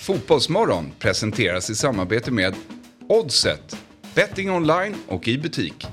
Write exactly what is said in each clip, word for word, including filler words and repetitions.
Fotbollsmorgon presenteras i samarbete med Oddset, betting online och i butik.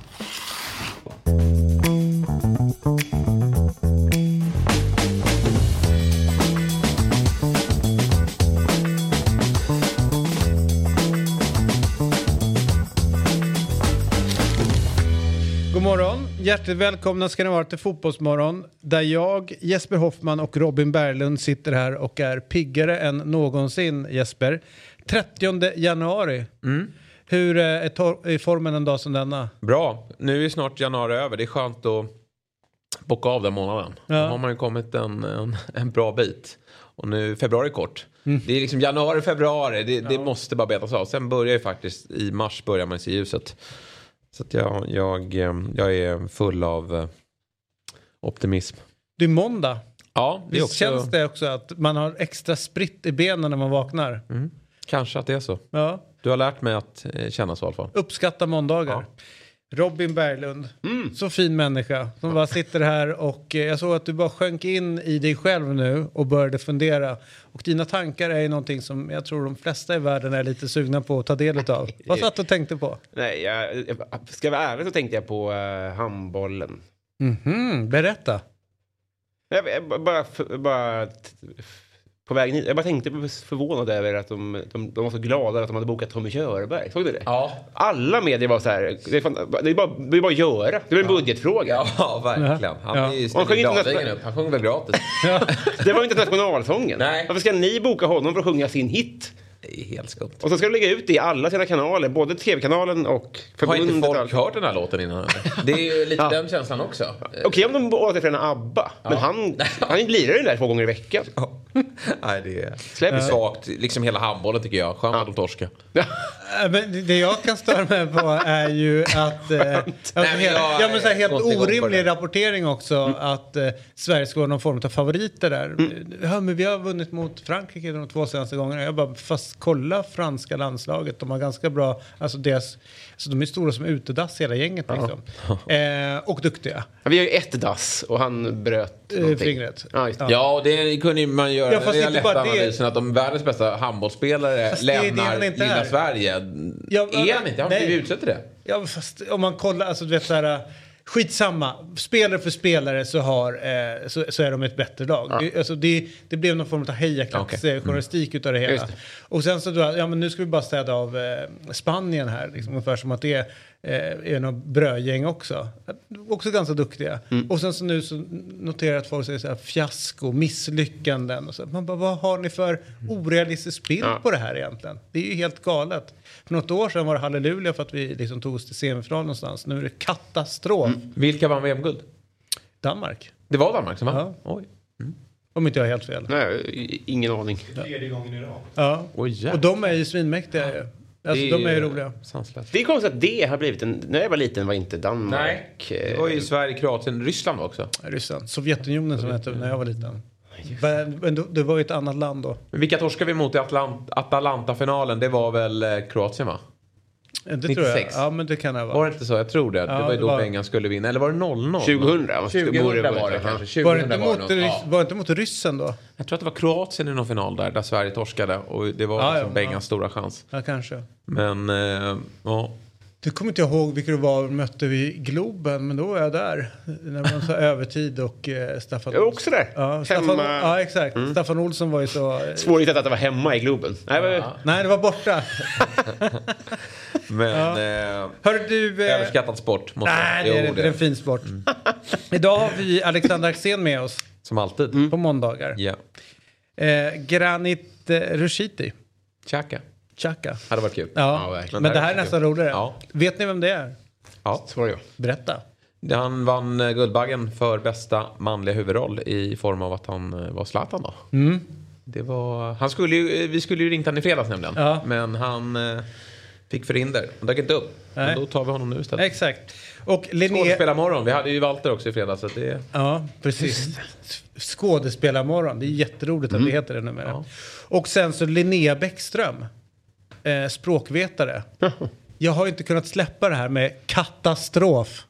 God morgon, hjärtligt välkomna ska ni vara till Fotbollsmorgon där jag, Jesper Hoffman och Robin Berglund sitter här och är piggare än någonsin. Jesper, trettionde januari. Mm. Hur är, tor- är formen en dag som denna? Bra, nu är snart januari över. Det är skönt att bocka av den månaden. Ja. Då har man ju kommit en, en, en bra bit. Och nu februari är kort. Mm. Det är liksom januari, februari. Det, ja. det måste bara betas av. Sen börjar ju faktiskt i mars börjar man se ljuset. Så att jag, jag, jag är full av optimism. Det är måndag. Ja, det är också... känns det också att man har extra spritt i benen när man vaknar. Mm. Kanske att det är så. Ja. Du har lärt mig att känna så i alla fall. Uppskatta måndagar. Ja. Robin Berglund, mm. så fin människa som ja. bara sitter här och jag såg att du bara sjönk in i dig själv nu och började fundera. Och dina tankar är någonting som jag tror de flesta i världen är lite sugna på att ta del av. Vad satt du och tänkte på? Nej, jag, jag ska vara ärlig så tänkte jag på uh, handbollen. Mhm, berätta. Jag, jag bara... bara t- På vägen hit. Jag bara tänkte förvånad över att de, de, de var så glada att de hade bokat Tommy Körberg. Såg du det? Ja. Alla medier var så här. Det är, fan, det är, bara, det är bara att göra. Det är en ja. budgetfråga. Ja, verkligen. Han är ju ja. gladingen upp. Han sjunger väl gratis. Ja. Det var inte nationalsången. Nej. Varför ska ni boka honom för att sjunga sin hit? Det är helt skumt. Och så ska du lägga ut det i alla sina kanaler. Både tv-kanalen och förbundet. Har inte folk hört den här låten innan? Det är ju lite ja. den känslan också. Okej okay, om de återförenar ABBA. Ja. Men han, han lirar ju där två gånger i veckan. Ja. Nej, det är släpper uh. svagt. Liksom hela handbollen tycker jag. Skönt ja. att de torskar. Ja. Men det jag kan störa mig på är ju att... Eh, Nej, men helt, jag, ja, men så här, helt orimlig rapportering också. Mm. Att eh, Sverige ska vara någon form av favoriter där. Mm. Ja, men vi har vunnit mot Frankrike de två senaste gångerna. Jag bara, fast kolla franska landslaget. De har ganska bra... Alltså deras... Så de är stora som utedass hela gänget liksom. Ja. Eh, och duktiga. Ja, vi har ju ett dass och han bröt eh, fingret. Ja, just det. Ja, det kunde man göra. Ja, fast det är lätt analysen det... att de världens bästa handbollsspelare fast lämnar lilla Sverige. Ja, men, är han inte? Har han blivit utsett till det? Ja, fast om man kollar, alltså du vet så här... Skitsamma. Spelare för spelare så, har, eh, så, så är de ett bättre lag. Ja. Det, alltså det, det blev någon form av hejaklack okay. mm. journalistik utav det hela. Det. Och sen så då, ja men nu ska vi bara städa av eh, Spanien här. Liksom, ungefär som att det är, eh, är något brödgäng också. Också ganska duktiga. Mm. Och sen så nu så noterar jag att folk säger så här fiasko, misslyckanden. Och så. Man bara, vad har ni för orealistisk bild ja. på det här egentligen? Det är ju helt galet. För något år sedan var det halleluja för att vi liksom tog oss till semifinal någonstans. Nu är det katastrof. Mm. Vilka vann V M-guld? Danmark. Det var Danmark som vann? Ja. Oj. Mm. Om inte jag har helt fel. Nej, ingen aning. Tredje gången idag. Ja. Oh, och de är ju svinmäktiga ju. Alltså, de är ju roliga. Det är konstigt att det har blivit en... När jag var liten var inte Danmark. Nej, det var ju Sverige, Kroatien, Ryssland också. Ryssland. Sovjetunionen som hette när jag var liten. Men det var ju ett annat land då. Men vilka torskar vi mot i Atlant- Atalanta-finalen? Det var väl eh, Kroatien, va? Det nittiosex. Tror jag. Ja, men det kan det vara. Var det inte så? Jag tror det. Ja, det var ju då var... England skulle vinna. Eller var det noll noll? tjugohundra. tjugohundra var det kanske. tjugohundra var, det inte mot, var, det, ja. var det inte mot ryssen då? Jag tror att det var Kroatien i någon final där. Där Sverige torskade. Och det var ja, liksom ja, Englands ja. stora chans. Ja, kanske. Men, eh, ja... Du kommer inte ihåg vilka det var mötte vi i Globen, men då var jag där. När man sa övertid och eh, Staffan Jag var också där. Ja, Staffan, ja exakt. Mm. Staffan Olsson var ju så... Svårigt att det var hemma i Globen. Nej, ja. var... Nej det var borta. men... Ja. Eh, Hör du... Eh... Överskattad sport. Måste nej, det är, det är en fin sport. Mm. Idag har vi Alexander Axén med oss. Som alltid. Mm. På måndagar. Ja. Eh, Granit eh, Rushiti. Chaka. Chaka. Hade varit kul. Ja, ja men det här är nästan roligare. Ja. Vet ni vem det är? Ja, svarar jag. Berätta. Han vann Guldbaggen för bästa manliga huvudroll i form av att han var Zlatan då. Mm. Det var, han skulle ju, vi skulle ju ringt han i fredags nämligen. Ja. Men han eh, fick förhinder. Han dök inte upp. Men då tar vi honom nu istället. Exakt. Och Linné... Skådespelarmorgon. Vi hade ju Walter också i fredags. Så det... Ja, precis. Skådespelarmorgon. Det är jätteroligt mm. att det heter det numera. Ja. Och sen så Linnea Bäckström. Eh, språkvetare. Jag har inte kunnat släppa det här med katastrof.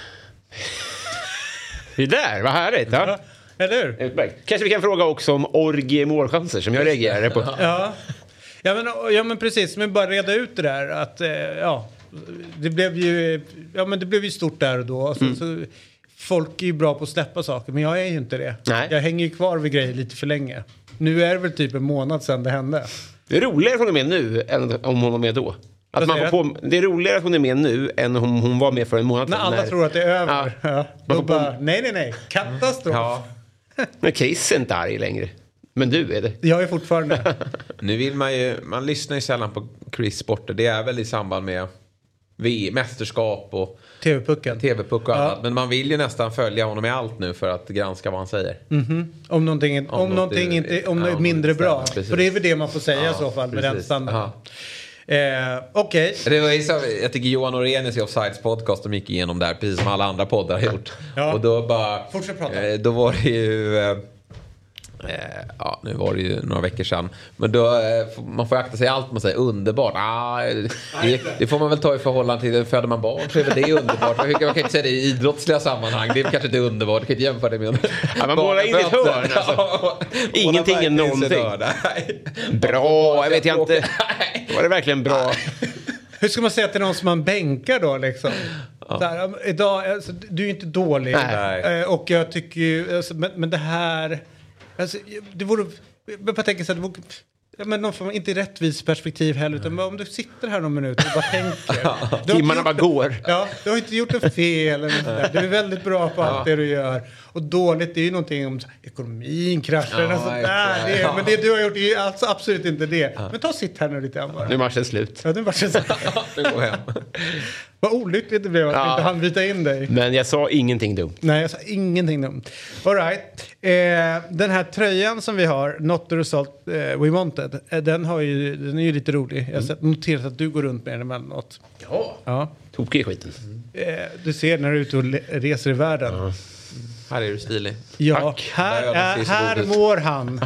Det där, vad härligt. Ja. Ja, eller hur? Kanske vi kan fråga också om orgie målchanser som jag reagerade på. Ja. Ja men, ja men precis, men bara reda ut det där att eh, ja, det blev ju ja men det blev ju stort där och då alltså, mm. så, folk är ju bra på att släppa saker, men jag är ju inte det. Nej. Jag hänger ju kvar vid grejer lite för länge. Nu är det väl typ en månad sedan det hände. Det är roligare att hon är med nu än om hon var med då. Att man får på, det är roligare att hon är med nu än om hon var med för en månad. När alla när... tror att det är över. Ja. Ja. Då bara, på... nej, nej, nej. Katastrof. Ja. Men Chris är inte arg längre. Men du är det. Jag är fortfarande. Nu vill man ju, man lyssnar ju sällan på Chris sporter. Det är väl i samband med V mästerskap och T V-pucken. T V-puck och ja. annat. Men man vill ju nästan följa honom i allt nu för att granska vad han säger. Mm-hmm. Om någonting, om om någonting inte, om ja, är mindre bra. Precis. För det är väl det man får säga ja, i så fall med precis. Den standarden. Eh, Okej. Okay. Jag tycker Johan Orenius i Offsides podcast de gick igenom där precis som alla andra poddar har gjort. Ja. Och då bara... Fortsätt prata. Eh, då var det ju... Eh, Eh, ja, nu var det ju några veckor sedan. Men då, eh, man får akta sig allt man säger underbart. Ah, det, det får man väl ta i förhållande till föder man barn så är väl det underbart. Man kan inte säga det i idrottsliga sammanhang. Det är kanske inte underbart. Du kan inte jämföra det med ja, man målar in i ett hörn alltså. Ingenting är någonting. Bra, jag vet jag inte. Var det verkligen bra? Hur ska man säga till någon som man bänkar då liksom? Ja. Där, idag, alltså, du är ju inte dålig. Nej. Och jag tycker ju, alltså, men, men det här... Alltså, det vore, jag bara tänker så här, det vore, ja, men någon form, inte rättvis perspektiv heller, utan om du sitter här någon minut och bara tänker. Timmarna bara går. Ja, du har inte gjort ett fel eller sådär. Du är väldigt bra på allt ja. det du gör. Och dåligt, det är ju någonting om ekonomin kraschar ja, och sånt där. Det är, ja. Men det du har gjort är ju alltså absolut inte det. Ja. Men ta sitt här nu lite bara. Nu är matchen slut. Ja, nu är matchen slut. Nu går hem. Vad olyckligt det blev att ja. inte han byta in dig. Men jag sa ingenting dumt. Nej, jag sa ingenting dumt. All right. Eh, den här tröjan som vi har, Not the Result eh, We Wanted, eh, den, har ju, den är ju lite rolig. Jag har mm. noterat att du går runt med den emellanåt. Ja, ja. tokig skiten. Eh, du ser när du är ute och reser i världen. Ja. Här är du stilig. Ja, Tack. här, är, här mår han.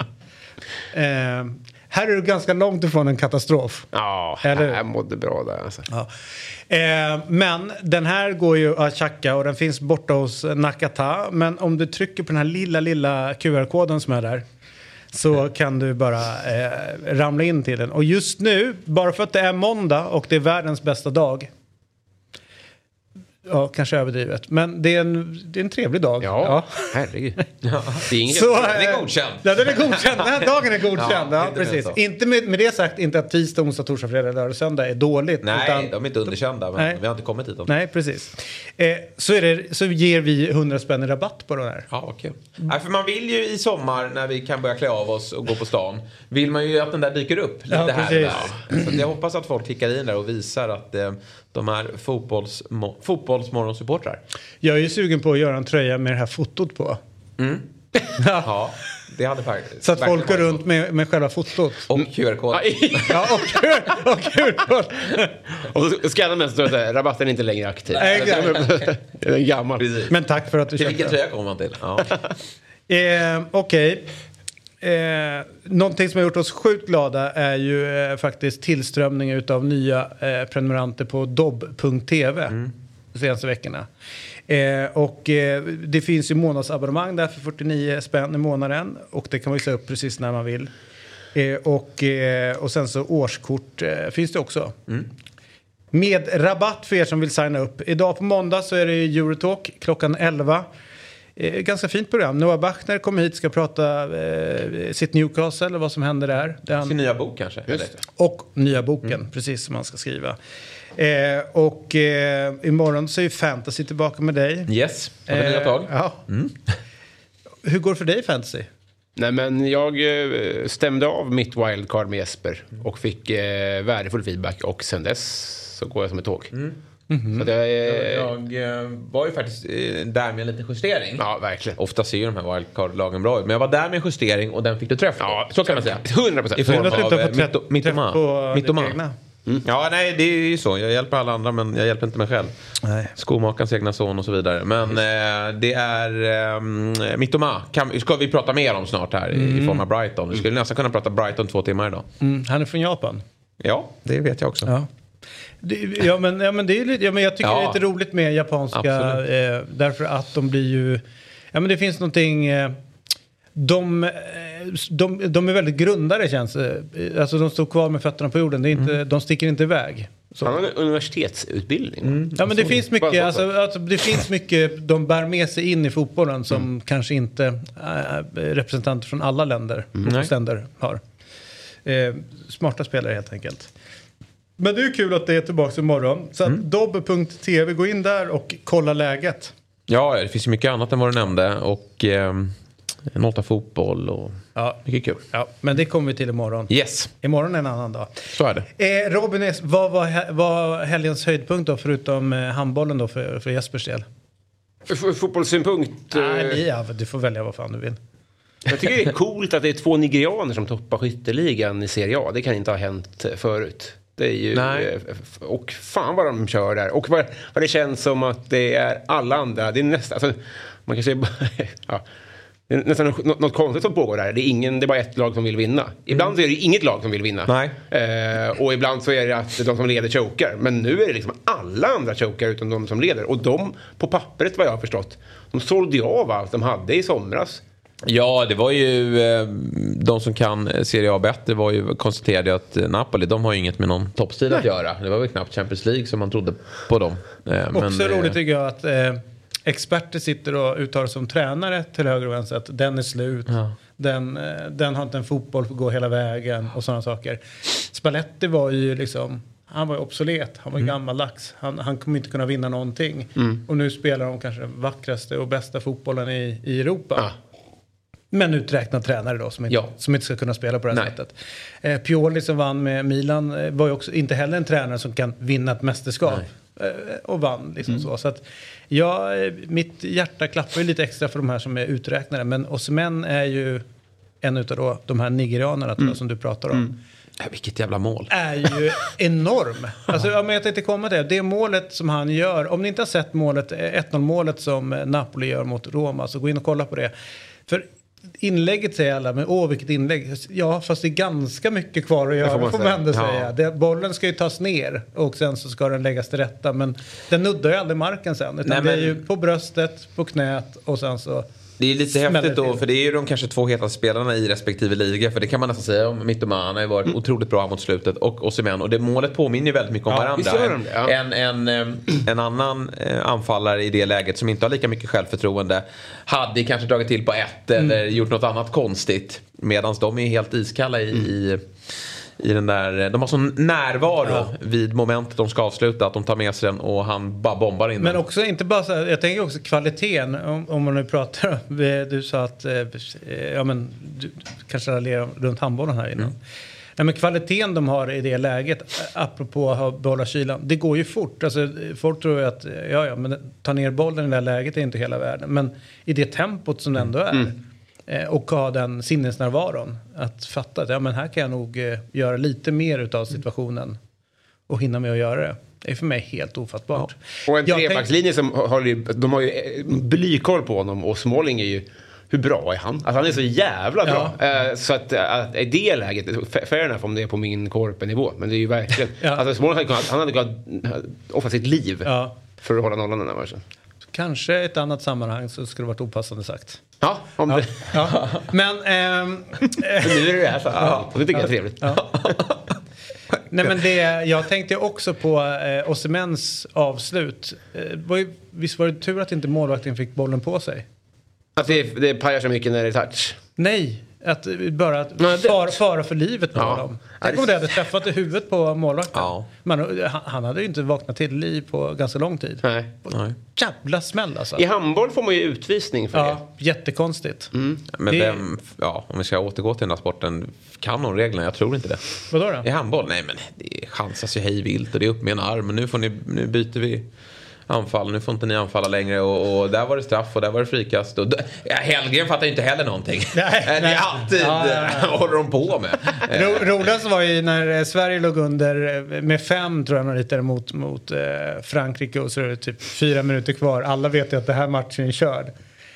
eh, här är du ganska långt ifrån en katastrof. Ja, jag mådde bra där. Alltså. Ja. Eh, men den här går ju att checka och den finns borta hos Nakata. Men om du trycker på den här lilla, lilla Q R-koden som är där så kan du bara eh, ramla in till den. Och just nu, bara för att det är måndag och det är världens bästa dag. Ja, kanske överdrivet. Men det är en, det är en trevlig dag. Ja, ja. herregud. Ja. Det är inget, så, den är godkänd. Ja, den är godkänd. Den här dagen är godkänd. Ja, inte precis. Inte med, med det sagt, inte att tisdag, onsdag, torsdag, fredag, lördag och söndag är dåligt. Nej, utan, de är inte underkända. Men nej. Vi har inte kommit hit. Om. Nej, precis. Eh, så, är det, så ger vi hundra spänn i rabatt på den här. Ja, okej. Okay. Nej, för man vill ju i sommar, när vi kan börja klä av oss och gå på stan, vill man ju att den där dyker upp lite ja, här där. Så jag hoppas att folk klickar in där och visar att eh, de är fotbolls, fotbollsmorgonsupportrar. Jag är ju sugen på att göra en tröja med det här fotot på. Mm. Ja, det hade faktiskt. Så att folk går runt med, med själva fotot. Och Q R-kod. Ja, och, och Q R-kod. Och så scannar man så att rabatten är inte längre aktiv. Det är gammal. Men tack för att du köpte. Vilken tröja kommer man till? Ja. eh, Okej. Okay. Eh, någonting som har gjort oss sjukt glada är ju eh, faktiskt tillströmning utav nya eh, prenumeranter på dobb punkt tv mm. de senaste veckorna. Eh, och eh, det finns ju månadsabonnemang där för fyrtionio spänn i månaden och det kan man ju säga upp precis när man vill. Eh, och, eh, och sen så årskort eh, finns det också. Mm. Med rabatt för er som vill signa upp. Idag på måndag så är det Eurotalk klockan elva. Eh, ganska fint program. Noah Bachner kommer hit och ska prata eh, sitt Newcastle eller vad som händer där. Den... Sin nya bok kanske. Och nya boken, mm. precis som man ska skriva. Eh, och eh, imorgon så är ju Fantasy tillbaka med dig. Yes, har vi nya tag. Ja. Mm. Hur går det för dig Fantasy? Nej, men jag eh, stämde av mitt wildcard med Jesper och fick eh, värdefull feedback och sen dess så går jag som ett tåg. Mm. Mm-hmm. Så jag, eh, jag, jag var ju faktiskt eh, där med en liten justering. Ja, verkligen. Ofta ser ju de här wildcard-lagen bra ut. Men jag var där med en justering och den fick du träffa. Ja, så kan man säga. hundra procent. I form av Mittoma. Mittoma. Mm. Ja, nej, det är ju så. Jag hjälper alla andra, men jag hjälper inte mig själv. Nej. Skomakarens egna son och så vidare. Men eh, det är eh, Mittoma. Kan, ska vi prata mer om snart här mm. i, i form av Brighton. Vi skulle nästan kunna prata Brighton två timmar idag. Mm. Han är från Japan. Ja, det vet jag också. Ja. Det, ja, men, ja, men det är lite, ja, men jag tycker ja. det är lite roligt med japanska. Eh, därför att de blir ju... Ja, men det finns någonting... Eh, de, de, de är väldigt grundare känns det. Alltså de står kvar med fötterna på jorden. Det är inte, mm. De sticker inte iväg. Så. Han har en universitetsutbildning. Mm. Ja, men det finns mycket, alltså, alltså, det finns mycket de bär med sig in i fotbollen som mm. kanske inte äh, representanter från alla länder mm. länder har. Eh, smarta spelare helt enkelt. Men det är ju kul att det är tillbaka imorgon. Så mm. dobb punkt tv, gå in där och kolla läget. Ja, det finns ju mycket annat än vad du nämnde. Och eh, nota fotboll och ja. Mycket kul. Ja, men det kommer vi till imorgon. Yes. Imorgon är en annan dag. Så är det. Eh, Robin, vad var, var helgens höjdpunkt då, förutom eh, handbollen då för, för Jespers del? F- fotbollssynpunkt? Nej, ja, du får välja vad fan du vill. Jag tycker det är coolt att det är två nigerianer som toppar skytteligan i Serie A. Det kan inte ha hänt förut. Det är ju, Nej. Och fan vad de kör där. Och vad, vad det känns som att det är alla andra. Det är nästan, alltså, man kan säga, ja, det är nästan något, något konstigt som pågår där. Det är, ingen, det är bara ett lag som vill vinna. Ibland mm. så är det inget lag som vill vinna. Nej. Eh, och ibland så är det att de som leder chokar. Men nu är det liksom alla andra chokar utom de som leder. Och de, på pappret vad jag har förstått, de sålde ju av allt de hade i somras. Ja, det var ju eh, de som kan Serie A bättre var ju konstaterade att Napoli, de har ju inget med någon toppstil att göra. Det var väl knappt Champions League som man trodde på dem. Eh, Också men, roligt tycker jag att eh, experter sitter och uttalar som tränare till höger och vänster att den är slut. Ja. Den, eh, den har inte en fotboll för att gå hela vägen och sådana saker. Spalletti var ju liksom, han var ju obsolet, han var mm. gammaldags. Han, han kommer inte kunna vinna någonting. Mm. Och nu spelar de kanske den vackraste och bästa fotbollen i, i Europa. Ja. Men uträknad tränare då som inte, ja. som inte ska kunna spela på det här Nej. sättet. Eh, Pioli som vann med Milan eh, var ju också inte heller en tränare som kan vinna ett mästerskap. Eh, och vann liksom mm. så. Så att ja, mitt hjärta klappar ju lite extra för de här som är uträknade. Men Osimhen är ju en utav då, de här nigerianerna mm. som du pratar om. Mm. Ja, vilket jävla mål. Är ju enorm. Alltså, ja, men jag tänkte komma till det. Det målet som han gör. Om ni inte har sett målet, ett noll målet som Napoli gör mot Roma, så gå in och kolla på det. För inlägget säger alla, men åh vilket inlägg. Ja, fast det är ganska mycket kvar att göra, får man, får man ändå säga. Ja. Det, bollen ska ju tas ner och sen så ska den läggas till rätta. Men den nuddar ju aldrig marken sen. Utan Nej, men... det är ju på bröstet, på knät och sen så... Det är lite häftigt då, för det är ju de kanske två heta spelarna i respektive liga. För det kan man nästan säga om Mitoma. Han har ju varit mm. otroligt bra mot slutet. Och Osimhen. Och det målet påminner ju väldigt mycket om ja, varandra. Ja. En, en, en, en annan anfallare i det läget som inte har lika mycket självförtroende hade kanske dragit till på ett mm. eller gjort något annat konstigt. Medan de är helt iskalla i... Mm. i I den där, de har sån närvaro ja. vid momentet de ska avsluta, att de tar med sig den och han bara bombar in. Men den. Också inte bara så här, jag tänker också kvaliteten om, om man nu pratar, du sa att eh, ja men du kanske raljerar runt handbollen här innan. Mm. Nej, men kvaliteten de har i det läget, apropå att behålla kylan, det går ju fort. Alltså, folk tror ju att ja, ja, men ta ner bollen i det här läget är inte hela världen. Men i det tempot som det ändå är mm. och ha den sinnesnärvaron att fatta att ja, men här kan jag nog eh, göra lite mer utav situationen och hinna med att göra det. Det är för mig helt ofattbart. Ja. Och en trebackslinje som har, de har ju blykoll på honom, och Småling är ju, hur bra är han? Alltså han är så jävla bra. Ja. Uh, så att uh, i det läget, fair enough om det är på min korpenivå, men det är ju verkligen, ja. Alltså Småling hade kunnat, han hade kunnat offra sitt liv ja. för att hålla nollan den här matchen. Kanske ett annat sammanhang så skulle det varit opassande sagt. Ja, om ja. det. Ja. Men ehm, nu är det här så. Ja. Och det tycker jag är trevligt. Ja. Nej, men det, jag tänkte också på eh, Osimhens avslut. Eh, var ju, visst var det tur att inte målvakten fick bollen på sig? Att det, det pajar så mycket när det är touch? Nej. Att bara att Nej, det... fara, fara för livet på ja. dem. Tänk om det hade träffat i huvudet på målvakten. Ja. Men han, han hade ju inte vaknat till liv på ganska lång tid. Nej. Nej. Jävla smäll alltså. I handboll får man ju utvisning för ja, det. Jättekonstigt. Mm. Men det... vem, ja, om vi ska återgå till den här sporten, kan någon reglerna? Jag tror inte det. Vadå då? I handboll? Nej, men det chansas ju hej vilt och det är upp med en arm. Men nu, får ni, nu byter vi anfall, nu får inte ni anfalla längre, och, och där var det straff och där var det frikast och d- ja, Hellgren fattar ju inte heller någonting. Nej, det är nej. alltid ja, ja, ja. håller de på med. Ro, roligast var ju när Sverige låg under med fem, tror jag, lite mot, mot eh, Frankrike, och så är det typ fyra minuter kvar. Alla vet ju att det här matchen är körd.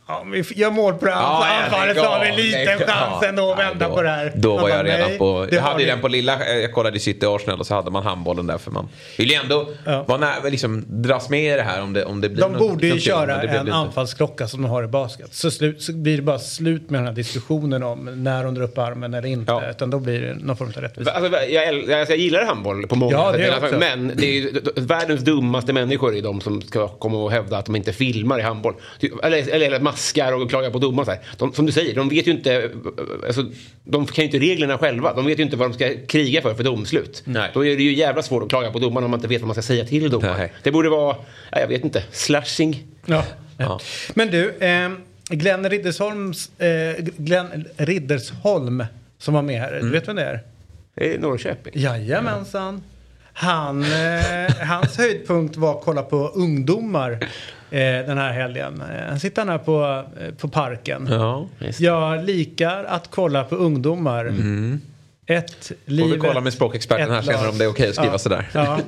Ja, vi gör mål på det här. Ja, anfallet har vi liten chans ändå att vända då, på det här. Då var jag redan nej, på... Jag hade ju den på lilla... Jag kollade i City Arsenal och så hade man handbollen där för man vill ju ändå ja. vara när, liksom, dras med i det här om det, om det blir... De något, borde ju något köra till, en anfallsklocka som de har i basket. Så, slut, så blir det bara slut med den här diskussionen om när de drar upp armen eller inte. Ja. Utan då blir det någon form av rättvisa. Alltså, jag, jag, jag gillar handboll på många ja, sätt. Men det är ju världens dummaste människor i de som ska komma och hävda att de inte filmar i handboll. Eller, eller, eller maskar och klagar på domar. Så här. De, som du säger, de vet ju inte... Alltså, de kan ju inte reglerna själva. De vet ju inte vad de ska kriga för för domslut. Nej. Då är det ju jävla svårt att klaga på domarna om man inte vet vad man ska säga till domar. Det borde vara, jag vet inte, slashing. Ja. Ja. Men du, eh, Glenn Riddersholms, eh, Glenn Riddersholm som var med här, mm. du vet vem det är? Det är Norrköping. Jajamensan. Han, eh, hans höjdpunkt var att kolla på ungdomar eh, den här helgen. Han sitter här på, eh, på parken. Ja, jag likar att kolla på ungdomar. Mm. Ett liv. Får vi kolla med språkexperten här senare om det är okej att skriva ja, sådär. Ja.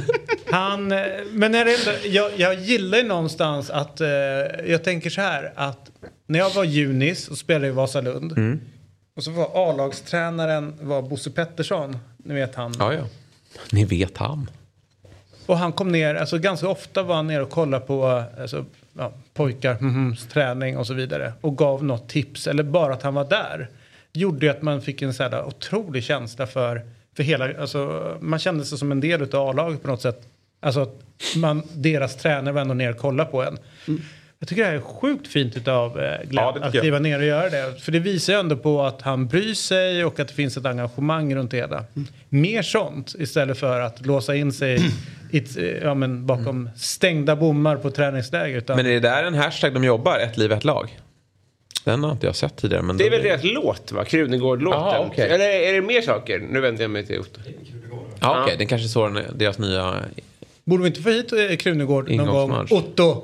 Han, men när det, jag, jag gillar ju någonstans att eh, jag tänker så här att när jag var junis och spelade i Vasalund mm. och så var A-lagstränaren var Bosse Pettersson, ni vet han. Ja, ja. Ni vet han. Och han kom ner, alltså ganska ofta var han ner och kollade på alltså, ja, pojkar, mm, träning och så vidare. Och gav något tips, eller bara att han var där. Gjorde ju att man fick en så här otrolig känsla för, för hela, alltså man kände sig som en del av A-laget på något sätt. Alltså att man, deras tränare var ändå ner och kolla på en. Mm. Jag tycker det här är sjukt fint utav eh, Glenn ja, att kliva ner och göra det. För det visar ju ändå på att han bryr sig och att det finns ett engagemang runt det hela. Mm. Mer sånt istället för att låsa in sig i, ja, men bakom mm. stängda bommar på träningsläger. Utan... Men är det där en hashtag de jobbar, ett liv, ett lag? Den har inte jag sett tidigare. Men det är väl deras låt, va? Krunegård-låten. Okay. Eller är det mer saker? Nu vänder jag mig till Otto. Ja, okej. Okay. Den kanske så den, deras nya... Borde vi inte få hit Krunegård någon gång? Otto!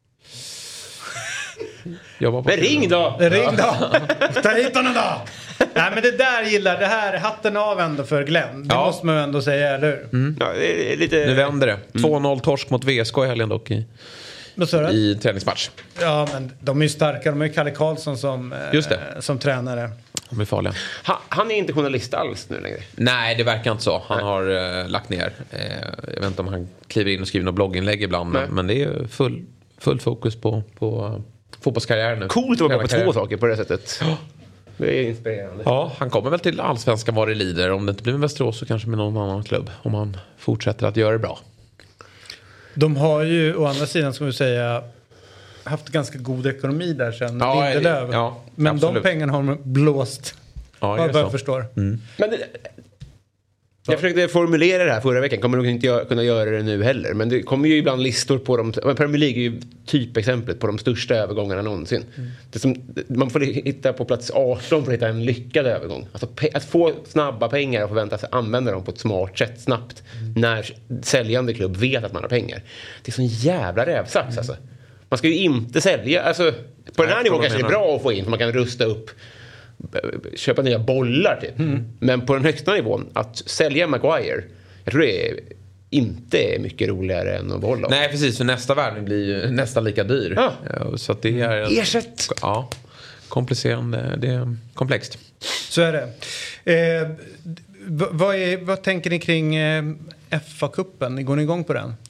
Men ring då! Ring då! Ta hit honom då! Nej, men det där gillar, det här hatten av ändå för Glenn. Det ja. måste man ändå säga, eller hur? Mm. Ja, det är lite... Nu vänder det. Mm. två noll torsk mot V S K i helgen dock i, i träningsmatch. Ja, men de är ju starka. De är ju Kalle Karlsson som, Just det. Eh, som tränare. De är farliga. Ha, han är inte journalist alls nu längre. Nej, det verkar inte så. Han Nej. har eh, lagt ner. Eh, jag vet inte om han kliver in och skriver något blogginlägg ibland. Men, men det är full, full fokus på... på fotbollskarriären nu. Coolt att vara på två saker på det sättet. Ja. Det är inspirerande. Ja, han kommer väl till Allsvenskan var det lider. Om det inte blir med Västerås så kanske med någon annan klubb. Om han fortsätter att göra det bra. De har ju å andra sidan, ska vi säga, haft ganska god ekonomi där sen ja, Lindelöf. Ja, men absolut. de pengarna har de blåst. Ja, vad jag förstår. Mm. Men det, jag försökte formulera det här förra veckan. Kommer nog inte jag kunna göra det nu heller. Men det kommer ju ibland listor på de... Premier League är ju typexemplet på de största övergångarna någonsin. Mm. Det som, man får hitta på plats arton för att hitta en lyckad övergång. Alltså att få snabba pengar och förvänta sig använda dem på ett smart sätt snabbt. Mm. När säljande klubb vet att man har pengar. Det är sån jävla rävsax mm. alltså. Man ska ju inte sälja... Alltså, på den här nivån kanske det är bra att få in. För man kan rusta upp... köpa nya bollar typ. Mm. Men på den högsta nivån att sälja Maguire, jag tror det är inte är mycket roligare än att behålla. Nej, precis, för nästa värvning blir ju nästan lika dyr. Ja. Ja, så att det är en, ersätt. Ja, komplicerande, det är komplext. Så är det. Eh, v- vad, är, vad tänker ni kring eh, F A-cupen? Går ni igång på den?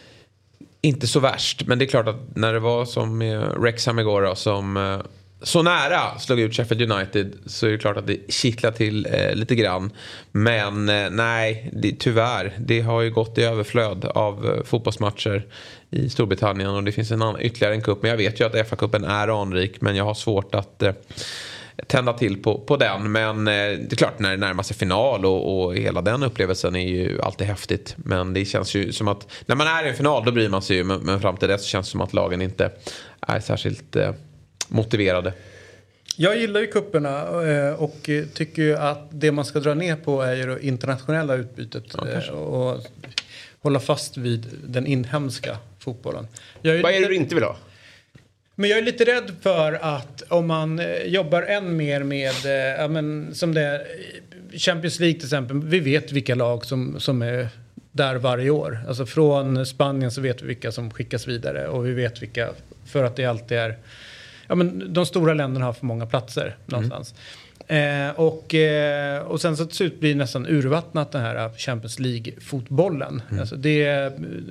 Inte så värst, men det är klart att när det var som med Wrexham igår då, som eh, så nära slog ut Sheffield United, så är det klart att det kittlar till eh, lite grann. Men eh, nej, det, tyvärr. Det har ju gått i överflöd av eh, fotbollsmatcher i Storbritannien. Och det finns en annan, ytterligare en cup. Men jag vet ju att F A-cupen är anrik. Men jag har svårt att eh, tända till på, på den. Men eh, det är klart, när det närmar sig final och, och hela den upplevelsen är ju alltid häftigt. Men det känns ju som att när man är i en final, då bryr man sig ju. Men, men fram till dess känns det som att lagen inte är särskilt... Eh, motiverade. Jag gillar ju kupperna och tycker ju att det man ska dra ner på är ju det internationella utbytet ja, och hålla fast vid den inhemska fotbollen. Jag är Vad är lite, det du inte vill ha? Men jag är lite rädd för att om man jobbar än mer med ja, men, som det är, Champions League till exempel, vi vet vilka lag som, som är där varje år. Alltså från Spanien så vet vi vilka som skickas vidare och vi vet vilka, för att det alltid är ja, men de stora länderna har för många platser någonstans. Mm. Eh, och, eh, och sen så till slut blir det nästan urvattnat den här Champions League-fotbollen. Mm. Alltså det,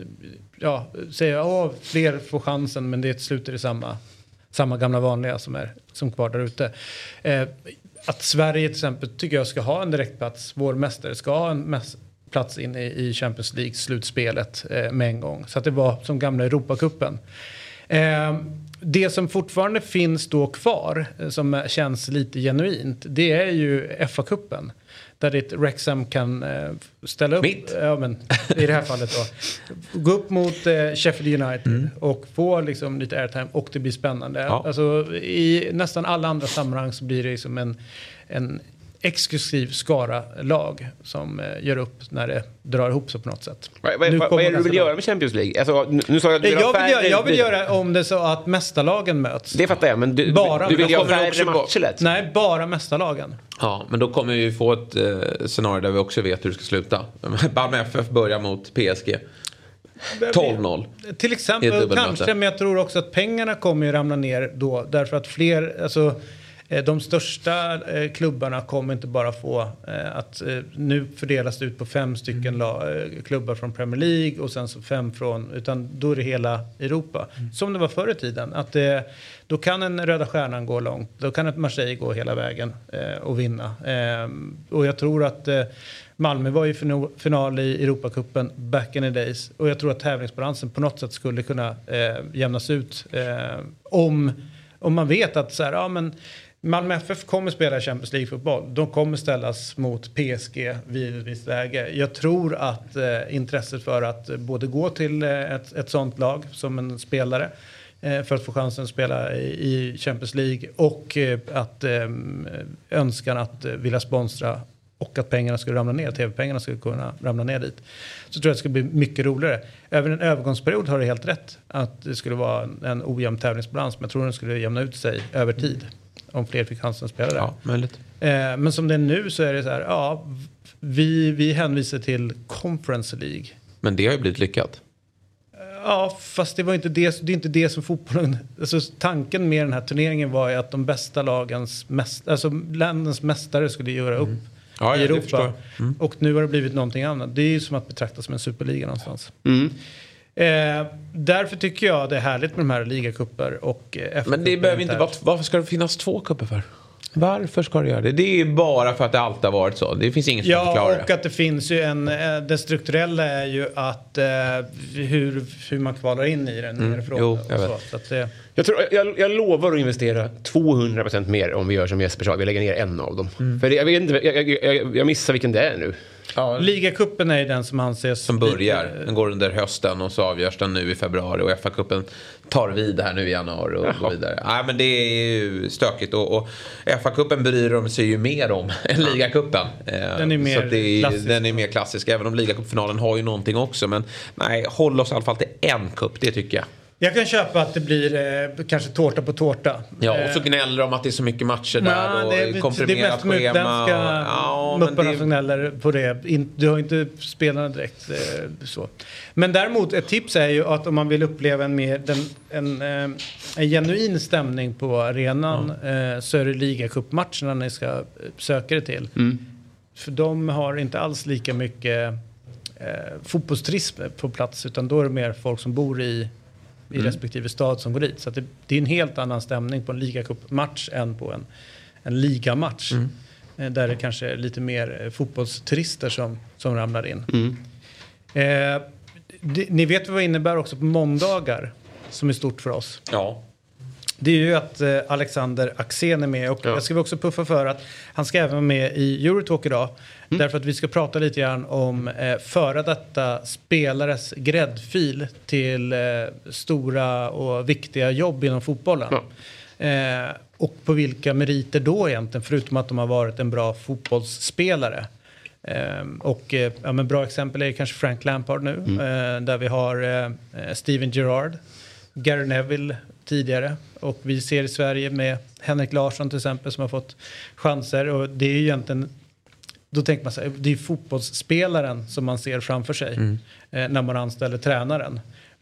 ja, säger jag, fler får chansen, men det slutar i samma, samma gamla vanliga som är som kvar där ute. Eh, att Sverige till exempel tycker jag ska ha en direktplats, vår mästare ska ha en mäs- plats in i, i Champions League-slutspelet eh, med en gång. Så att det var som gamla Europacupen. Eh, det som fortfarande finns då kvar, eh, som känns lite genuint, det är ju F A-cupen. Där ditt Wrexham kan eh, ställa upp. Mitt? Ja, men i det här fallet då. Gå upp mot eh, Sheffield United mm. och få liksom lite airtime och det blir spännande. Ja. Alltså, i nästan alla andra sammanhang så blir det liksom en, en exklusiv skara lag som eh, gör upp när det drar ihop sig på något sätt. Vad, vad, vad är det du vill göra med Champions League? Alltså, nu, nu sa jag, att du vill jag, vill göra, jag vill det. göra om det så att mästarlagen möts. Det fattar jag, men du, bara, du vill göra färre matcher lätt. Nej, bara mästarlagen. Ja, men då kommer vi få ett eh, scenario där vi också vet hur det ska sluta. Malmö F F börjar mot P S G. tolv noll. Till exempel, kanske, men jag tror också att pengarna kommer ju ramla ner då. Därför att fler, alltså de största eh, klubbarna kommer inte bara få eh, att eh, nu fördelas det ut på fem stycken mm. la, eh, klubbar från Premier League och sen så fem från, utan då är det hela Europa. Mm. Som det var förr i tiden. Att eh, då kan en Röda Stjärnan gå långt. Då kan ett Marseille gå hela vägen eh, och vinna. Eh, och jag tror att eh, Malmö var i final i Europacupen back in the days. Och jag tror att tävlingsbalansen på något sätt skulle kunna eh, jämnas ut. Eh, om, om man vet att så här, ja men Malmö F F kommer spela Champions League-fotboll. De kommer ställas mot P S G vid ett visst läge. Jag tror att eh, intresset för att både gå till eh, ett, ett sånt lag som en spelare eh, för att få chansen att spela i, i Champions League och eh, att eh, önskan att eh, vilja sponsra och att pengarna skulle ramla ner, tv-pengarna skulle kunna ramla ner dit. Så tror jag att det skulle bli mycket roligare. Även en övergångsperiod har det helt rätt att det skulle vara en, en ojämn tävlingsbalans, men jag tror att den skulle jämna ut sig över tid. Om fler fick chansen att spela där. Ja, möjligt. Eh, men som det är nu så är det så här, ja, vi, vi hänvisar till Conference League. Men det har ju blivit lyckat. Ja, fast det var inte det, det är inte det som fotbollen, alltså tanken med den här turneringen var ju att de bästa lagens, mäst, alltså ländens mästare skulle göra upp mm. ja, i Europa. Mm. Och nu har det blivit någonting annat. Det är ju som att betrakta som en superliga någonstans. Mm. Eh, därför tycker jag det är härligt med de här ligakupper och eh, men det behöver inte vara, varför ska det finnas två kupper för? Varför ska det göra det? Det är bara för att det alltid har varit så. Det finns ingen som ja, förklarar det. Ja, och att det finns ju en, det strukturella är ju att eh, hur, hur man kvalar in i den mm. nerifrån. Jo, jag, och vet. Så, så att det... jag, tror, jag, jag lovar att investera tvåhundra procent mer om vi gör som Jesper sa. Vi lägger ner en av dem. Mm. För jag, vet inte, jag, jag, jag missar vilken det är nu. Ja. Ligacupen är den som anses... Som börjar. Den går under hösten och så avgörs den nu i februari. Och F A-cupen tar vid här nu i januari och går vidare. Nej, men det är ju stökigt. Och, och F A-cupen bryr de sig ju mer om än Ligacupen. Den är mer så det är, klassisk. Den är mer klassisk. Även om Ligacupfinalen har ju någonting också. Men nej, håll oss i alla fall till en cup. Det tycker jag. Jag kan köpa att det blir eh, kanske tårta på tårta. Ja, och så gnäller de att det är så mycket matcher där Nej, och det är, komprimerat det är mest schema. Ja, mupparna det... som gnäller på det. Du har inte spelarna direkt eh, så. Men däremot ett tips är ju att om man vill uppleva en mer den, en, en, en genuin stämning på arenan mm. eh, så är det ligacupmatcherna ni ska söka det till. Mm. För de har inte alls lika mycket eh, fotbollsturism på plats, utan då är det mer folk som bor i i mm. respektive stad som går dit. Så att det, det är en helt annan stämning på en ligacupmatch än på en, en ligamatch. Mm. Eh, där det kanske är lite mer eh, fotbollsturister som, som ramlar in. Mm. Eh, det, ni vet vad det innebär också på måndagar som är stort för oss. Ja. Det är ju att eh, Alexander Axén är med. Och ja. Jag ska också puffa för att han ska även vara med i Eurotalk idag. Mm. Därför att vi ska prata lite grann om eh, före detta spelares gräddfil till eh, stora och viktiga jobb inom fotbollen. Ja. Eh, och på vilka meriter då egentligen, förutom att de har varit en bra fotbollsspelare. Eh, och eh, ja, men bra exempel är kanske Frank Lampard nu. Mm. Eh, där vi har eh, Steven Gerrard, Gary Neville tidigare. Och vi ser i Sverige med Henrik Larsson till exempel som har fått chanser. Och det är ju egentligen, då tänker man sig, det är fotbollsspelaren som man ser framför sig mm. eh, när man anställer tränaren.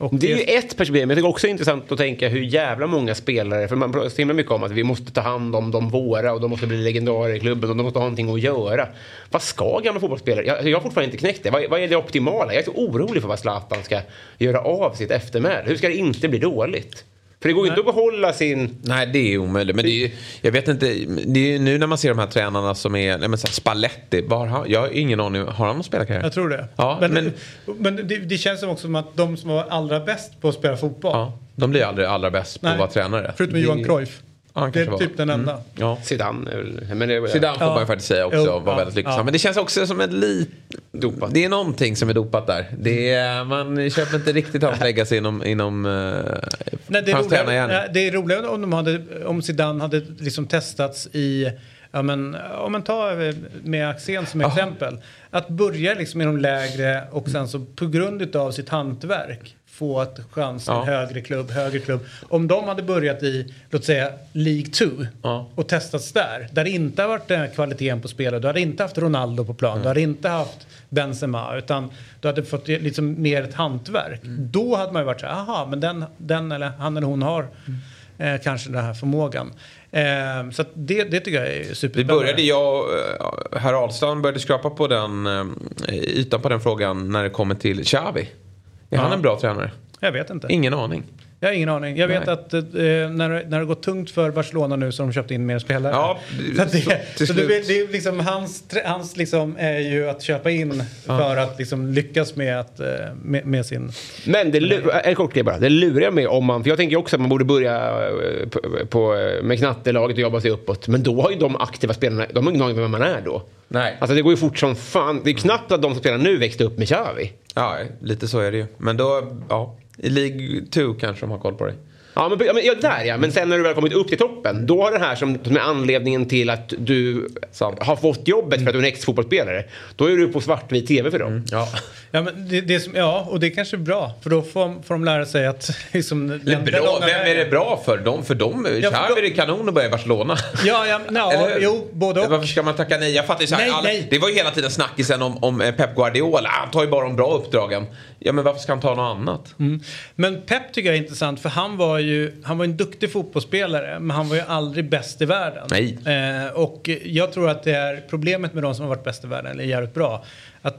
Och det är ju ett perspektiv, men jag tycker också intressant att tänka hur jävla många spelare, för man pratar så himla mycket om att vi måste ta hand om de våra och de måste bli legendarer i klubben och de måste ha någonting att göra. Vad ska gamla fotbollsspelare? Jag, jag har fortfarande inte knäckt det. Vad, vad är det optimala? Jag är så orolig för vad Zlatan ska göra av sitt eftermäle. Hur ska det inte bli dåligt? För det går ju inte att behålla sin... Nej, det är omöjligt. Men det är ju, jag vet inte, det är ju nu när man ser de här tränarna som är, nej men så här, Spalletti, var har, jag har ingen aning, har han någon spelarkarriär? Jag tror det. Ja, men men, men det, det känns som också som att de som var allra bäst på att spela fotboll. Ja, de blir aldrig allra bäst på nej, att vara tränare. Förutom det, Johan Cruyff. Ja, det är typ var. den enda. Mm. Ja. Zidane, men det, Zidane får ja. man ju faktiskt säga också jo, var ja, väldigt lyckosam. ja. Men det känns också som en lit... Dopat. Det är någonting som är dopat där. Det är, man köper inte riktigt av att lägga sig inom, inom uh, nej, det, är roligare, det är roligare om, de hade, om Zidane hade liksom testats i... Ja, men, om man tar med Axén som exempel. Att börja liksom i de lägre och sen så på grund av sitt hantverk få ett chans i en ja. högre klubb, högre klubb. Om de hade börjat i, låt säga, League två ja. och testats där. Där det inte har varit den kvaliteten på spelet. Du hade inte haft Ronaldo på plan. Mm. Du hade inte haft Benzema. Utan du hade fått liksom mer ett hantverk. Mm. Då hade man ju varit så här, aha, men den, den eller han eller hon har mm. eh, kanske den här förmågan. Eh, så att det, det tycker jag är superspännande. Vi började, jag herr Ahlstrand började skrapa på den eh, ytan på den frågan när det kommer till Xavi. Är ja. han en bra tränare? Jag vet inte. Ingen aning. Jag har ingen aning. Jag vet Nej. att eh, när, när det går tungt för Barcelona nu så har de köpt in mer spelare. Ja, så det, så, så det, det är liksom hans, hans liksom är ju att köpa in ja. för att liksom lyckas med, att, med, med sin... Men det lurar, en kort grej bara. Det lurar mig om man, för jag tänker också att man borde börja på, på, med knattelaget och jobba sig uppåt. Men då har ju de aktiva spelarna, de har ingen aning om vem man är då. Nej. Alltså det går ju fort som fan. Det är knappt att de som spelar nu växte upp med Xavi. Ja, lite så är det ju. Men då, ja, i League två kanske de har koll på det. Ja, men, ja, där ja. Men sen när du väl kommit upp till toppen, då har det här som, som är anledningen till att du så, har fått jobbet mm. för att du är en ex-fotbollsspelare. Då är du på svartvit tv för dem. Mm. Ja. Ja, men det, det som, ja, och det är kanske är bra. För då får, får de lära sig att... Liksom, den, det är bra. Vem är det bra för? Dem, för dem ja, för är det kanon att börja i Barcelona. Ja, ja, ja jo, både och. Varför ska man tacka nej? Jag fattar ju så här, nej, alla, nej. Det var ju hela tiden snackisen om, om Pep Guardiola. Han tar ju bara de bra uppdragen. Ja, men varför ska han ta något annat? Mm. Men Pep tycker jag är intressant, för han var ju han var en duktig fotbollsspelare, men han var ju aldrig bäst i världen. Nej. Eh, och jag tror att det är problemet med de som har varit bäst i världen, eller jävligt bra, att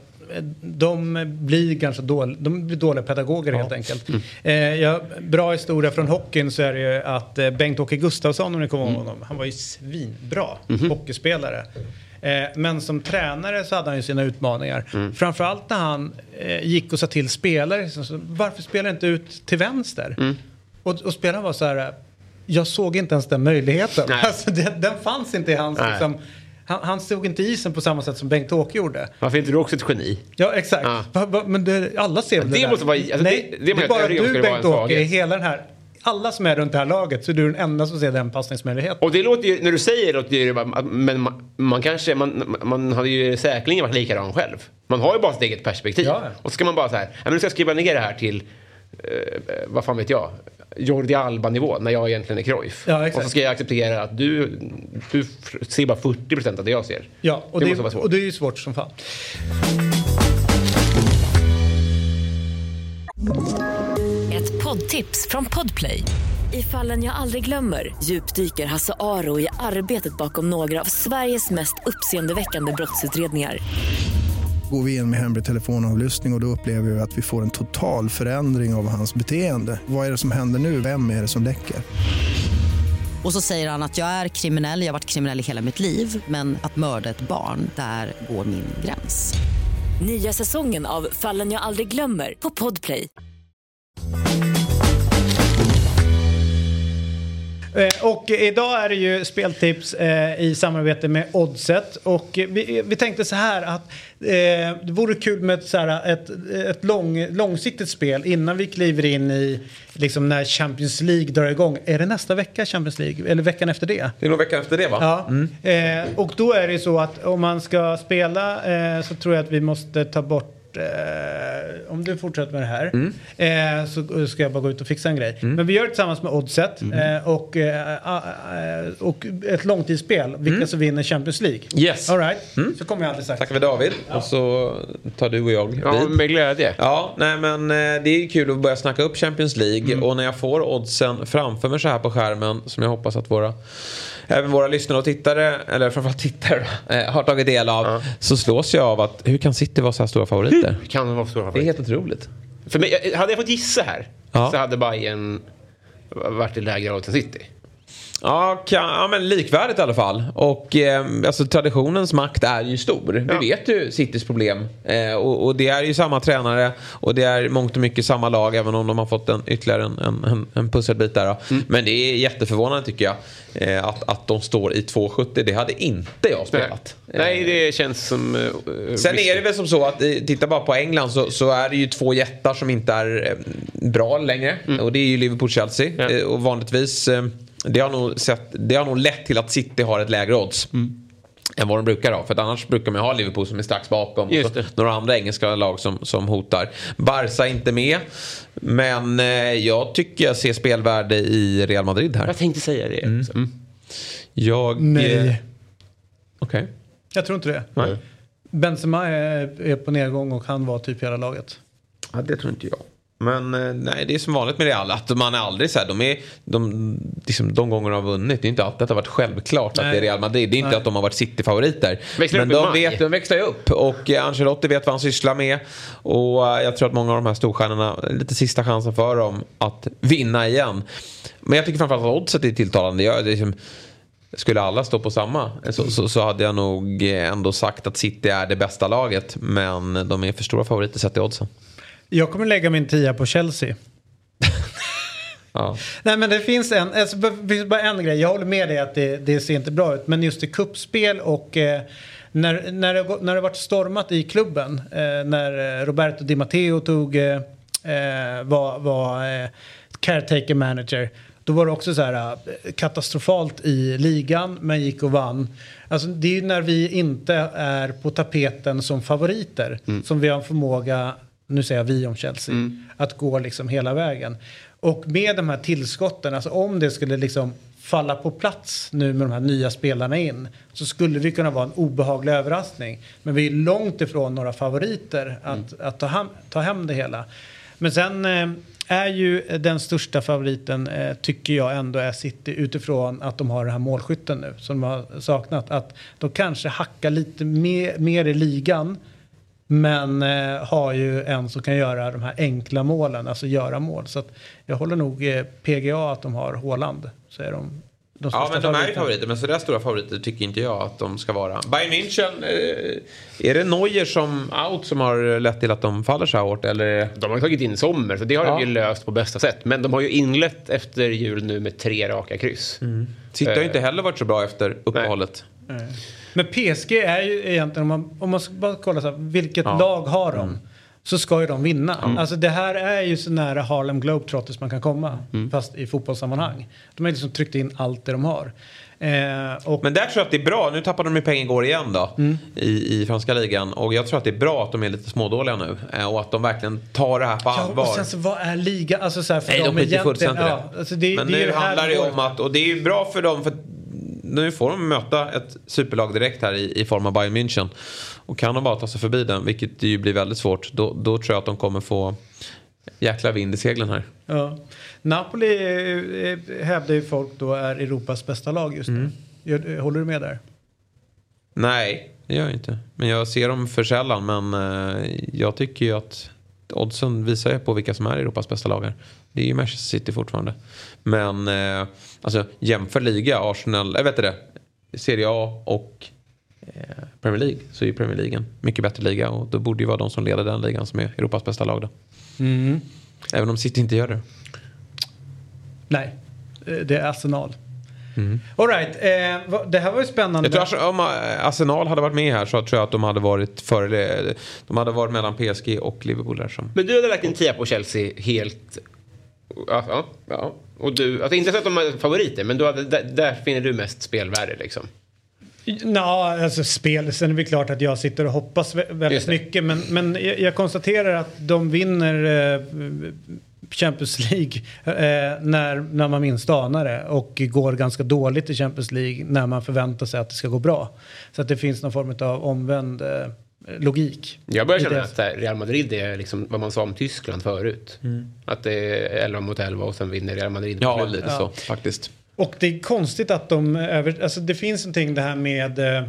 de blir ganska dåliga, de blir dåliga pedagoger ja. helt enkelt. Mm. Eh, ja, bra historia från hockeyn så är det ju att eh, Bengt-Åke Gustafsson, om ni kommer ihåg honom, han var ju svinbra mm-hmm. hockeyspelare. Eh, men som tränare så hade han ju sina utmaningar. Mm. Framförallt när han eh, gick och sa till spelare, så, så, varför spelar inte ut till vänster? Mm. Och, och spelaren var så här, jag såg inte ens den möjligheten. Alltså, den, den fanns inte i hans... Liksom, han, han stod inte i isen på samma sätt som Bengt-Åke gjorde. Varför är inte du också ett geni? Ja, exakt. Ja. Va, va, men det, alla ser väl det, det måste vara, alltså, Nej, det, det, det är bara du, Bengt-Åke, i hela den här... Alla som är runt det här laget, så är du den enda som ser den passningsmöjligheten. Och det låter ju, när du säger det, låter ju, men man, man kanske, man, man hade ju säkerligen varit likadan själv. Man har ju bara sitt eget perspektiv. Ja. Och så ska man bara så här, men nu ska jag skriva ner det här till, eh, vad fan vet jag, Jordi Alba-nivå, när jag egentligen är Cruyff. Ja, och så ska jag acceptera att du, du ser bara fyrtio procent av det jag ser. Ja, och det, det, måste vara svårt. Och det är ju svårt som fan. Ett poddtips från Podplay. I Fallen jag aldrig glömmer djupdyker Hasse Aro i arbetet bakom några av Sveriges mest uppseendeväckande brottsutredningar. Går vi in med hemlig telefonavlyssning och, och då upplever vi att vi får en total förändring av hans beteende. Vad är det som händer nu? Vem är det som läcker? Och så säger han att jag är kriminell, jag har varit kriminell i hela mitt liv. Men att mörda ett barn, där går min gräns. Nya säsongen av Fallen jag aldrig glömmer på Podplay. Eh, och idag är det ju speltips eh, i samarbete med Oddset. Och vi, vi tänkte så här att eh, det vore kul med ett, så här, ett, ett lång, långsiktigt spel innan vi kliver in i liksom när Champions League drar igång. Är det nästa vecka Champions League? Eller veckan efter det? Det är nog veckan efter det, va? Ja. Mm. Eh, och då är det så att om man ska spela eh, så tror jag att vi måste ta bort kort. Eh, om du fortsätter med det här. Mm. Eh, så ska jag bara gå ut och fixa en grej. Mm. Men vi gör det tillsammans med Oddset. Mm. Eh, och, eh, eh, och ett långtidsspel. Vilka mm. som vinner Champions League. Yes. All right. Mm. Så kommer jag alltid sagt. Tackar vi David. Ja. Och så tar du och jag ja, vid. Med glädje. Ja, nej men det är kul att börja snacka upp Champions League. Mm. Och när jag får oddsen framför mig så här på skärmen. Som jag hoppas att våra... Även våra lyssnare och tittare, eller framförallt tittare, äh, har tagit del av. Ja. Så slås jag av att hur kan City vara så här stora favoriter? Hur kan de vara stora favoriter? Det är helt otroligt. För mig, hade jag fått gissa här ja. så hade Bayern varit i lägre odds än City. Ja, kan, ja, men likvärdigt i alla fall. Och eh, alltså, traditionens makt är ju stor. Ja. Vi vet ju Citys problem. Eh, och, och det är ju samma tränare. Och det är mångt och mycket samma lag. Även om de har fått en, ytterligare en, en, en pusselbit där. Mm. Men det är jätteförvånande tycker jag. Eh, att, att de står i två sjuttio. Det hade inte jag spelat. Nej, Nej det känns som... Uh, Sen är det väl som så att titta bara på England. Så, så är det ju två jättar som inte är eh, bra längre. Mm. Och det är ju Liverpool-Chelsea. Ja. Eh, och vanligtvis... Eh, Det har, nog sett, det har nog lett till att City har ett lägre odds mm. än vad de brukar ha. För att annars brukar man ha Liverpool som är strax bakom. Och så några andra engelska lag som, som hotar. Barca inte med. Men eh, jag tycker jag ser spelvärde i Real Madrid här. Jag tänkte säga det. Mm. Mm. Jag... Nej. Eh, Okej. Okay. Jag tror inte det. Nej. Benzema är, är på nedgång och han var typ hela laget. Ja, det tror inte jag. Men nej, det är som vanligt med Real att man är aldrig så här, de är de, liksom, de gånger de har vunnit, det är inte alltid att det har varit självklart nej. Att det är Real Madrid, det är inte nej. Att de har varit City-favoriter men de, vet, de växlar ju upp och Ancelotti vet vad han sysslar med och jag tror att många av de här storstjärnorna lite sista chansen för dem att vinna igen. Men jag tycker framförallt att oddset är tilltalande. Jag, det är liksom, skulle alla stå på samma så, så, så hade jag nog ändå sagt att City är det bästa laget men de är för stora favoriter sett i oddsen. Jag kommer lägga min tia på Chelsea. Ja. Nej men det finns en alltså, det finns bara en grej. Jag håller med dig att det, det ser inte bra ut. Men just i kuppspel och eh, när, när, det, när det varit stormat i klubben. Eh, när Roberto Di Matteo tog eh, var, var eh, caretaker manager. Då var det också så här katastrofalt i ligan men gick och vann. Alltså det är ju när vi inte är på tapeten som favoriter. Mm. Som vi har en förmåga... Nu säger jag vi om Chelsea. Mm. Att gå liksom hela vägen. Och med de här tillskotten. Alltså om det skulle liksom falla på plats nu med de här nya spelarna in. Så skulle det kunna vara en obehaglig överraskning. Men vi är långt ifrån några favoriter. Att, mm. att ta, hem, ta hem det hela. Men sen eh, är ju den största favoriten. Eh, tycker jag ändå är City. Utifrån att de har den här målskytten nu. Som de har saknat. Att de kanske hackar lite mer, mer i ligan. Men eh, har ju en som kan göra de här enkla målen. Alltså göra mål. Så att jag håller nog eh, P G A att de har Haaland. Så är de, de ja men de är ju favoriter. Men så där stora favoriter tycker inte jag att de ska vara. Bayern München. Eh, är det Neuer som out som har lett till att de faller så här hårt? Eller? De har tagit in Sommer. Så det har ja. de ju löst på bästa sätt. Men de har ju inlett efter jul nu med tre raka kryss. Mm. City har ju inte heller varit så bra efter uppehållet. Nej. Nej. Men P S G är ju egentligen, om man, om man ska bara kolla så här, vilket ja. lag har de? Mm. Så ska ju de vinna. Mm. Alltså det här är ju så nära Harlem Globetrotters man kan komma. Mm. Fast i fotbollssammanhang. De har liksom tryckt in allt det de har. Eh, och men där tror jag att det är bra. Nu tappade de ju pengar igår igen då. Mm. I, I franska ligan. Och jag tror att det är bra att de är lite smådåliga nu. Eh, och att de verkligen tar det här på allvar. Ja, och sen så vad är liga? Alltså så här, för Nej, de de skiter fullständigt i det. Ja, alltså det. Men det nu det handlar det ju om att, och det är ju bra för dem för nu får de möta ett superlag direkt här i, i form av Bayern München. Och kan de bara ta sig förbi den, vilket ju blir väldigt svårt, då, då tror jag att de kommer få jäkla vind i seglen här. Ja. Napoli eh, hävdar ju folk då är Europas bästa lag just nu. Mm. Håller du med där? Nej, det gör jag inte. Men jag ser dem för sällan, men eh, jag tycker ju att oddsen visar ju på vilka som är Europas bästa lagar. Det är ju Manchester City fortfarande. Men eh, alltså jämför liga, Arsenal, jag vet inte det, Serie A och eh, Premier League, så är ju Premier League en mycket bättre liga och då borde ju vara de som leder den ligan som är Europas bästa lag då. Mm. Även om City inte gör det. Nej, det är Arsenal. Mm. All right, eh, det här var ju spännande. Jag tror att om Arsenal hade varit med här så tror jag att de hade varit före, de hade varit mellan P S G och Liverpool där som. Men du hade lagt en tia på Chelsea helt. Ja, ja, ja. Och du, alltså inte så att de är favoriter, men du hade, där, där finner du mest spelvärde liksom. Ja, alltså spel. Sen är det klart att jag sitter och hoppas väldigt mycket. Men, men jag, jag konstaterar att de vinner eh, Champions League eh, när, när man minst anar det. Och går ganska dåligt i Champions League när man förväntar sig att det ska gå bra. Så att det finns någon form av omvänd eh, logik. Jag börjar känna att Real Madrid är liksom vad man sa om Tyskland förut. Mm. Att det är elva mot elva och sen vinner Real Madrid. Ja, lite ja. så faktiskt. Och det är konstigt att de över, alltså det finns någonting det här med eh,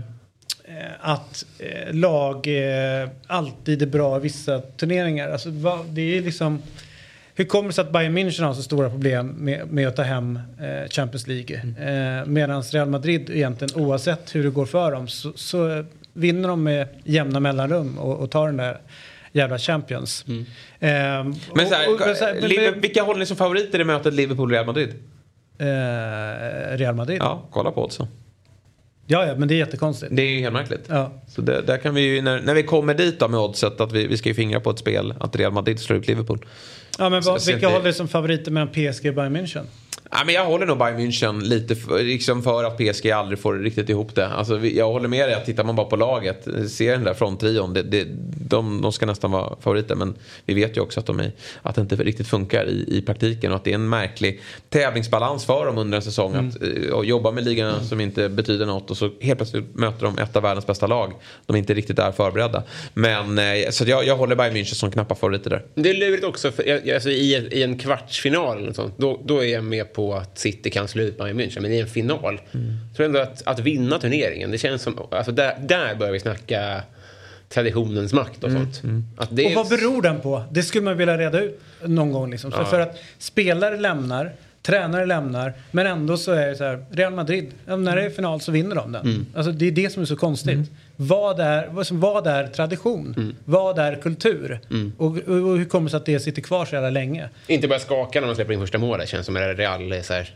att eh, lag eh, alltid är bra i vissa turneringar. Alltså va, det är liksom, hur kommer det sig att Bayern München har så stora problem med, med att ta hem eh, Champions League? Mm. Eh, Medan Real Madrid egentligen oavsett hur det går för dem så, så vinner de med jämna mellanrum och, och tar den där jävla Champions. Mm. Eh, men så här, och, och, så här, Liverpool, vilka håller ni som favoriter i mötet Liverpool-Real Madrid? Eh, Real Madrid. Ja, kolla på det så. Ja, ja, men det är jättekonstigt. Det är ju helt märkligt. Ja. Så det, där kan vi ju, när, när vi kommer dit då med oddset att vi, vi ska ju fingra på ett spel att Real Madrid slår ut Liverpool. Ja, men vad, vilka håller som favoriter mellan P S G och Bayern München? Ja, men jag håller nog Bayern München lite för, liksom för att P S G aldrig får riktigt ihop det. Alltså, jag håller med dig att tittar man bara på laget, ser den där fronttrion, det, det, de, de ska nästan vara favoriter. Men vi vet ju också att, de är, att det inte riktigt funkar i, i praktiken och att det är en märklig tävlingsbalans för dem under en säsong. Mm. Att uh, jobba med ligorna mm. som inte betyder något och så helt plötsligt möter de ett av världens bästa lag. De är inte riktigt där förberedda. Men uh, så jag, jag håller Bayern München som knappa favoriter där. Det är lurigt också, för, alltså, i, i en kvartsfinal eller sånt, då, då är jag med på att City kan sluta Bayern München, men i en final mm. tror jag ändå att, att vinna turneringen, det känns som, alltså där, där börjar vi snacka traditionens makt och mm. sånt. Mm. Att det och vad beror den på? Det skulle man vilja reda ut någon gång liksom. Så ja. För att spelare lämnar, tränare lämnar, men ändå så är det så här, Real Madrid, när det är final så vinner de den. Mm. Alltså det är det som är så konstigt. Mm. Vad är, vad är tradition? Mm. Vad är kultur? Mm. Och, och, och hur kommer det sig att det sitter kvar så jävla länge? Inte bara skaka när man släpper in första målet, känns som att Real är så här.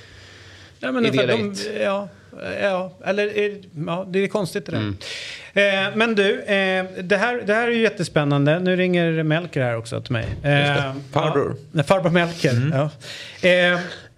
Ja, men ungefär, de, ja, ja, eller ja, det är konstigt det där. Mm. Eh, men du, eh, det, här, det här är ju jättespännande. Nu ringer Melker här också till mig. Eh, farbror. Ja, farbror Melker, mm. ja. Eh,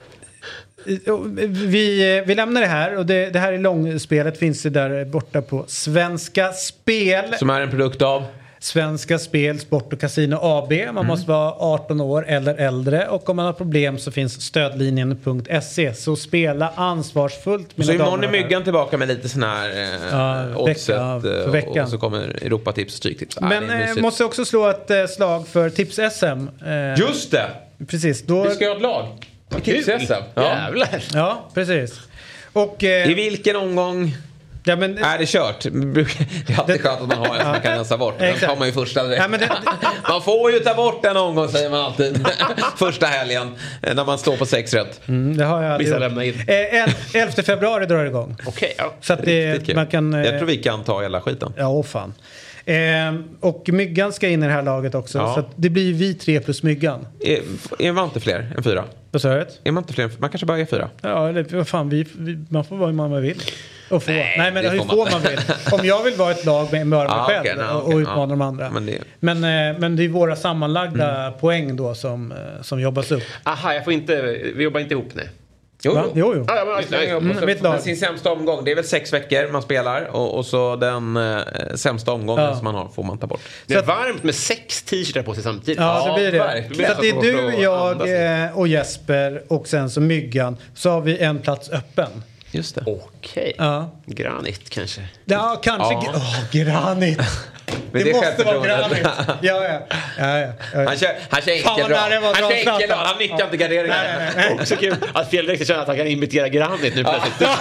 Vi, vi lämnar det här och det, det här är långspelet, finns det där borta på Svenska Spel. Som är en produkt av? Svenska Spel, Sport och Casino A B. Man mm. måste vara arton år eller äldre och om man har problem så finns stödlinjen punkt se. Så spela ansvarsfullt. Så imorgon är Myggan tillbaka med lite sån här eh, ja, oddset ja, och, och så kommer Europatips och Stryktips. Men äh, måste också slå ett äh, slag för Tips-S M. Eh, Just det! Precis. Då... Vi ska ha ett lag. Tips-S M. Ja. Jävlar. Ja, precis. Och, eh, i vilken omgång... Ja, men, är det kört? Det är alltid skönt att man har en som man kan rensa bort. Den tar man ju första direkt. Ja, men det, man får ju ta bort en omgång, säger man alltid. Första helgen när man står på sex rätt. Mm, det har jag aldrig gjort. Eh, elfte februari drar det igång. Okej, okay, ja. Så att det, man kan, eh, jag tror vi kan ta hela skiten. Ja, åh fan. Eh, och Myggan ska in i det här laget också. Ja. Så att det blir vi tre plus Myggan. Är, är man inte fler än fyra? Vad sa du? Är man inte fler? Man kanske bara är fyra. Ja, eller vad fan, vi, vi, man får vara hur man vill. Och få. Nej, Nej men hur får man. får man vill. Om jag vill vara ett lag med bara mig ah, själv okay, no, och, och utmana okay, de andra. Men det... Men, eh, men det är våra sammanlagda mm. poäng då som, som jobbas upp. Aha, jag får inte, vi jobbar inte ihop nu. Jo, jo. jo, jo. Ah, ja, men, nej, mm, mitt lag. Sin sämsta omgång, det är väl sex veckor man spelar och, och så den eh, sämsta omgången ja. som man har får man ta bort. Det är att, varmt med sex t-shirtar på sig samtidigt. Ja, det blir det. Verkligen. Så att det är du, jag och Jesper och sen så Myggan, så har vi en plats öppen. Just det. Okej. Okay. Ja. Granit kanske. Ja, kanske. Åh, ja. oh, granit. Det, det måste vara granit. Ja, ja. ja, ja, ja. Han kör, han kör enkelrad. Han kör enkelrad. Han nyttjar ja. inte garderingen. Också kul att Fjällräck känner att han kan imitera granit nu plötsligt. Ja.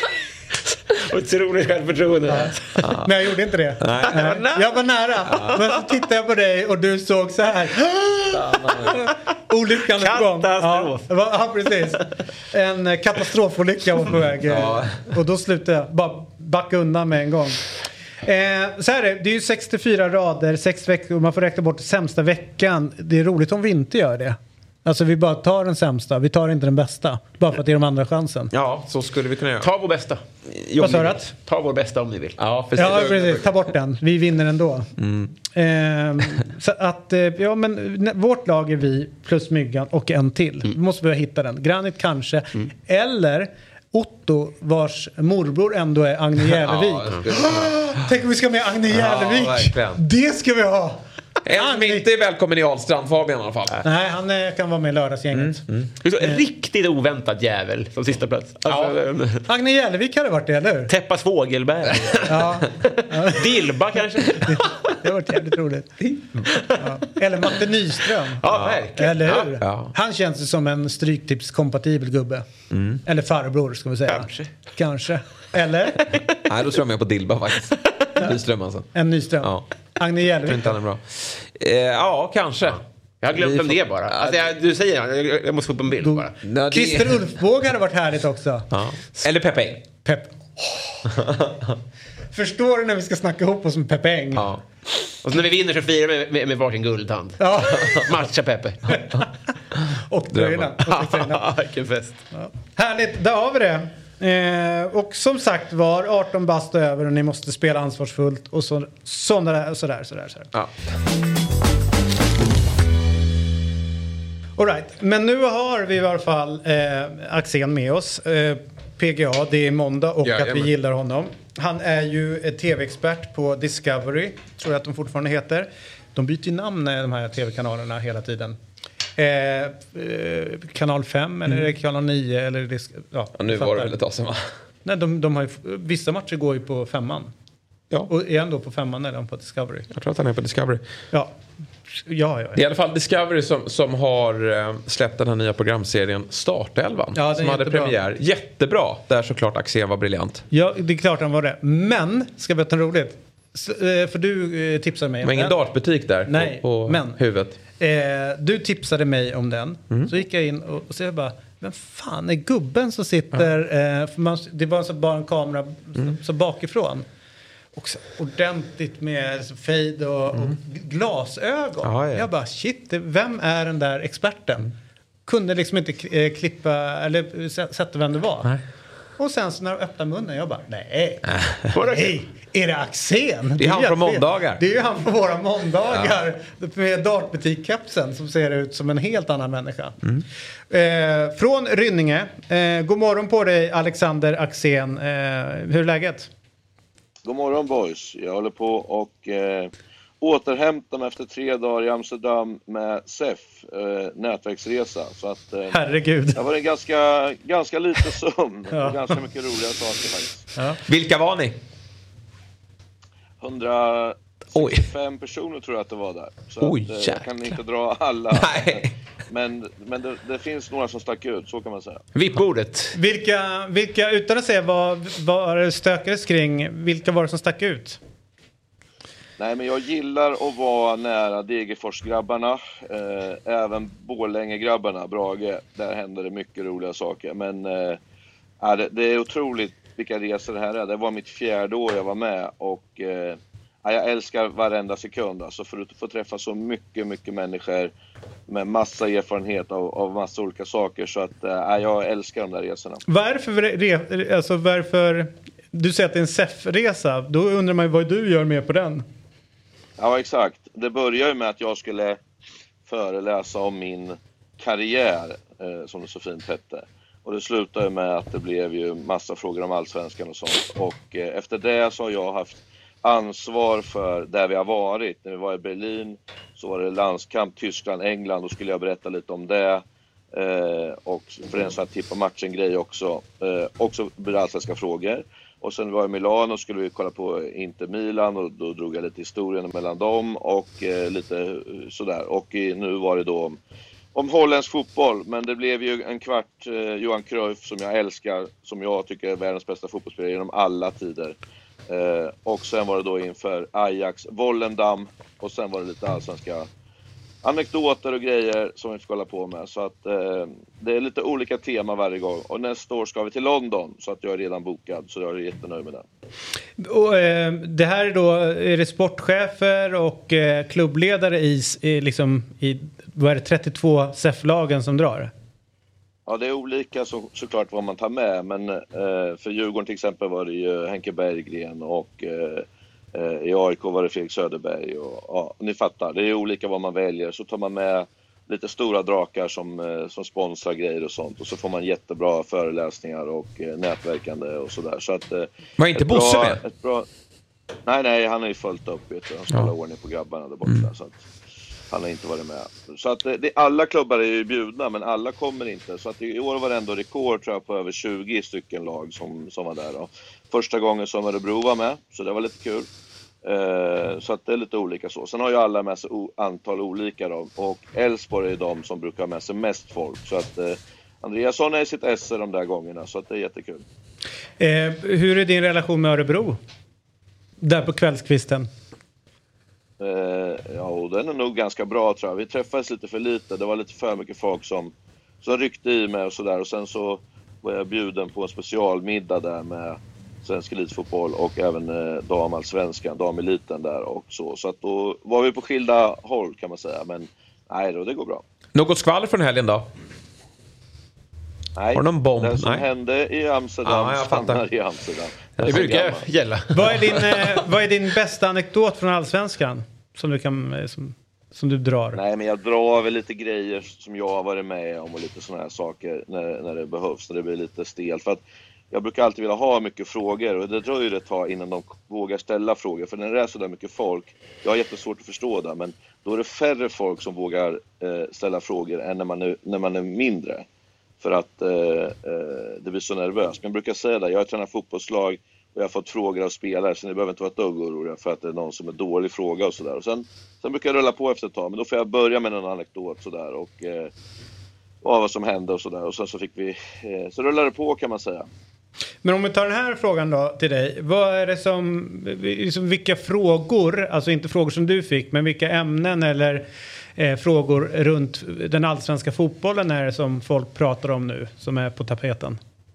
Otroligt självförtroende. Ja. Men jag gjorde inte det. Nej. Nej. Jag var nära. Ja. Men så tittade jag på dig och du såg så här. Olyckan är på gång. Katastrof. Ja, ja, precis. En katastrofolycka var på väg. Ja. Och då slutade jag bara backa undan med en gång. Eh, så här är det, det är ju sextiofyra rader, sex veckor, man får räkna bort sämsta veckan. Det är roligt om vi inte gör det. Alltså vi bara tar den sämsta, vi tar inte den bästa. Bara för att ge de andra chansen. Ja, så skulle vi kunna göra. Ta vår bästa. Vad sa du? Ta vår bästa om ni vill. Ja, precis. Ja, precis. Ta bort den. Vi vinner ändå. Mm. Eh, så att, ja men vårt lag är vi plus Myggan och en till. Mm. Vi måste börja hitta den. Granit kanske. Mm. Eller Otto, vars morbror ändå är Agne Järlevik. Ja, tänk om vi ska med Agne Järlevik. Ja, det ska vi ha. En som inte är välkommen i Ahlstrand, Fabian i alla fall. Nej, han eh, kan vara med i lördagsgänget. Mm. Mm. En riktigt oväntat jävel som sista plats. Alltså, ja. Agne Järlevik hade varit det, eller hur? Teppas Fågelberg. Ja. Dilba kanske. Det, det har varit jävligt roligt. Ja. Eller Matte Nyström. Ja, verkligen. Eller hur? Ja. Han känns som en stryktipskompatibel gubbe. Mm. Eller farbror, ska vi säga. Kanske. Kanske. Eller? Nej, då tror jag med på Dilba faktiskt. Nyström alltså. En Nyström. Ja. Agne Järlevik. Inte han är bra. Eh, ja, kanske. Ja. Jag har glömt om det bara. Alltså, jag, du säger jag, jag måste få upp en bild bara. No, det... Christer Ulfbåg hade varit härligt också. Ja. Eller Peppe Eng. Pep. Oh. Förstår du när vi ska snacka ihop oss med Peppe Eng? Ja. Och så när vi vinner så firar vi med, med, med varsin guldtand. Ja. Matcha Peppe. Och tröjorna. Vilken fest. Ja. Härligt, där har vi det. Eh, och som sagt var arton bast över och ni måste spela ansvarsfullt och så, sådär, sådär, sådär, sådär. Ja. All right. Men nu har vi i alla fall eh, Axén med oss. Eh, P G A, det är måndag och ja, att vi gillar honom. Han är ju ett tv-expert på Discovery, tror jag att de fortfarande heter. De byter ju namn, de här tv-kanalerna, hela tiden. Eh, eh, kanal fem eller mm. kanal nio eller det, ja, ja, nu var det väl ett tag sedan, va? Nej, de, de har ju, vissa matcher går ju på femman. Ja. Och är han då på femman eller på Discovery? Jag tror att han är på Discovery. Ja. Ja, ja, ja. Det är i alla fall Discovery som, som har eh, släppt den här nya programserien Startelvan. Ja, som hade jättebra. premiär. Jättebra. Där såklart Axén var briljant. Ja, det är klart han var det. Men, ska vi ta roligt? Så, eh, för du eh, tipsade mig om men ingen den. dartbutik där. Nej, på, på men, huvudet. Eh, du tipsade mig om den. Mm. Så gick jag in och, och så jag bara, vem fan är gubben som sitter... Ja. Eh, för man, det var så bara en kamera mm. så, så bakifrån. Och så ordentligt med så fade och, mm. och glasögon. Ja, ja. Jag bara, shit, vem är den där experten? Mm. Kunde liksom inte eh, klippa eller sätta vem det var. Nej. Och sen så när jag öppnade munnen, jag bara, nej, nej, är det Axén? Det är han från måndagar. Det är ju han från våra måndagar. Ja. Med dartbutik-kapsen som ser ut som en helt annan människa. Mm. Eh, från Rynninge. Eh, god morgon på dig, Alexander Axén. Eh, hur är läget? God morgon, boys. Jag håller på och eh, återhämtar mig efter tre dagar i Amsterdam med S E F, eh, nätverksresa. Så att, eh, herregud. Det var en ganska, ganska lite sömn ja. Och ganska mycket roliga saker faktiskt. Ja. Vilka var ni? hundrasextiofem Oj. personer tror jag att det var där. Så Oj, att, eh, jag kan inte dra alla. Nej. Men, men det, det finns några som stack ut, så kan man säga. Vippbordet. Vilka, vilka, utan att säga vad, vad det stökades kring, vilka var det som stack ut? Nej, men jag gillar att vara nära Degerfors-grabbarna. Eh, även Borlänge-grabbarna, Brage. Där händer det mycket roliga saker. Men eh, det, det är otroligt vilka resor det här är. Det var mitt fjärde år jag var med. Och eh, jag älskar varenda sekund. Alltså för att få träffa så mycket, mycket människor med massa erfarenhet av, av massa olika saker. Så att eh, jag älskar de där resorna. Varför, alltså varför... Du säger att det är en S E F-resa. Då undrar man ju vad du gör med på den. Ja, exakt. Det börjar ju med att jag skulle föreläsa om min karriär, eh, som det så fint hette. Och det slutade med att det blev ju massa frågor om allsvenskan och sånt. Och eh, efter det så har jag haft ansvar för där vi har varit. När vi var i Berlin så var det landskamp Tyskland, England. Då skulle jag berätta lite om det. Eh, och för en sån här tippa matchen-grej också. Eh, också allsvenska frågor. Och sen var jag i Milano och skulle vi kolla på Inter Milan och då drog jag lite historien mellan dem och eh, lite sådär. Och eh, nu var det då om, om holländsk fotboll, men det blev ju en kvart eh, Johan Cruyff som jag älskar, som jag tycker är världens bästa fotbollsspelare genom alla tider. Eh, och sen var det då inför Ajax Volendam och sen var det lite allsvenska anekdoter och grejer som vi får kolla på med. Så att eh, det är lite olika tema varje gång. Och nästa år ska vi till London. Så att jag är redan bokad. Så jag är jättenöjd med det. Och eh, det här är då, är det sportchefer och eh, klubbledare i, i, liksom, i vad är det, trettiotvå S E F-lagen som drar? Ja, det är olika så, såklart vad man tar med. Men eh, för Djurgården till exempel var det ju Henke Berggren och... Eh, I A I K var det Felix Söderberg och ja, ni fattar, det är olika vad man väljer. Så tar man med lite stora drakar som, eh, som sponsrar grejer och sånt. Och så får man jättebra föreläsningar och eh, nätverkande och sådär. Så att, eh, var inte Bosse med? Ett bra... Nej, nej, han har ju följt upp. Vet du. Han ska hålla ordning på grabbarna där borta. Mm. Så att han har inte varit med. Så att eh, det, alla klubbar är ju bjudna, men alla kommer inte. Så att i år var det ändå rekord, tror jag, på över tjugo stycken lag som, som var där. Då. Första gången som Örebro var med, så det var lite kul. Uh, så att det är lite olika så. Sen har ju alla med sig o- antal olika då. Och Elfsborg är de som brukar ha med sig mest folk. Så att uh, Andreasson är i sitt esse de där gångerna. Så att det är jättekul. eh, Hur är din relation med Örebro? Där på kvällskvisten. uh, Ja, och den är nog ganska bra, tror jag. Vi träffades lite för lite. Det var lite för mycket folk som, som ryckte i mig och sådär. Och sen så var jag bjuden på en specialmiddag där med svensk elitfotboll och även eh, damallsvenskan, dameliten där och så. Så att då var vi på skilda håll, kan man säga. Men nej då, det går bra. Något skvaller från helgen då? Nej, har någon bomb? det som nej. hände i Amsterdam ja, stannar i Amsterdam. Det, det brukar gälla. Vad är din, eh, vad är din bästa anekdot från allsvenskan som du, kan, eh, som, som du drar? Nej, men jag drar väl lite grejer som jag har varit med om och lite såna här saker när, när det behövs. När det blir lite stelt. För att jag brukar alltid vilja ha mycket frågor och det dröjer ett tag innan de vågar ställa frågor. För när det är så där mycket folk, jag har jättesvårt att förstå det, men då är det färre folk som vågar eh, ställa frågor än när man är, när man är mindre. För att eh, eh, det blir så nervöst. Men jag brukar säga det, jag har tränat fotbollslag och jag har fått frågor av spelare, så ni behöver inte vara ett dugg oroliga för att det är någon som är dålig fråga och sådär. Och sen, sen brukar jag rulla på efter ett tag, men då får jag börja med en anekdot sådär och eh, vad som hände och sådär. Och sen så fick vi, eh, så rullade det på, kan man säga. Men om vi tar den här frågan då till dig. Vad är det som, liksom vilka frågor, alltså inte frågor som du fick, men vilka ämnen eller eh, frågor runt den allsvenska fotbollen är det som folk pratar om nu, som är på tapeten?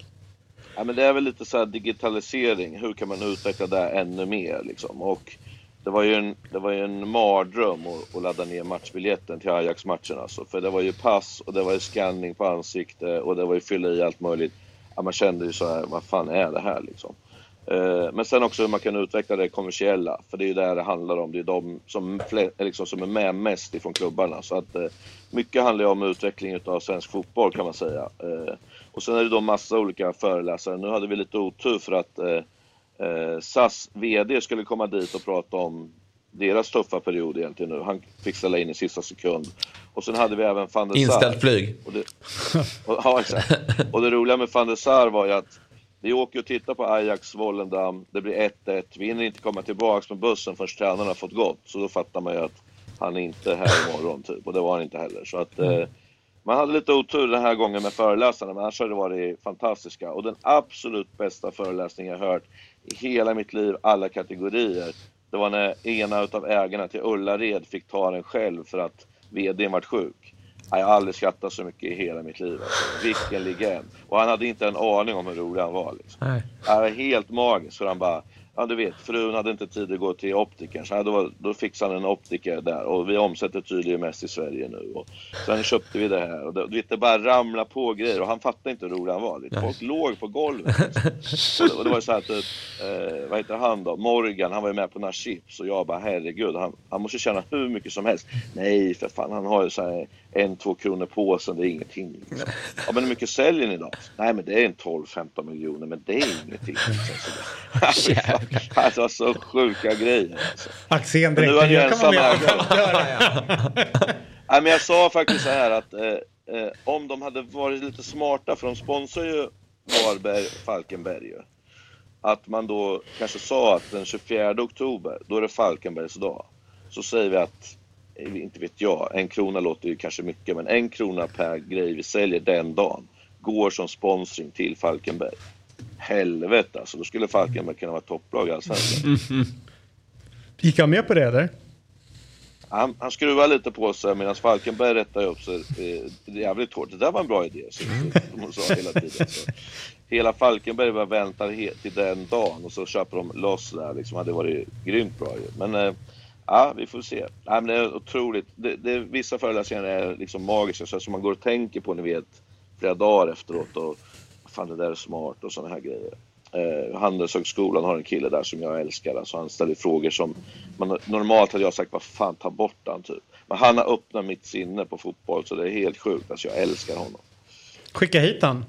Ja, men det är väl lite så här digitalisering. Hur kan man utveckla det ännu mer liksom? Och det var ju en, det var ju en mardröm att, att ladda ner matchbiljetten till Ajax-matchen alltså. För det var ju pass och det var ju scanning på ansikte och det var ju fylla i allt möjligt. Ja, man kände ju så här, vad fan är det här liksom? Eh, men sen också hur man kan utveckla det kommersiella. För det är ju där det handlar om. Det är de som, liksom, som är med mest ifrån klubbarna. Så att eh, mycket handlar ju om utveckling av svensk fotboll, kan man säga. Eh, och sen är det då massa olika föreläsare. Nu hade vi lite otur för att eh, eh, S A S vd skulle komma dit och prata om deras tuffa period egentligen nu. Han fick ställa in i sista sekund. Och sen hade vi även Van der Sar. Inställt flyg. Och det, och, ja, exakt. Och det roliga med Van der Sar var ju att vi åker och tittar på Ajax Volendam. Det blir ett ett. Vi hinner inte komma tillbaka med bussen förrän tränarna har fått gått. Så då fattar man ju att han är inte här imorgon typ. Och det var han inte heller. Så att eh, man hade lite otur den här gången med föreläsarna. Men annars har det varit fantastiska. Och den absolut bästa föreläsningen jag hört i hela mitt liv, alla kategorier. Det var när ena utav ägarna till Ullared fick ta den själv för att vdn var sjuk. Jag har aldrig skrattat så mycket i hela mitt liv. Alltså. Vilken legend. Och han hade inte en aning om hur rolig han var. Liksom. Nej. Det var helt magiskt. För han bara, ja du vet, frun hade inte tid att gå till optikern. Så då, då fixade han en optiker där. Och vi omsätter tydligen mest i Sverige nu. Och sen köpte vi det här. Och det, du vet, det bara ramla på grejer. Och han fattade inte hur rolig han var. Liksom. Folk låg på golvet. Liksom. Och, och det var så här att, eh, vad heter han då? Morgan, han var ju med på några chips. Och jag bara, herregud, han, han måste tjäna hur mycket som helst. Nej, för fan, han har ju så här en, två kronor på sig, det är ingenting. Liksom. Ja, men hur mycket säljer ni då? Nej, men det är en tolv femton miljoner, men det är ingenting. Liksom. Det var så sjuka grejer. Alltså. Axén direkt, nu jag kan vara med. Nej, men jag sa faktiskt så här att eh, eh, om de hade varit lite smarta, för de sponsrar ju Varberg, Falkenberg ju. Att man då kanske sa att den tjugofjärde oktober, då är det Falkenbergs dag. Så säger vi att, inte vet jag, en krona låter ju kanske mycket, men en krona per grej vi säljer den dagen går som sponsring till Falkenberg. Helvete, alltså då skulle Falkenberg kunna vara topplag i allsvenskan. Mm. Gick han med på det eller? Han, han skruvar lite på sig medan Falkenberg rättar upp sig eh, jävligt hårt. Det där var en bra idé, så, som hon sa hela tiden. Så. Hela Falkenberg bara väntar he- till den dagen och så köper de loss där. Liksom hade varit grymt bra ju. Men eh, ja, vi får se. Ja, men det är otroligt. Det, det, vissa föreläsningar är liksom magiska, så som man går och tänker på, ni vet, flera dagar efteråt och fan, det där är smart och såna här grejer. Eh, Handelshögskolan har en kille där som jag älskar. Alltså han ställer frågor som man, normalt hade jag sagt, vad fan, ta bort han typ. Men han har öppnat mitt sinne på fotboll, så det är helt sjukt. Alltså jag älskar honom. Skicka hit han.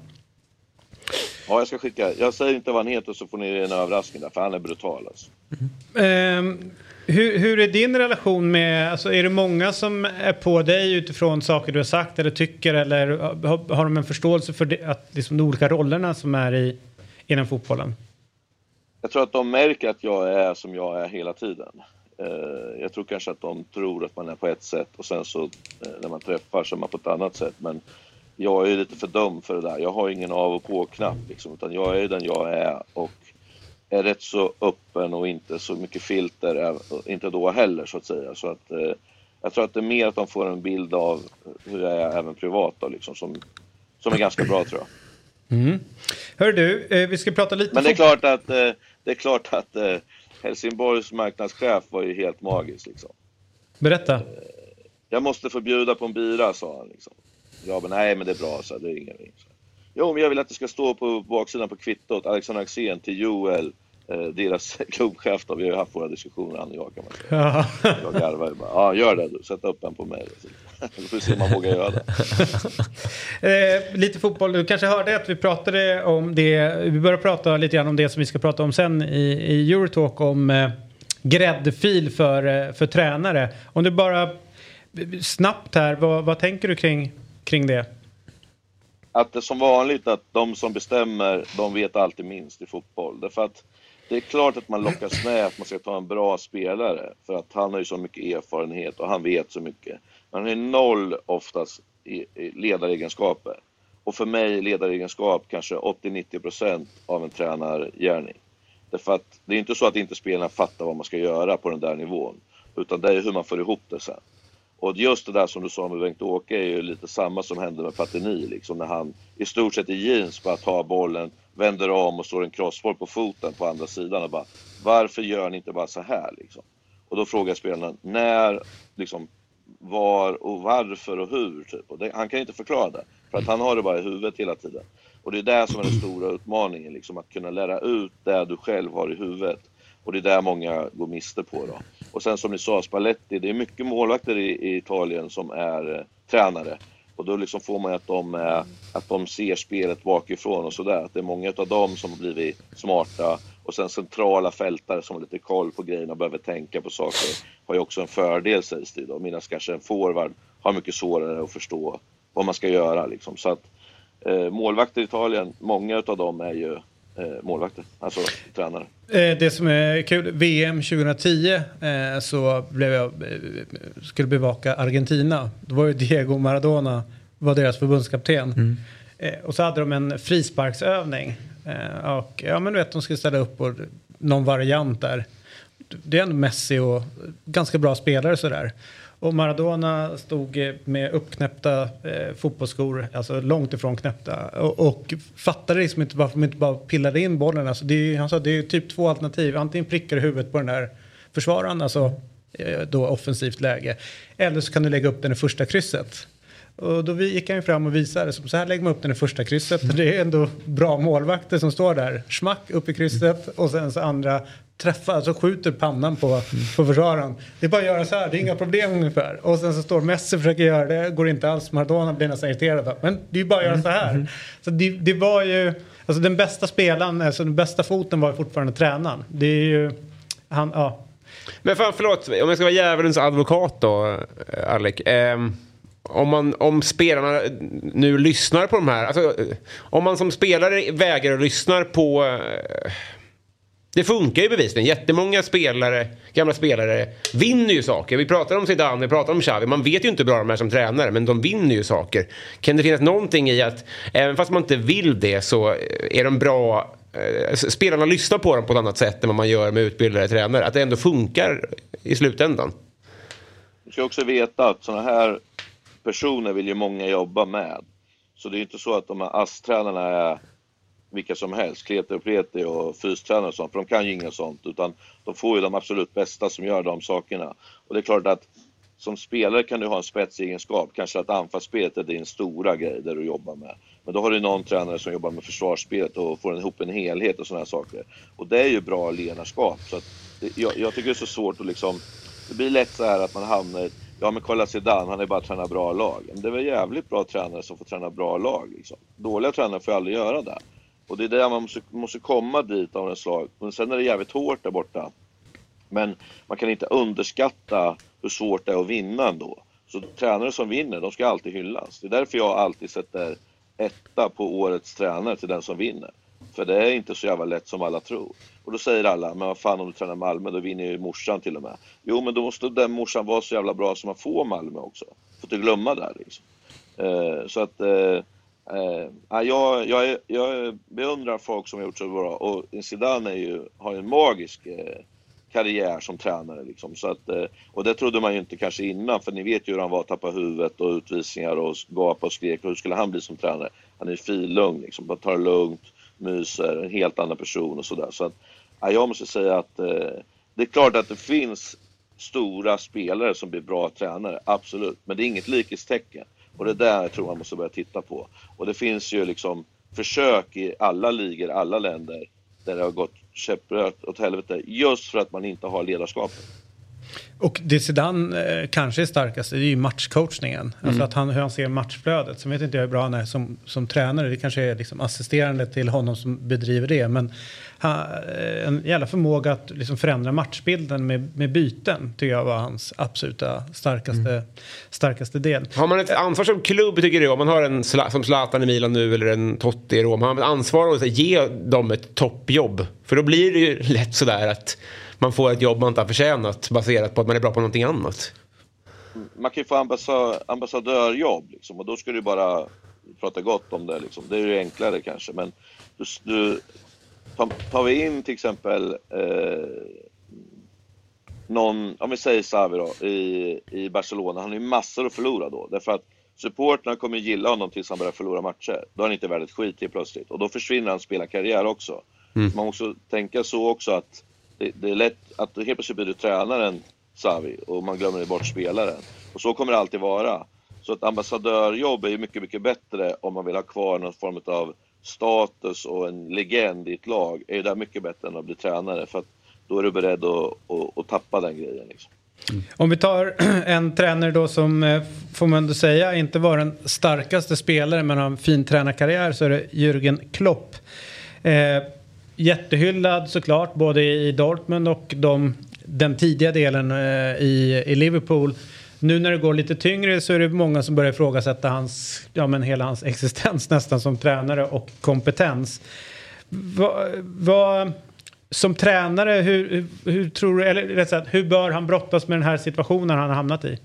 Ja, jag ska skicka. Jag säger inte vad han heter, så får ni en överraskning där, för han är brutal alltså. Mm. Um, hur, hur är din relation med, alltså är det många som är på dig utifrån saker du har sagt eller tycker, eller har, har de en förståelse för det, att liksom de olika rollerna som är i inom fotbollen? Jag tror att de märker att jag är som jag är hela tiden. Uh, jag tror kanske att de tror att man är på ett sätt och sen så uh, när man träffar så är man på ett annat sätt, men jag är lite för dum för det där. Jag har ingen av och på-knapp liksom, utan jag är den jag är och är rätt så öppen och inte så mycket filter, inte då heller så att säga. Så att eh, jag tror att det är mer att de får en bild av hur jag är även privat då, liksom, som, som är ganska bra, tror jag. Mm. Hör du, eh, vi ska prata lite... Men det är klart att, eh, det är klart att eh, Helsingborgs marknadschef var ju helt magisk liksom. Berätta. Eh, jag måste förbjuda på en bira, sa han liksom. Ja, men nej, men det är bra, så det är ingenting. Jo, men jag vill att det ska stå på baksidan på kvittot, Alexander Axén till Joel, eh, deras klubbchef då. Vi har ju haft våra diskussioner, han och jag, kan man säga. Ja. Jag garvar ju bara, ja, gör det du, sätt upp en på mig. Då får vi se om man vågar göra det. eh, lite fotboll, du kanske hörde att vi pratade om det, vi börjar prata lite grann om det som vi ska prata om sen i, i Eurotalk, om eh, gräddfil för, för tränare. Om du bara snabbt här, vad, vad tänker du kring, kring det? Att det är som vanligt att de som bestämmer, de vet alltid minst i fotboll. Därför att det är klart att man lockas med att man ska ta en bra spelare, för att han har ju så mycket erfarenhet och han vet så mycket. Men han är noll oftast i ledaregenskaper. Och för mig ledaregenskap kanske åttio till nittio procent av en tränargärning. Därför att det är inte så att inte spelarna fattar vad man ska göra på den där nivån, utan det är hur man får ihop det sen. Och just det där som du sa med Bengt-Åke är ju lite samma som hände med Platini, liksom, när han i stort sett i jeans bara tar bollen, vänder om och står en crossboll på foten på andra sidan och bara, varför gör ni inte bara så här liksom? Och då frågar spelarna när, liksom, var och varför och hur typ. Och det, han kan inte förklara det, för att han har det bara i huvudet hela tiden. Och det är där som är den stora utmaningen, liksom, att kunna lära ut det du själv har i huvudet. Och det är där många går miste på då. Och sen som ni sa, Spalletti, det är mycket målvakter i, i Italien som är eh, tränare. Och då liksom får man att de, eh, att de ser spelet bakifrån och sådär. Att det är många av dem som har blivit smarta. Och sen centrala fältare som har lite koll på grejerna och behöver tänka på saker. Har ju också en fördel, sägs det då. Medan kanske en forward har mycket svårare att förstå vad man ska göra liksom. Så att eh, målvakter i Italien, många av dem är ju Eh, målvakter, alltså tränare. Eh, det som är kul, V M tjugohundratio eh, så blev jag eh, skulle bevaka Argentina. Då var ju Diego Maradona var deras förbundskapten. Mm. Eh, och så hade de en frisparksövning. Eh, och ja, men du vet, de skulle ställa upp på någon variant där. Det är en Messi och ganska bra spelare sådär. Och Maradona stod med uppknäppta eh, fotbollsskor, alltså långt ifrån knäppta, och, och fattade liksom inte varför de inte bara pillade in bollen. Alltså det är, han sa det är typ två alternativ, antingen prickar huvudet på den där försvararen, alltså eh, då offensivt läge, eller så kan du lägga upp den i första krysset. Och då gick han ju fram och visade, så här lägger man upp den i första krysset. Det är ändå bra målvakter som står där, smack upp i krysset, och sen så andra träffar, alltså skjuter pannan på, på försvararen. Det är bara att göra så här, det är inga problem ungefär. Och sen så står Messi och försöker göra det, går inte alls, Maradona blir nästan irriterad. Men det är ju bara att göra så här. Så det, det var ju, alltså den bästa spelaren, alltså den bästa foten var ju fortfarande tränaren. Det är ju, han, ja. Men fan, förlåt, om jag ska vara djävulens advokat då, Alec. Eh, om, man, om spelarna nu lyssnar på de här, alltså, om man som spelare vägrar och lyssnar på... Eh, det funkar ju bevisligen. Jättemånga spelare, gamla spelare vinner ju saker. Vi pratar om Zidane, vi pratar om Xavi. Man vet ju inte hur bra de är som tränare, men de vinner ju saker. Kan det finnas någonting i att även fast man inte vill det så är de bra... Eh, spelarna lyssnar på dem på ett annat sätt än vad man gör med utbildade tränare. Att det ändå funkar i slutändan. Du ska också veta att sådana här personer vill ju många jobba med. Så det är inte så att de här ASS-tränarna är vilka som helst, Klete och Prete och fystränare och sånt, för de kan ju inga sånt, utan de får ju de absolut bästa som gör de sakerna. Och det är klart att som spelare kan du ha en spetsegenskap, kanske att anfallsspelet är din stora grej där du jobbar med. Men då har du någon tränare som jobbar med försvarsspelet och får ihop en helhet och sådana här saker. Och det är ju bra ledarskap. Så att det, jag, jag tycker det är så svårt att liksom, det blir lätt så här att man hamnar, ja men kolla Zidane, han är bara tränar bra lag. Men det är väl jävligt bra tränare som får träna bra lag liksom. Dåliga tränare får aldrig göra det. Och det är där man måste, måste komma dit av en slag. Men sen är det jävligt hårt där borta. Men man kan inte underskatta hur svårt det är att vinna ändå. Så tränare som vinner, de ska alltid hyllas. Det är därför jag alltid sätter etta på årets tränare till den som vinner. För det är inte så jävla lätt som alla tror. Och då säger alla, men vad fan om du tränar Malmö, då vinner ju morsan till och med. Jo, men då måste den morsan vara så jävla bra som man får Malmö också. Får inte glömma där liksom. Eh, så att... Eh, Uh, jag, jag, jag beundrar folk som har gjort så bra, och Zidane är ju, har ju en magisk uh, karriär som tränare liksom. Så att, uh, och det trodde man ju inte kanske innan, för ni vet ju hur han var, tappa huvudet och utvisningar och gapa och skrek, och hur skulle han bli som tränare? Han är ju filugn liksom, bara tar det lugnt, myser, en helt annan person och sådär. Så att, uh, jag måste säga att uh, det är klart att det finns stora spelare som blir bra tränare, absolut, men det är inget likhetstecken. Och det där jag tror man måste börja titta på. Och det finns ju liksom försök i alla ligor, alla länder, där det har gått käpprätt åt helvete, just för att man inte har ledarskapet. Och det Zidane eh, kanske är starkast, det är ju matchcoachningen. Mm. Alltså att han, hur han ser matchflödet. Sen vet inte jag hur bra han är som, som tränare. Det kanske är liksom assisterande till honom som bedriver det. Men han, en jävla förmåga att liksom förändra matchbilden med, med byten tycker jag var hans absoluta starkaste, mm. starkaste del. Har man ett ansvar som klubb, tycker du? Om man har en som Zlatan i Milan nu eller en Totti i Rom, har man ett ansvar att ge dem ett toppjobb? För då blir det ju lätt sådär att man får ett jobb man inte har förtjänat baserat på att man är bra på någonting annat. Man kan ju få ambassa- ambassadörjobb liksom, och då ska du bara prata gott om det liksom. Det är ju enklare kanske, men du, du tar, tar vi in till exempel eh, någon, om vi säger Xavi då, i, i Barcelona, han har ju massor att förlora då, därför att supporterna kommer gilla honom tills han börjar förlora matcher. Då har han inte värdet skit i plötsligt, och då försvinner han spelarkarriär också. Mm. Man måste tänka så också att Det, det är lätt att helt plötsligt blir du tränaren Xavi och man glömmer bort spelaren. Och så kommer det alltid vara. Så ett ambassadörjobb är ju mycket, mycket bättre om man vill ha kvar någon form av status och en legend i ett lag. Är ju där mycket bättre än att bli tränare, för att då är du beredd att, att, att tappa den grejen liksom. Mm. Om vi tar en tränare då som, får man ändå säga, inte var den starkaste spelaren men har en fin tränarkarriär, så är det Jürgen Klopp. Eh, Jättehyllad såklart, både i Dortmund och de, den tidiga delen eh, i, i Liverpool. Nu när det går lite tyngre så är det många som börjar ifrågasätta hans, ja, men hela hans existens nästan som tränare och kompetens. Va, va, som tränare, hur, hur, hur tror du, eller rätt sagt, hur bör han brottas med den här situationen han har hamnat i?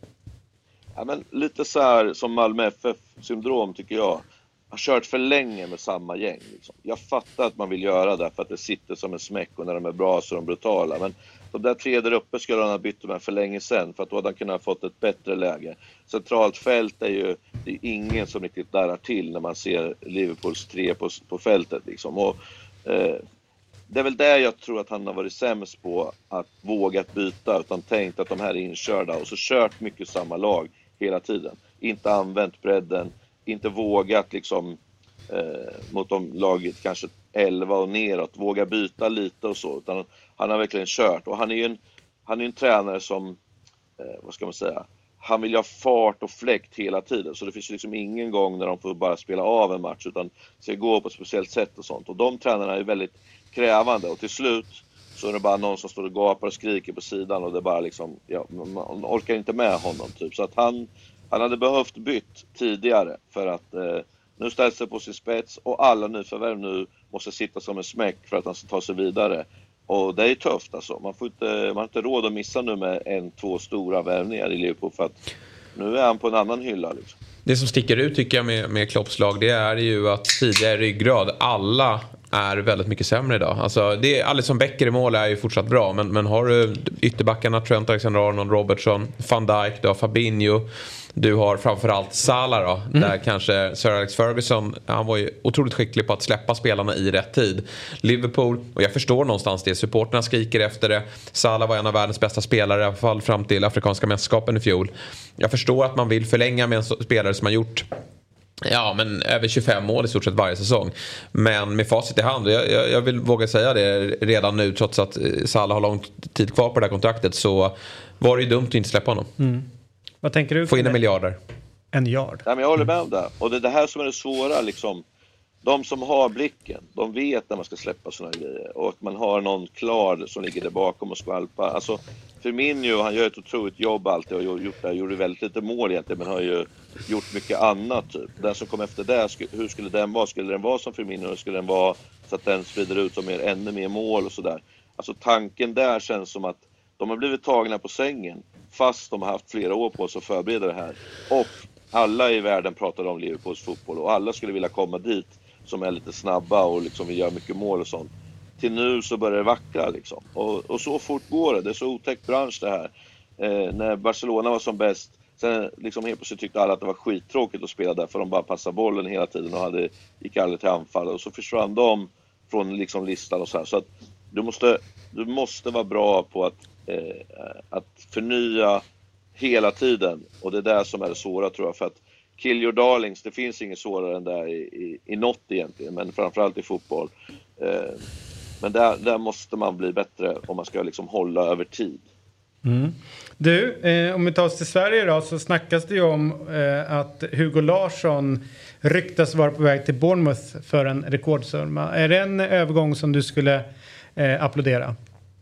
Ja, men lite så här som Malmö F F-syndrom tycker jag. Har kört för länge med samma gäng liksom. Jag fattar att man vill göra det för att det sitter som en smäck, och när de är bra så är de brutala. Men de där tre där uppe skulle han ha bytt med för länge sedan, för att då hade han kunnat fått ett bättre läge. Centralt fält är ju, det är ingen som riktigt darrar till när man ser Liverpools tre på, på fältet liksom. Och, eh, det är väl där jag tror att han har varit sämst på, att våga byta, utan tänkt att de här är inkörda och så kört mycket samma lag hela tiden. Inte använt bredden, inte vågat liksom eh, mot de laget kanske elva och neråt, våga byta lite och så, utan han har verkligen kört. Och han är ju en, han är en tränare som, eh, vad ska man säga, han vill ha fart och fläkt hela tiden, så det finns liksom ingen gång när de får bara spela av en match, utan ska gå på ett speciellt sätt och sånt. Och de tränarna är väldigt krävande, och till slut så är det bara någon som står och gapar och skriker på sidan, och det är bara liksom, ja, man orkar inte med honom typ. Så att han Han hade behövt bytt tidigare, för att eh, nu ställs det på sin spets, och alla nyförvärv nu måste sitta som en smäck för att han ska ta sig vidare. Och det är tufft alltså. Man får inte, man har inte råd att missa nu med en, två stora värvningar i Liverpool, för att nu är han på en annan hylla liksom. Det som sticker ut tycker jag med, med Klopps lag, det är ju att tidigare ryggrad, alla är väldigt mycket sämre idag. Alltså, det är, Alisson Becker i mål är ju fortsatt bra, men, men har du ytterbackarna Trent Alexander-Arnold, Robertson, Van Dijk, du har Fabinho, du har framförallt Salah då, mm. där kanske Sir Alex Ferguson, han var ju otroligt skicklig på att släppa spelarna i rätt tid. Liverpool, och jag förstår någonstans det, supporterna skriker efter det. Salah var en av världens bästa spelare i alla fall fram till afrikanska mästerskapen i fjol. Jag förstår att man vill förlänga med en spelare som har gjort ja, men över tjugofem mål i stort sett varje säsong. Men med facit i hand, jag, jag, jag vill våga säga det redan nu, trots att Salah har lång tid kvar på det här kontraktet, så var det ju dumt att inte släppa honom. Mm. Vad tänker du? Få in en miljarder. En miljard. Nej, men jag håller med om det. Och det är det här som är det svåra. Liksom. De som har blicken, de vet när man ska släppa såna grejer. Och att man har någon klar som ligger där bakom och skvalpar. Alltså, Firmino, han gör ett otroligt jobb alltid och gjort det. Gjorde väldigt lite mål egentligen, men har ju gjort mycket annat. Typ. Den som kom efter det, hur skulle den vara? Skulle den vara som Firmino? Eller skulle den vara så att den sprider ut som mer, ännu mer mål och sådär? Alltså tanken där känns som att de har blivit tagna på sängen. Fast de har haft flera år på sig att förbereda det här. Och alla i världen pratar om Liverpools fotboll. Och alla skulle vilja komma dit som är lite snabba och liksom vill göra mycket mål och sånt. Till nu så börjar det vackra liksom. Och, och så fort går det. Det är så otäckt bransch det här. Eh, när Barcelona var som bäst. Sen liksom helt plötsligt tyckte alla att det var skittråkigt att spela där. För de bara passade bollen hela tiden och hade, gick aldrig till anfall. Och så försvann de från liksom listan och så här. Så att du måste, du måste vara bra på att Eh, att förnya hela tiden, och det är där som är det svåra tror jag, för att kill your darlings, det finns inget svårare än där i, i, i något egentligen, men framförallt i fotboll, eh, men där, där måste man bli bättre om man ska liksom hålla över tid. Mm. Du, eh, om vi tar oss till Sverige då, så snackas det ju om eh, att Hugo Larsson ryktas vara på väg till Bournemouth för en rekordsumma. Är det en övergång som du skulle eh, applådera?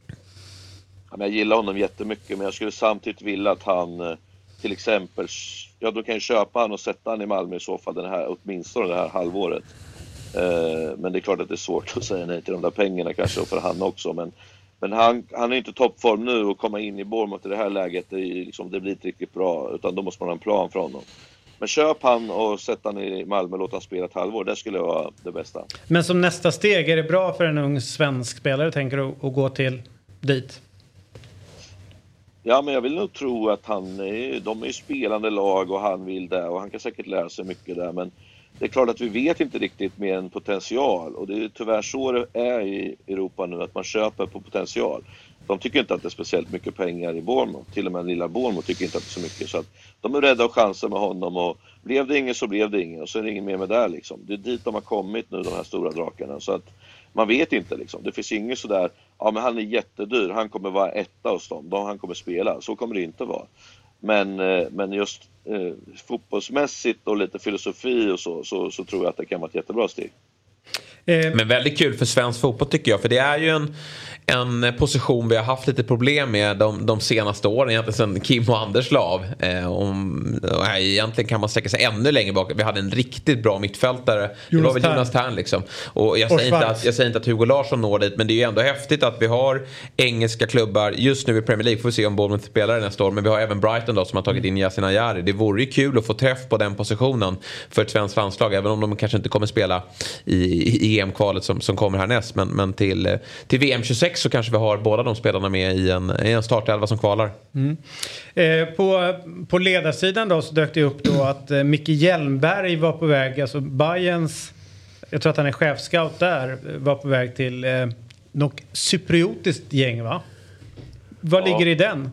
Jag gillar honom jättemycket, men jag skulle samtidigt vilja att han till exempel, ja då kan jag köpa han och sätta han i Malmö i så fall den här, åtminstone det här halvåret. Eh, men det är klart att det är svårt att säga nej till de där pengarna kanske, och för han också. Men, men han, han är inte toppform nu, och komma in i Bournemouth i det här läget, det, är liksom, det blir inte riktigt bra, utan då måste man ha en plan för honom. Men köp han och sätt han i Malmö och låt han spela ett halvår, det skulle vara det bästa. Men som nästa steg, är det bra för en ung svensk spelare, tänker du, att gå till dit? Ja, men jag vill nog tro att han är, de är ju spelande lag och han vill det, och han kan säkert lära sig mycket där, men det är klart att vi vet inte riktigt med en potential, och det är tyvärr så det är i Europa nu, att man köper på potential. De tycker inte att det är speciellt mycket pengar i Bournemouth, till och med lilla Bournemouth tycker inte att det är så mycket, så att de är rädda att chansa med honom, och blev det inget så blev det inget, och så är det inget mer med det liksom. Det är dit de har kommit nu, de här stora drakarna, så att man vet inte liksom. Det finns inget sådär, ja men han är jättedyr, han kommer vara etta hos dem, han kommer spela. Så kommer det inte vara. Men, men just eh, fotbollsmässigt och lite filosofi och så, så, så tror jag att det kan vara ett jättebra steg. Men väldigt kul för svensk fotboll tycker jag. För det är ju en, en position vi har haft lite problem med de, de senaste åren. Egentligen sedan Kim och Anders Lav. Eh, om, och egentligen kan man sträcka sig ännu längre bak. Vi hade en riktigt bra mittfältare. Det var väl Jonas Tern liksom. Och jag säger, inte att, jag säger inte att Hugo Larsson når dit. Men det är ju ändå häftigt att vi har engelska klubbar just nu i Premier League. Får vi se om Bournemouth spelar nästa år. Men vi har även Brighton då som har tagit in Yasin Ayari. Det vore ju kul att få träff på den positionen för ett svenskt landslag. Även om de kanske inte kommer spela i, i E M-kvalet som, som kommer härnäst. Men, men till, till V M tjugosex så kanske vi har båda de spelarna med i en, i en startelva som kvalar. Mm. Eh, på, på ledarsidan då så dök det upp då att eh, Micke Hjelmberg var på väg, alltså Bayerns, jag tror att han är chefscout där, var på väg till eh, något cypriotiskt gäng, va? Vad ja. ligger i den?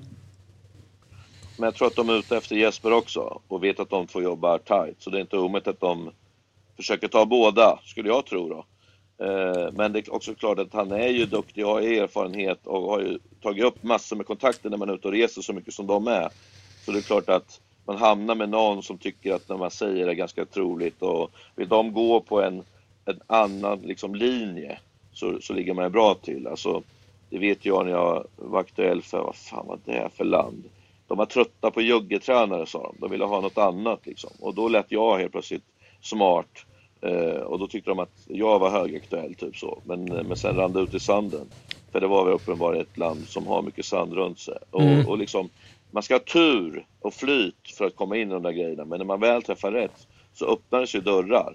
Men jag tror att de är ute efter Jesper också och vet att de två jobbar tight, så det är inte omöjligt att de försöker ta båda, skulle jag tro då. Men det är också klart att han är ju duktig och har erfarenhet och har ju tagit upp massor med kontakter när man är ute och reser så mycket som de är. Så det är klart att man hamnar med någon som tycker att när man säger det är ganska troligt, och vill de gå på en, en annan liksom linje så, så ligger man bra till. Alltså, det vet jag när jag var aktuell för, vad fan var det är för land? De var trötta på juggetränare, sa de. De ville ha något annat liksom. Och då lät jag helt plötsligt smart. Uh, och då tyckte de att jag var högaktuell typ så, men, men sen rann det ut i sanden, för det var väl uppenbarligen ett land som har mycket sand runt sig och, mm. och liksom, man ska ha tur och flyt för att komma in i de där grejerna, men när man väl träffar rätt så öppnar det sig dörrar,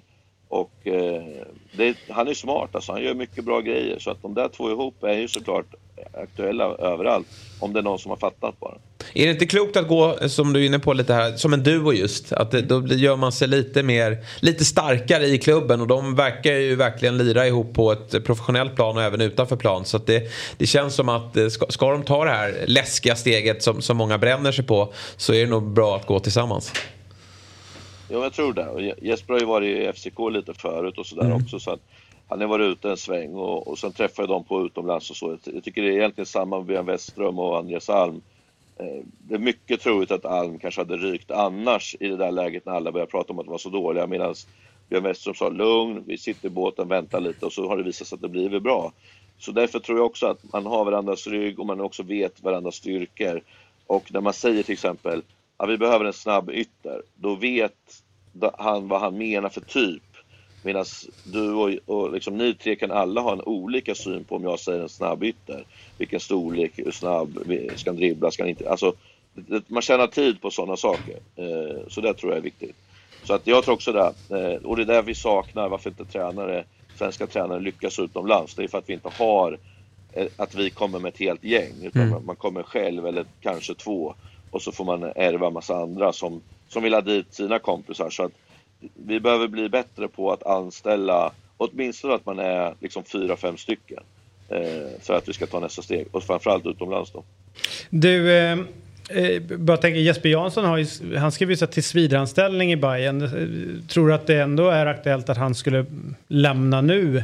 Och eh, det, han är smart, alltså han gör mycket bra grejer. Så att de där två ihop är ju såklart aktuella överallt. Om det är någon som har fattat bara. Är det inte klokt att gå, som du är inne på lite här, som en duo just? Att det, då gör man sig lite mer, lite starkare i klubben. Och de verkar ju verkligen lira ihop på ett professionellt plan och även utanför plan. Så att det, det känns som att ska, ska de ta det här läskiga steget som, som många bränner sig på, så är det nog bra att gå tillsammans. Jo, jag tror det. Och Jesper har ju varit i F C K lite förut och sådär mm. också. Så att han har varit ute en sväng och, och sen träffade de på utomlands och så. Jag tycker det är egentligen samma med Björn Westström och Andreas Alm. Det är mycket troligt att Alm kanske hade rykt annars i det där läget när alla började prata om att de var så dåliga. Medan Björn Westström sa lugn, vi sitter i båten, väntar lite, och så har det visat sig att det blir bra. Så därför tror jag också att man har varandras rygg och man också vet varandras styrkor. Och när man säger till exempel att vi behöver en snabb ytter, då vet han vad han menar för typ. Medan du och, och liksom, ni tre kan alla ha en olika syn på om jag säger en snabb ytter. Vilken storlek, hur snabb, ska han dribbla, ska han inte. Alltså, det, man tjänar tid på sådana saker. Eh, så det tror jag är viktigt. Så att jag tror också det. Eh, och det är där vi saknar, varför inte tränare, svenska tränare lyckas utomlands. Det är för att vi inte har, eh, att vi kommer med ett helt gäng. Utan mm. man, man kommer själv eller kanske två. Och så får man ärva en massa andra som, som vill ha dit sina kompisar. Så att vi behöver bli bättre på att anställa, åtminstone att man är liksom fyra, fem stycken. Eh, för att vi ska ta nästa steg. Och framförallt utomlands då. Du, eh, bara tänker, Jesper Jansson har ju, han ska visa tillsvidareanställning i Bayern. Tror du att det ändå är aktuellt att han skulle lämna nu?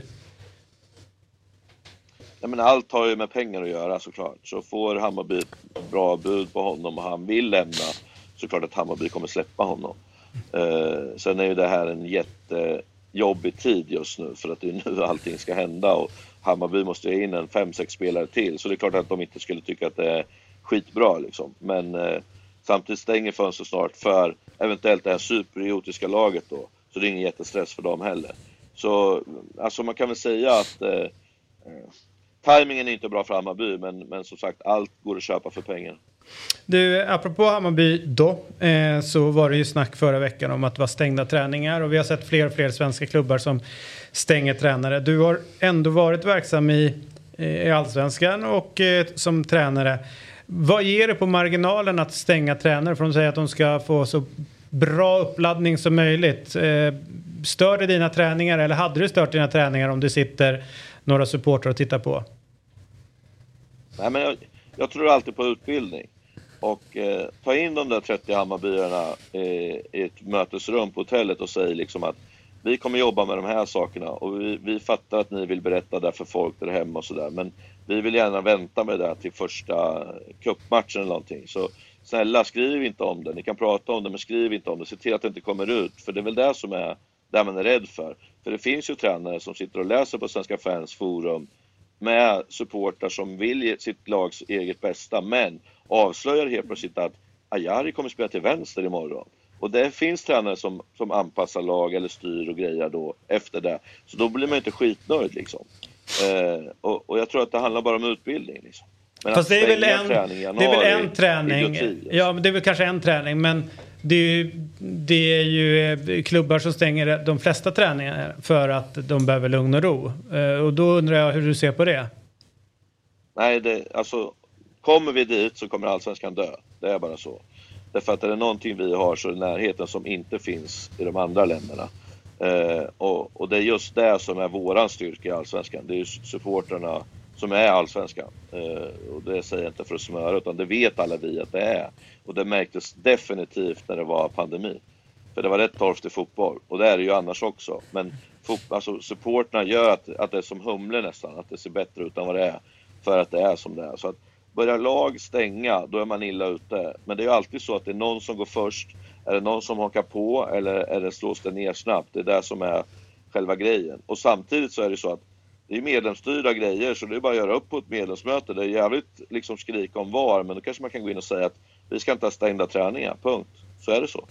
Ja, men allt har ju med pengar att göra såklart. Så får Hammarby ett bra bud på honom och han vill lämna, såklart att Hammarby kommer släppa honom. Uh, sen är ju det här en jättejobbig tid just nu, för att det är nu allting ska hända och Hammarby måste in en fem, sex spelare till, så det är klart att de inte skulle tycka att det är skitbra liksom. Men uh, samtidigt stänger fönstret snart för eventuellt det här superidiotiska laget då, så det är ingen jättestress för dem heller. Så alltså man kan väl säga att uh, uh, timingen är inte bra för Hammarby, men, men som sagt, allt går att köpa för pengar. Du, apropå Hammarby då, eh, så var det ju snack förra veckan om att det var stängda träningar, och vi har sett fler och fler svenska klubbar som stänger tränare. Du har ändå varit verksam i, i Allsvenskan och eh, som tränare. Vad ger det på marginalen att stänga tränare, för de säger att de ska få så bra uppladdning som möjligt? Eh, stör det dina träningar, eller hade du stört dina träningar om det sitter några supportrar och tittar på? Nej, men jag, jag tror alltid på utbildning. Och eh, ta in de där trettio Hammarbyarna eh, i ett mötesrum på hotellet och säg liksom att vi kommer jobba med de här sakerna, och vi, vi fattar att ni vill berätta det för folk där hemma och sådär, men vi vill gärna vänta med det till första cupmatchen eller någonting. Så snälla, skriv inte om det. Ni kan prata om det, men skriv inte om det. Se till att det inte kommer ut, för det är väl det som är där man är rädd för. För det finns ju tränare som sitter och läser på Svenska Fans forum med supportrar som vill ge sitt lags eget bästa, men avslöjar helt plötsligt att Ajari kommer spela till vänster imorgon. Och det finns tränare som, som anpassar lag eller styr och grejer då efter det. Så då blir man inte skitnöjd liksom. Eh, och, och jag tror att det handlar bara om utbildning liksom. Men fast det är väl en träning, januari, det är väl en träning. Idioti, alltså. Ja, men det är väl kanske en träning, men det är ju, det är ju klubbar som stänger de flesta träningar för att de behöver lugn och ro. Eh, och då undrar jag hur du ser på det. Nej, det, alltså kommer vi dit så kommer Allsvenskan dö. Det är bara så. Därför att det är någonting vi har så i närheten som inte finns i de andra länderna. Eh, och, och det är just det som är våran styrka i Allsvenskan. Det är ju supporterna som är Allsvenskan. Eh, och det säger jag inte för att smöra, utan det vet alla vi att det är. Och det märktes definitivt när det var pandemi. För det var rätt torftig fotboll. Och det är det ju annars också. Men fot- alltså, supporterna gör att, att det är som humle nästan. Att det ser bättre ut än vad det är. För att det är som det är. Så att börjar lag stänga, då är man illa ute. Men det är ju alltid så att det är någon som går först. Är det någon som hakar på, eller är det slås det ner snabbt? Det är det som är själva grejen. Och samtidigt så är det så att det är medlemsstyrda grejer, så det är bara att göra upp på ett medlemsmöte. Det är jävligt liksom skrika om var, men då kanske man kan gå in och säga att vi ska inte ha stängda träningar, punkt. Så är det så.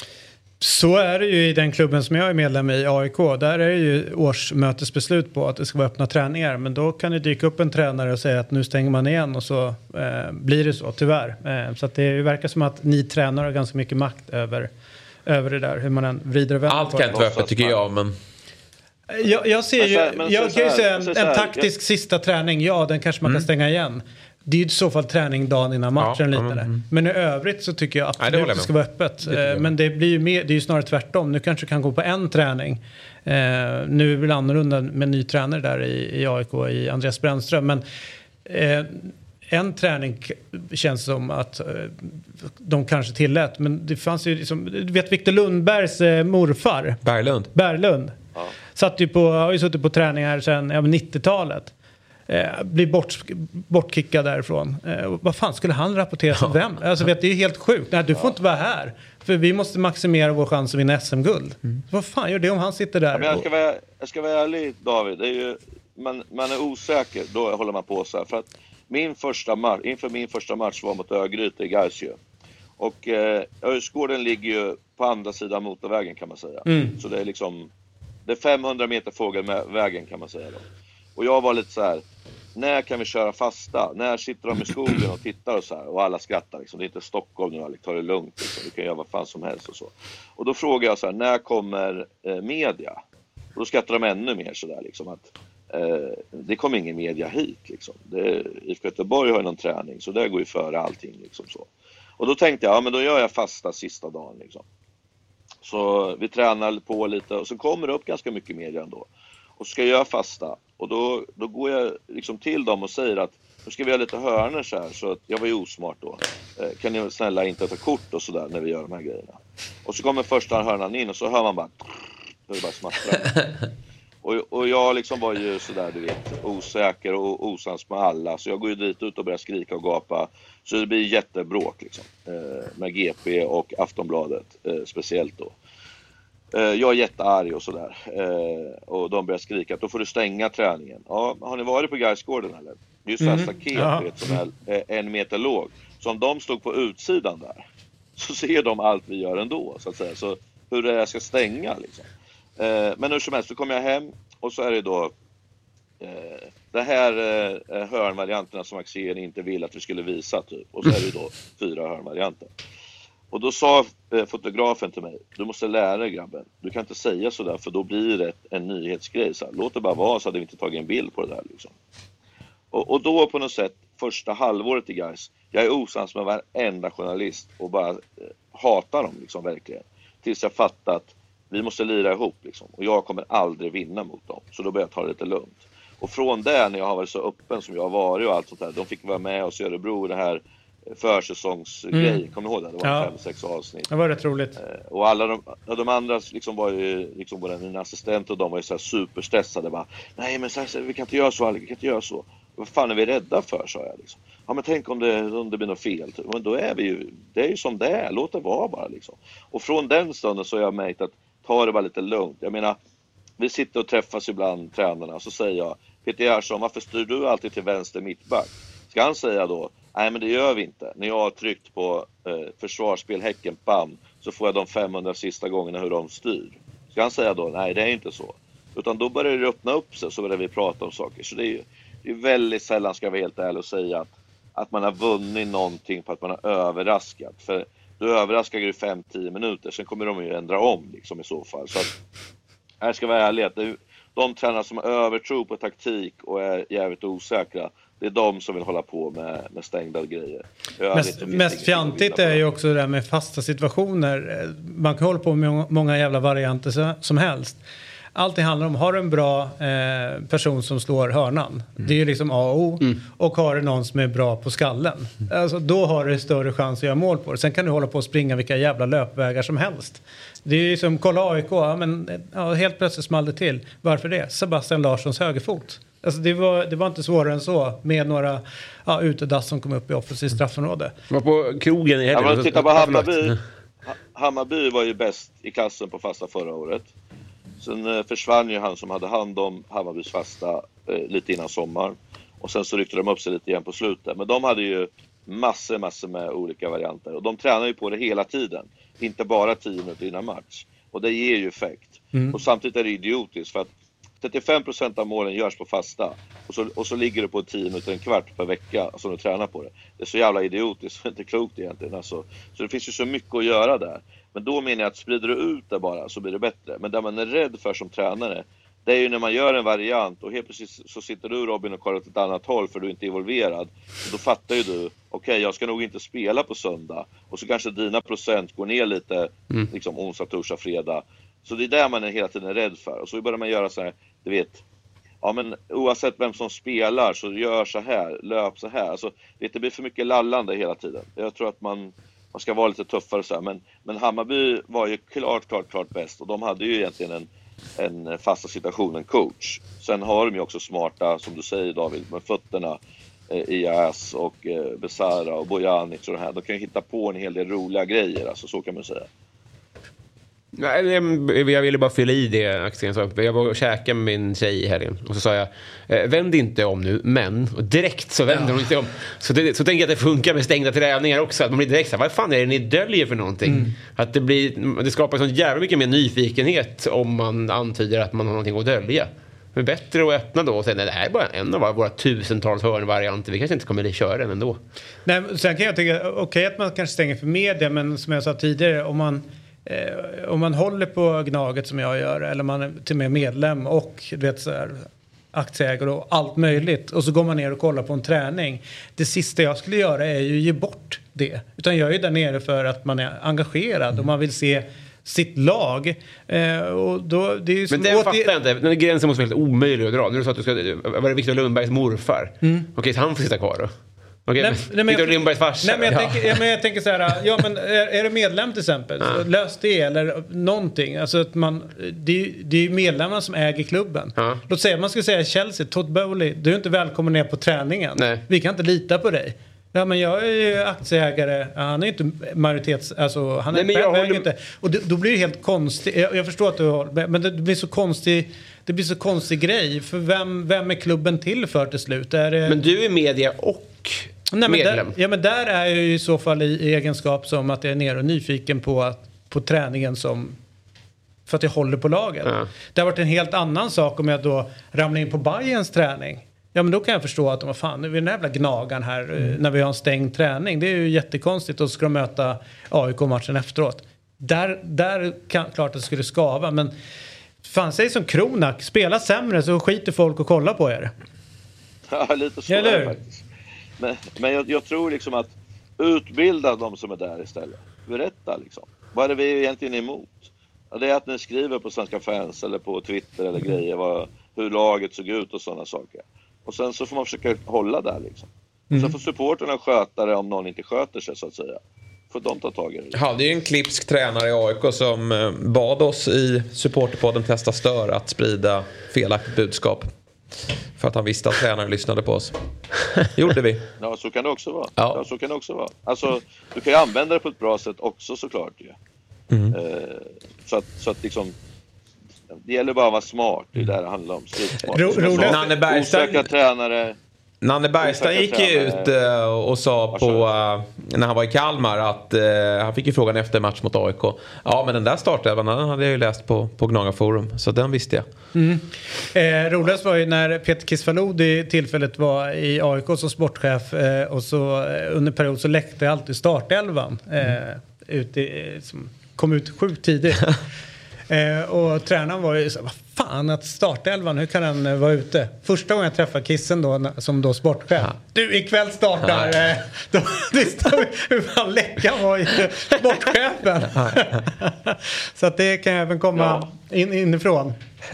Så är det ju i den klubben som jag är medlem i, A I K. Där är det ju årsmötesbeslut på att det ska vara öppna träningar. Men då kan det dyka upp en tränare och säga att nu stänger man igen, och så eh, blir det så, tyvärr. Eh, så att det verkar som att ni tränare har ganska mycket makt över, över det där, hur man än vrider och vänder. Allt kan inte vara öppet, tycker jag, men... Jag, jag ser ju, men, men, jag kan ju säga en, en här, taktisk jag... sista träning, ja den kanske man mm. kan stänga igen. Det är ju i så fall träning dagen innan matchen ja, lite. Mm. Men i övrigt så tycker jag absolut Nej, det, det ska vara öppet. Det men det blir ju mer, det är ju snarare tvärtom. Nu kanske kan gå på en träning. Eh, nu är det väl annorlunda med ny tränare där i, i A I K, i Andreas Brännström. Men eh, en träning känns som att eh, de kanske tillät. Men det fanns ju liksom, du vet Victor Lundbergs eh, morfar. Berglund. Berglund. Ja. Satt ju på, har ju suttit på träningar sedan ja, nittiotalet. Eh, blir bort, bortkickad därifrån. Eh, vad fan skulle han rapportera till vem? Alltså vet, det är ju helt sjukt. Nej, du får ja. inte vara här. För vi måste maximera vår chans att vinna S M-guld. Mm. Vad fan gör det om han sitter där? Ja, men jag, ska vara, jag ska vara ärlig, David. Det är ju, man, man är osäker, då håller man på så här. För att min första match, inför min första match var mot Örgryte i Gaisjö. Och eh, Örsgården ligger ju på andra sidan motorvägen kan man säga. Mm. Så det är liksom, det är femhundra meter fågel med vägen kan man säga då. Och jag var lite så här, när kan vi köra fasta? När sitter de i skogen och tittar och så här? Och alla skrattar liksom. Det är inte Stockholm nu, Alex. Ta det lugnt liksom. Du kan göra vad fan som helst och så. Och då frågar jag så här, när kommer eh, media? Och då skrattar de ännu mer så där liksom att eh, det kommer ingen media hit liksom. Det, I Göteborg har ju någon träning så det går ju före allting liksom så. Och då tänkte jag, ja men då gör jag fasta sista dagen liksom. Så vi tränar på lite och så kommer det upp ganska mycket media ändå. Och så ska jag göra fasta. Och då, då går jag liksom till dem och säger att nu ska vi ha lite hörnor så här. Så att jag var ju osmart då. Eh, kan ni snälla inte ta kort och sådär när vi gör de här grejerna. Och så kommer första hörnan in och så hör man bara... Då är det bara smattrar. och, och jag liksom var ju sådär, du vet, osäker och osams med alla. Så jag går ju dit ut och börjar skrika och gapa. Så det blir jättebråk liksom. Eh, med G P och Aftonbladet eh, speciellt då. Jag är jättearg och sådär. Och de börjar skrika att då får du stänga träningen. Ja, har ni varit på Gaisgården eller? Det är ju så här mm. staket ja. vet, som är en meter låg. Så om de stod på utsidan där så ser de allt vi gör ändå så att säga. Så hur det är jag ska stänga liksom. Men hur som helst så kommer jag hem och så är det då det här hörnvarianterna som Axén inte vill att vi skulle visa typ. Och så är det då fyra hörnvarianter. Och då sa eh, fotografen till mig, du måste lära dig grabben. Du kan inte säga sådär för då blir det en nyhetsgrej. Så här. Låt det bara vara så hade vi inte tagit en bild på det där. Liksom. Och, och då på något sätt, första halvåret i Gais, jag är osams med varenda journalist och bara eh, hatar dem liksom verkligen. Tills jag fattat att vi måste lira ihop liksom. Och jag kommer aldrig vinna mot dem. Så då börjar jag ta det lite lugnt. Och från där när jag har varit så öppen som jag har varit och allt sånt där, de fick vara med oss i Örebro det här försäsongsgrej, mm. kommer ni ihåg det? Det var ja. fem, sex avsnitt. Det var rätt roligt. Och alla de, de andra liksom var ju, liksom både mina assistenter och de var ju så här superstressade. Bara, nej men så här, vi kan inte göra så, vi kan inte göra så. Vad fan är vi rädda för, sa jag liksom. Ja men tänk om det, om det blir något fel. Men då är vi ju, det är ju som det är, låt det vara bara liksom. Och från den stunden så har jag märkt att ta det bara lite lugnt. Jag menar, vi sitter och träffas ibland, tränarna, och så säger jag, Peter Gerhardsson, varför styr du alltid till vänster mittback? Ska han säga då, nej men det gör vi inte. När jag har tryckt på eh, försvarsspel, Häcken, bam, så får jag de femhundra sista gångerna hur de styr. Ska han säga då, nej det är inte så. Utan då börjar det öppna upp sig, så börjar vi prata om saker. Så det är ju det är väldigt sällan, ska jag vara helt ärlig och säga, att, att man har vunnit någonting på att man har överraskat. För du överraskar ju fem till tio minuter, sen kommer de ju ändra om liksom i så fall. Så att, här ska jag vara ärlig, att det, de tränare som har övertro på taktik och är jävligt osäkra, det är de som vill hålla på med, med stängda grejer. Mest, mest fjantigt är ju också det där med fasta situationer. Man kan hålla på med många jävla varianter som helst. Allting handlar om, har du en bra eh, person som slår hörnan, mm. det är ju liksom A och O, mm. och har du någon som är bra på skallen, mm. alltså, då har du större chans att göra mål på det. Sen kan du hålla på och springa vilka jävla löpvägar som helst. Det är ju som, kolla A I K, ja, men, ja, helt plötsligt small det till. Varför det? Sebastian Larssons högerfot. Alltså det var, det var inte svårare än så, med några ja, utedass som kom upp i offensivt straffområde. Var på krogen i helgen. Ja, titta på Hammarby. Hammarby var ju bäst i klassen på fasta förra året. Sen eh, försvann ju han som hade hand om Hammarbys fasta eh, lite innan sommar. Och sen så ryckte de upp sig lite igen på slutet. Men de hade ju massor, massor med olika varianter. Och de tränar ju på det hela tiden. Inte bara tio minuter innan match. Och det ger ju effekt. Mm. Och samtidigt är det idiotiskt, för att trettiofem procent av målen görs på fasta. Och så, och så ligger du på tio minuter, en kvart per vecka som du tränar på det. Det är så jävla idiotiskt, inte klokt egentligen. Alltså. Så det finns ju så mycket att göra där. Men då menar jag att sprider du ut det bara så blir det bättre. Men där man är rädd för som tränare, det är ju när man gör en variant och helt precis så sitter du Robin och kollar åt ett annat håll för du är inte involverad. Och då fattar ju du, okej okay, jag ska nog inte spela på söndag. Och så kanske dina procent går ner lite mm. liksom onsdag, torsdag, fredag. Så det är där man är hela tiden rädd för. Och så börjar man göra så här, du vet, ja men oavsett vem som spelar så gör så här, löp så här. Alltså det blir för mycket lallande hela tiden. Jag tror att man, man ska vara lite tuffare så här. Men, men Hammarby var ju klart, klart, klart bäst. Och de hade ju egentligen en en fasta situationen coach. Sen har de ju också smarta, som du säger David, med fötterna, eh, I A S och eh, Besara och Bojanic och det här. De kan ju hitta på en hel del roliga grejer, alltså så kan man säga. Nej, jag ville bara fylla i det, Axel. Jag var och käkade med min tjej i helgen och så sa jag, vänd inte om nu, men och direkt så vänder ja. hon inte om. Så, det, så tänker jag att det funkar med stängda träningar också, att man blir direkt så här, vad fan är det ni döljer för någonting? Mm. Att det blir, det skapar sån jävla mycket mer nyfikenhet om man antyder att man har någonting att dölja. Men bättre att öppna då och säga, nej, det här är bara en av våra tusentals hörnvarianter, vi kanske inte kommer att köra den ändå. Nej, sen kan jag tycka, okej okay, att man kanske stänger för media, men som jag sa tidigare, om man Eh, om man håller på Gnaget som jag gör, eller man är till och med medlem och du vet, så här, aktieägare och allt möjligt, och så går man ner och kollar på en träning. Det sista jag skulle göra är ju ge bort det, utan jag är ju där nere för att man är engagerad mm. och man vill se sitt lag. Eh, och då, det är ju men den fattar jag inte. Den gränsen måste vara helt omöjlig att dra. Nu är det så att du ska, var det Victor Lundbergs morfar? Mm. Okej, så han får sitta kvar då? Okej, nej, men, nej, men jag, farsa, nej, men jag, ja. tänker, ja, men jag tänker så här, ja men är, är det medlem till exempel, ja. så lös det eller någonting. Alltså att man, det, det är ju medlemmarna som äger klubben. Ja. Låt säga, man ska säga Chelsea, Todd Bowley, du är inte välkommen ner på träningen. Nej. Vi kan inte lita på dig. Ja, men jag är ju aktieägare, han är ju inte majoritets, alltså han är, nej, men jag håller... inte. Och det, då blir det helt konstigt. Jag, jag förstår att du har, men det blir så konstigt. Det blir så konstig grej, för vem, vem är klubben till för till slut? Är det... Men du är media och Nej, men där, ja, men där är jag ju i så fall i, i egenskap som att jag är nere och nyfiken på, på träningen som, för att jag håller på laget. Ja. Det har varit en helt annan sak om jag då ramlar in på Bayerns träning. Ja, men då kan jag förstå att de, vad fan, nu är vi den här jävla gnagan här mm. när vi har en stängd träning. Det är ju jättekonstigt, och så ska de möta A I K-matchen efteråt. Där, där kan, klart att det skulle skava, men fan, säg som Kronak, spela sämre så skiter folk och kolla på er. Ja, lite så är faktiskt. Men, men jag, jag tror liksom att utbilda de som är där istället. Berätta liksom. Vad är det vi egentligen emot? Ja, det är att ni skriver på Svenska Fans eller på Twitter eller grejer vad, hur laget såg ut och sådana saker. Och sen så får man försöka hålla där liksom. Mm. Sen får supporterna sköta det om någon inte sköter sig så att säga. Får de ta tag i det. Ja, det är ju en klipsk tränare i A I K som bad oss i supporterpodden Testa Stör att sprida felaktigt budskap. För att han visste att tränaren lyssnade på oss. Gjorde vi. Ja, så kan det också vara. Ja. Ja, så kan det också vara. Alltså, du kan ju använda det på ett bra sätt också såklart. Ja. Mm. Eh, så, att, så att liksom, det gäller bara att vara smart. Det är det det handlar om. Ro- Nanne Bergström... Osäkra tränare... Nanne Bergström gick ju ut och sa på, när han var i Kalmar att uh, han fick ju frågan efter match mot A I K. Ja, men den där startelvan den hade jag ju läst på, på Gnaga Forum, så den visste jag. Mm. Eh, roligast var ju när Peter Kisvalodi tillfället var i A I K som sportchef eh, och så eh, under period så läckte alltid startelvan eh, mm. ut i, som kom ut sjukt tidigt. Eh, och tränaren var ju så, vad fan, att startelvan, hur kan den vara ute? Första gången jag träffade Kissen då, som då sportchef. Ja. Du, ikväll startar eh, då visste vi hur fan läckan var i sportchefen. Så att det kan även komma ja. in, inifrån.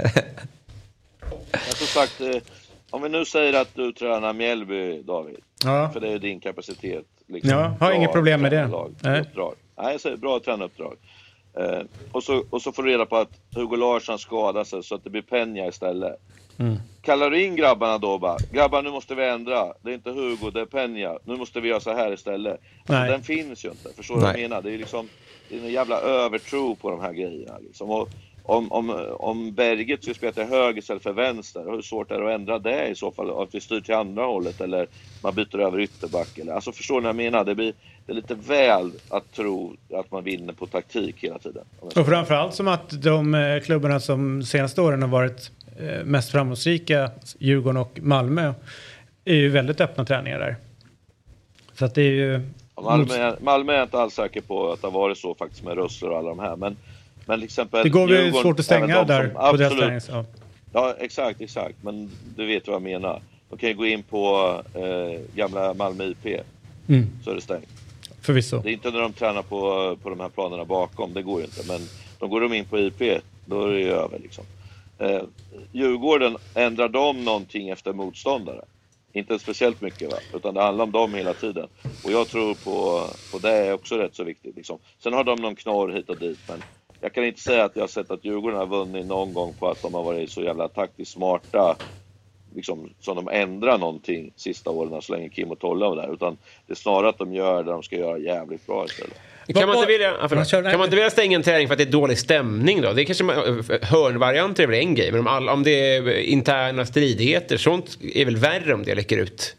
Jag har sagt, eh, om vi nu säger att du tränar Mjällby, David, ja. för det är din kapacitet. Liksom, ja, har inget problem med det. Lag, Nej. Nej, jag säger bra tränaruppdrag. Eh, och, så, och så får du reda på att Hugo Larsson skadar sig så att det blir Penja istället. Mm. Kallar du in grabbarna då bara, grabbar nu måste vi ändra, det är inte Hugo, det är Penja, nu måste vi göra så här istället. Alltså, den finns ju inte, förstår du vad jag menar? Det är liksom, det är en jävla övertro på de här grejerna liksom. Och om, om, om Berget ska spela till höger istället för vänster, hur svårt är det att ändra det i så fall? Att vi styr till andra hållet eller man byter över ytterback eller, alltså förstår ni vad jag menar? Det blir det är lite väl att tro att man vinner på taktik hela tiden. Och framförallt som att de klubbarna som senaste åren har varit mest framgångsrika, Djurgården och Malmö, är ju väldigt öppna träningar där. Så att det är ju... Ja, Malmö, är, Malmö är inte alls säker på att det har varit så faktiskt med Rössler och alla de här. Men, men till exempel... Det går väl svårt att stänga där som, på deras träning. Ja. Ja, exakt, exakt. Men du vet vad jag menar. De kan ju gå in på eh, gamla Malmö I P. Mm. Så är det stängt. Förvisso. Det är inte när de tränar på, på de här planerna bakom. Det går ju inte. Men de går de in på I P, då är det ju över liksom. Eh, Djurgården, ändrar de någonting efter motståndare? Inte speciellt mycket, va? Utan det handlar om dem hela tiden. Och jag tror på, på det är också rätt så viktigt liksom. Sen har de någon knorr hit och dit, men jag kan inte säga att jag har sett att Djurgården har vunnit någon gång på att de har varit så jävla taktiskt smarta liksom, som de ändrar någonting sista åren så länge Kim och Tolle var där, utan det är snarare att de gör det de ska göra jävligt bra istället. Kan man, inte vilja, ja, kan man inte vilja stänga en träning för att det är dålig stämning då? Det är kanske hörnvarianter är väl en grej, men om, all, om det är interna stridigheter, sånt är väl värre om det läcker ut?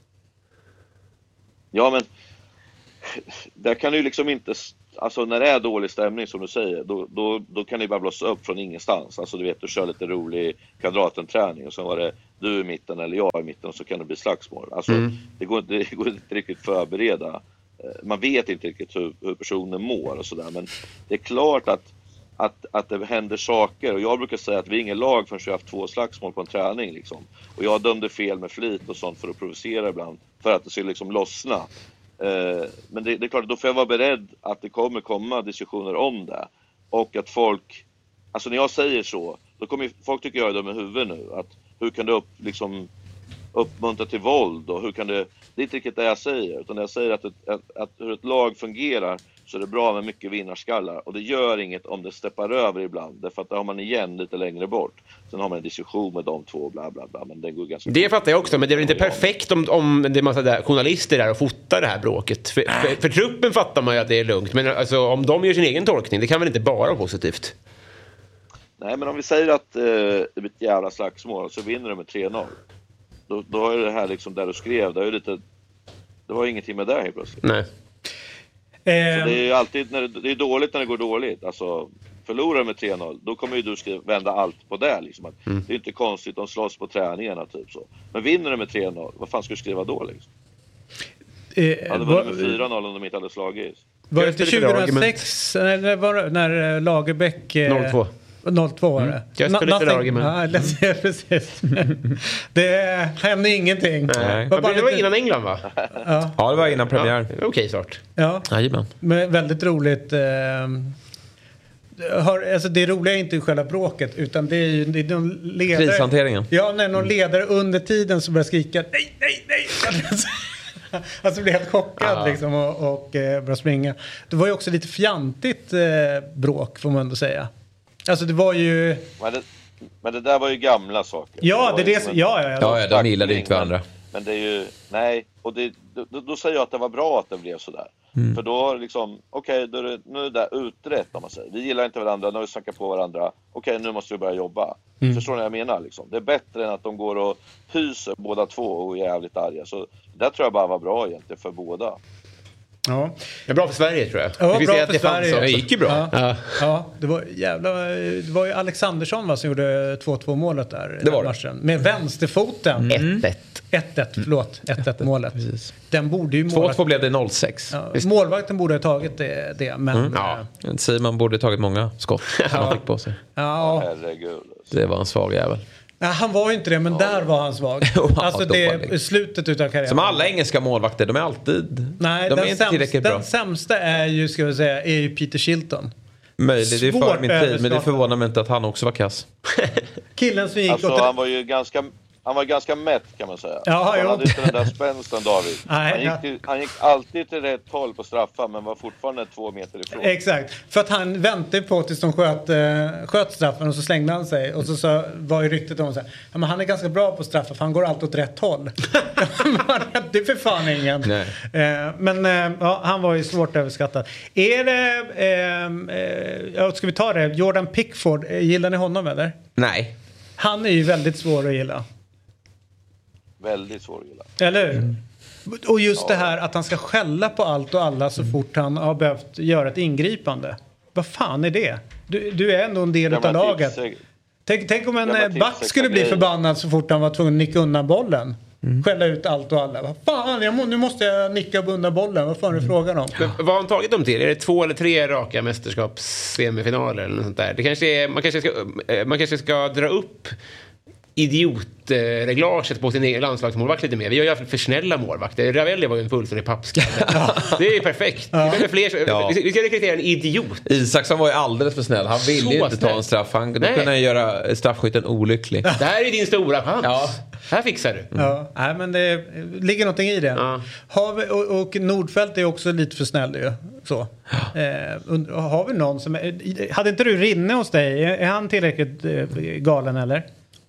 Ja, men där kan du liksom inte, alltså när det är dålig stämning som du säger, då, då, då kan det bara blåsa upp från ingenstans. Alltså du vet, du kör lite rolig kvadraten-träning och sen var det du i mitten eller jag i mitten och så kan det bli slagsmål. Alltså mm. det, går, det går inte riktigt förbereda. Man vet inte riktigt hur, hur personen mår och sådär, men det är klart att, att, att det händer saker. Och jag brukar säga att vi är ingen lag förrän vi har haft två slagsmål på en träning liksom. Och jag dömde fel med flit och sånt för att provocera ibland, för att det skulle liksom lossna. Eh, men det, det är klart, då får jag vara beredd att det kommer komma diskussioner om det. Och att folk, alltså när jag säger så, då kommer folk tycker jag är dum i huvudet nu. Att hur kan du upp, liksom, uppmuntra till våld och hur kan det, det är inte riktigt det jag säger, utan jag säger att, ett, att, att hur ett lag fungerar så är det bra med mycket vinnarskallar, och det gör inget om det steppar över ibland, därför att då har man igen lite längre bort, sen har man en diskussion med de två bla bla bla, men det går ganska det fattar jag också, men det är väl inte perfekt om, om det är massa där journalister där och fotar det här bråket, för, för, för truppen fattar man ju att det är lugnt, men alltså, om de gör sin egen tolkning, det kan väl inte bara vara positivt? Nej, men om vi säger att eh, det blir ett jävla slagsmål så vinner de med tre noll. Då, då har ju det här liksom där du skrev, det, är ju lite, det var ingenting med det helt plötsligt. Nej. Så det är ju alltid, när det, det är dåligt när det går dåligt. Alltså, förlorar med tre noll, då kommer ju du skriva, vända allt på det. Liksom. Mm. Det är inte konstigt, de slåss på träningarna typ så. Men vinner de med tre noll, vad fan ska du skriva då liksom? Eh, hade vunnit med fyra noll om de inte hade slagits. Var det inte tjugohundrasex när, var, när Lagerbäck... Eh, noll två noll två var det. Jag spelar lite argument. Ja, precis. Det hände ingenting. Nej. Det var, det var innan England, va? Ja, ja det var innan premiär. Ja, okej, okay, start. Ja, Jajamän. Men väldigt roligt. Eh, har, alltså det roliga är inte själva bråket, utan det är ju det är någon ledare. Krishanteringen. Ja, när någon ledare under tiden så börjar skrika nej, nej, nej. Alltså blir helt chockad ah. liksom, och, och eh, börjar springa. Det var ju också lite fjantigt eh, bråk, får man ändå säga. Alltså det var ju... Men det, men det där var ju gamla saker. Ja, det, det är det. En... Ja, ja, ja. Ja, de gillade inte varandra. Men det är ju... Nej, och det, då, då säger jag att det var bra att det blev sådär. Mm. För då liksom... Okej, okay, nu är det där utrett, om man säger. Vi gillar inte varandra, nu har vi snackat på varandra. Okej, okay, nu måste vi börja jobba. Mm. Förstår ni vad jag menar? Liksom? Det är bättre än att de går och hyser båda två och är jävligt arga. Så det där tror jag bara var bra egentligen för båda. Ja. Det är bra för Sverige, tror jag. Ja, bra för det Sverige. Det gick ju bra. Ja, ja, det var jävla, det var ju Alexandersson, va, som gjorde två två målet där. Det var matchen. Med vänsterfoten. ett ett. ett ett, förlåt. ett ett målet. Precis. Den borde ju två två blev det noll sex. Ja, målvakten borde ha tagit det, det men... Mm. Ja. Simon borde ha tagit många skott som han fick på sig. Ja. Herregud. Det var en svag jävel. Nej, han var ju inte det, men ja. Där var han svag. Alltså det slutet utav karriären. Som alla engelska målvakter, de är alltid... Nej, de den, är inte tillräckligt sämsta, bra. Den sämsta är ju, ska vi säga, är ju Peter Shilton. Möjligt, det är för min tid, men det förvånar mig inte att han också var kass. Killen som gick... Alltså, han var ju ganska... Han var ganska mätt, kan man säga. Ja, han jo. hade inte den där spänsten, David. Nej, han, gick till, han gick alltid till rätt håll på straffar, men var fortfarande två meter ifrån. Exakt, för att han väntade på tills de sköt, uh, sköt straffen och så slängde han sig. Och så, så var ju ryktet om så här, ja, men han är ganska bra på straffar för han går alltid åt rätt håll. Det är för fan ingen. Uh, men uh, ja, han var ju svårt överskattad. Är det, uh, uh, ja, ska vi ta det, Jordan Pickford, gillar ni honom eller? Nej. Han är ju väldigt svår att gilla. Väldigt svår att gilla. Eller hur? Mm. Och just ja. Det här att han ska skälla på allt och alla så fort han har behövt göra ett ingripande. Vad fan är det? Du, du är ändå en del av laget. Tips, tänk, tänk om en back skulle bli förbannad så fort han var tvungen att nicka undan bollen. Mm. Skälla ut allt och alla. Vad fan, jag må, nu måste jag nicka undan bollen. Vad fan är det frågan om? Men, vad har han tagit dem till? Är det två eller tre raka mästerskapssemifinaler eller något sånt där? Det kanske är, man, kanske ska, man kanske ska dra upp idiotreglaget på sin egen landslagsmålvakt lite mer. Vi har ju haft för snälla målvakter. Ravelli var ju en fullständig pappskalle. Det är ju perfekt. Ja. Vi, fler, ja. vi ska rekrytera en idiot. Isaksson var ju alldeles för snäll. Han ville ju inte snäll. ta en straff. Han kunde göra straffskytten olycklig. Det här är din stora chans. Ja. Här fixar du. Ja. Nej, men det ligger någonting i det. Ja. Har vi, och, och Nordfeldt är också lite för snäll ju. Så. Eh, har vi någon som är, hade inte du Rinne hos dig? Är han tillräckligt eh, galen eller?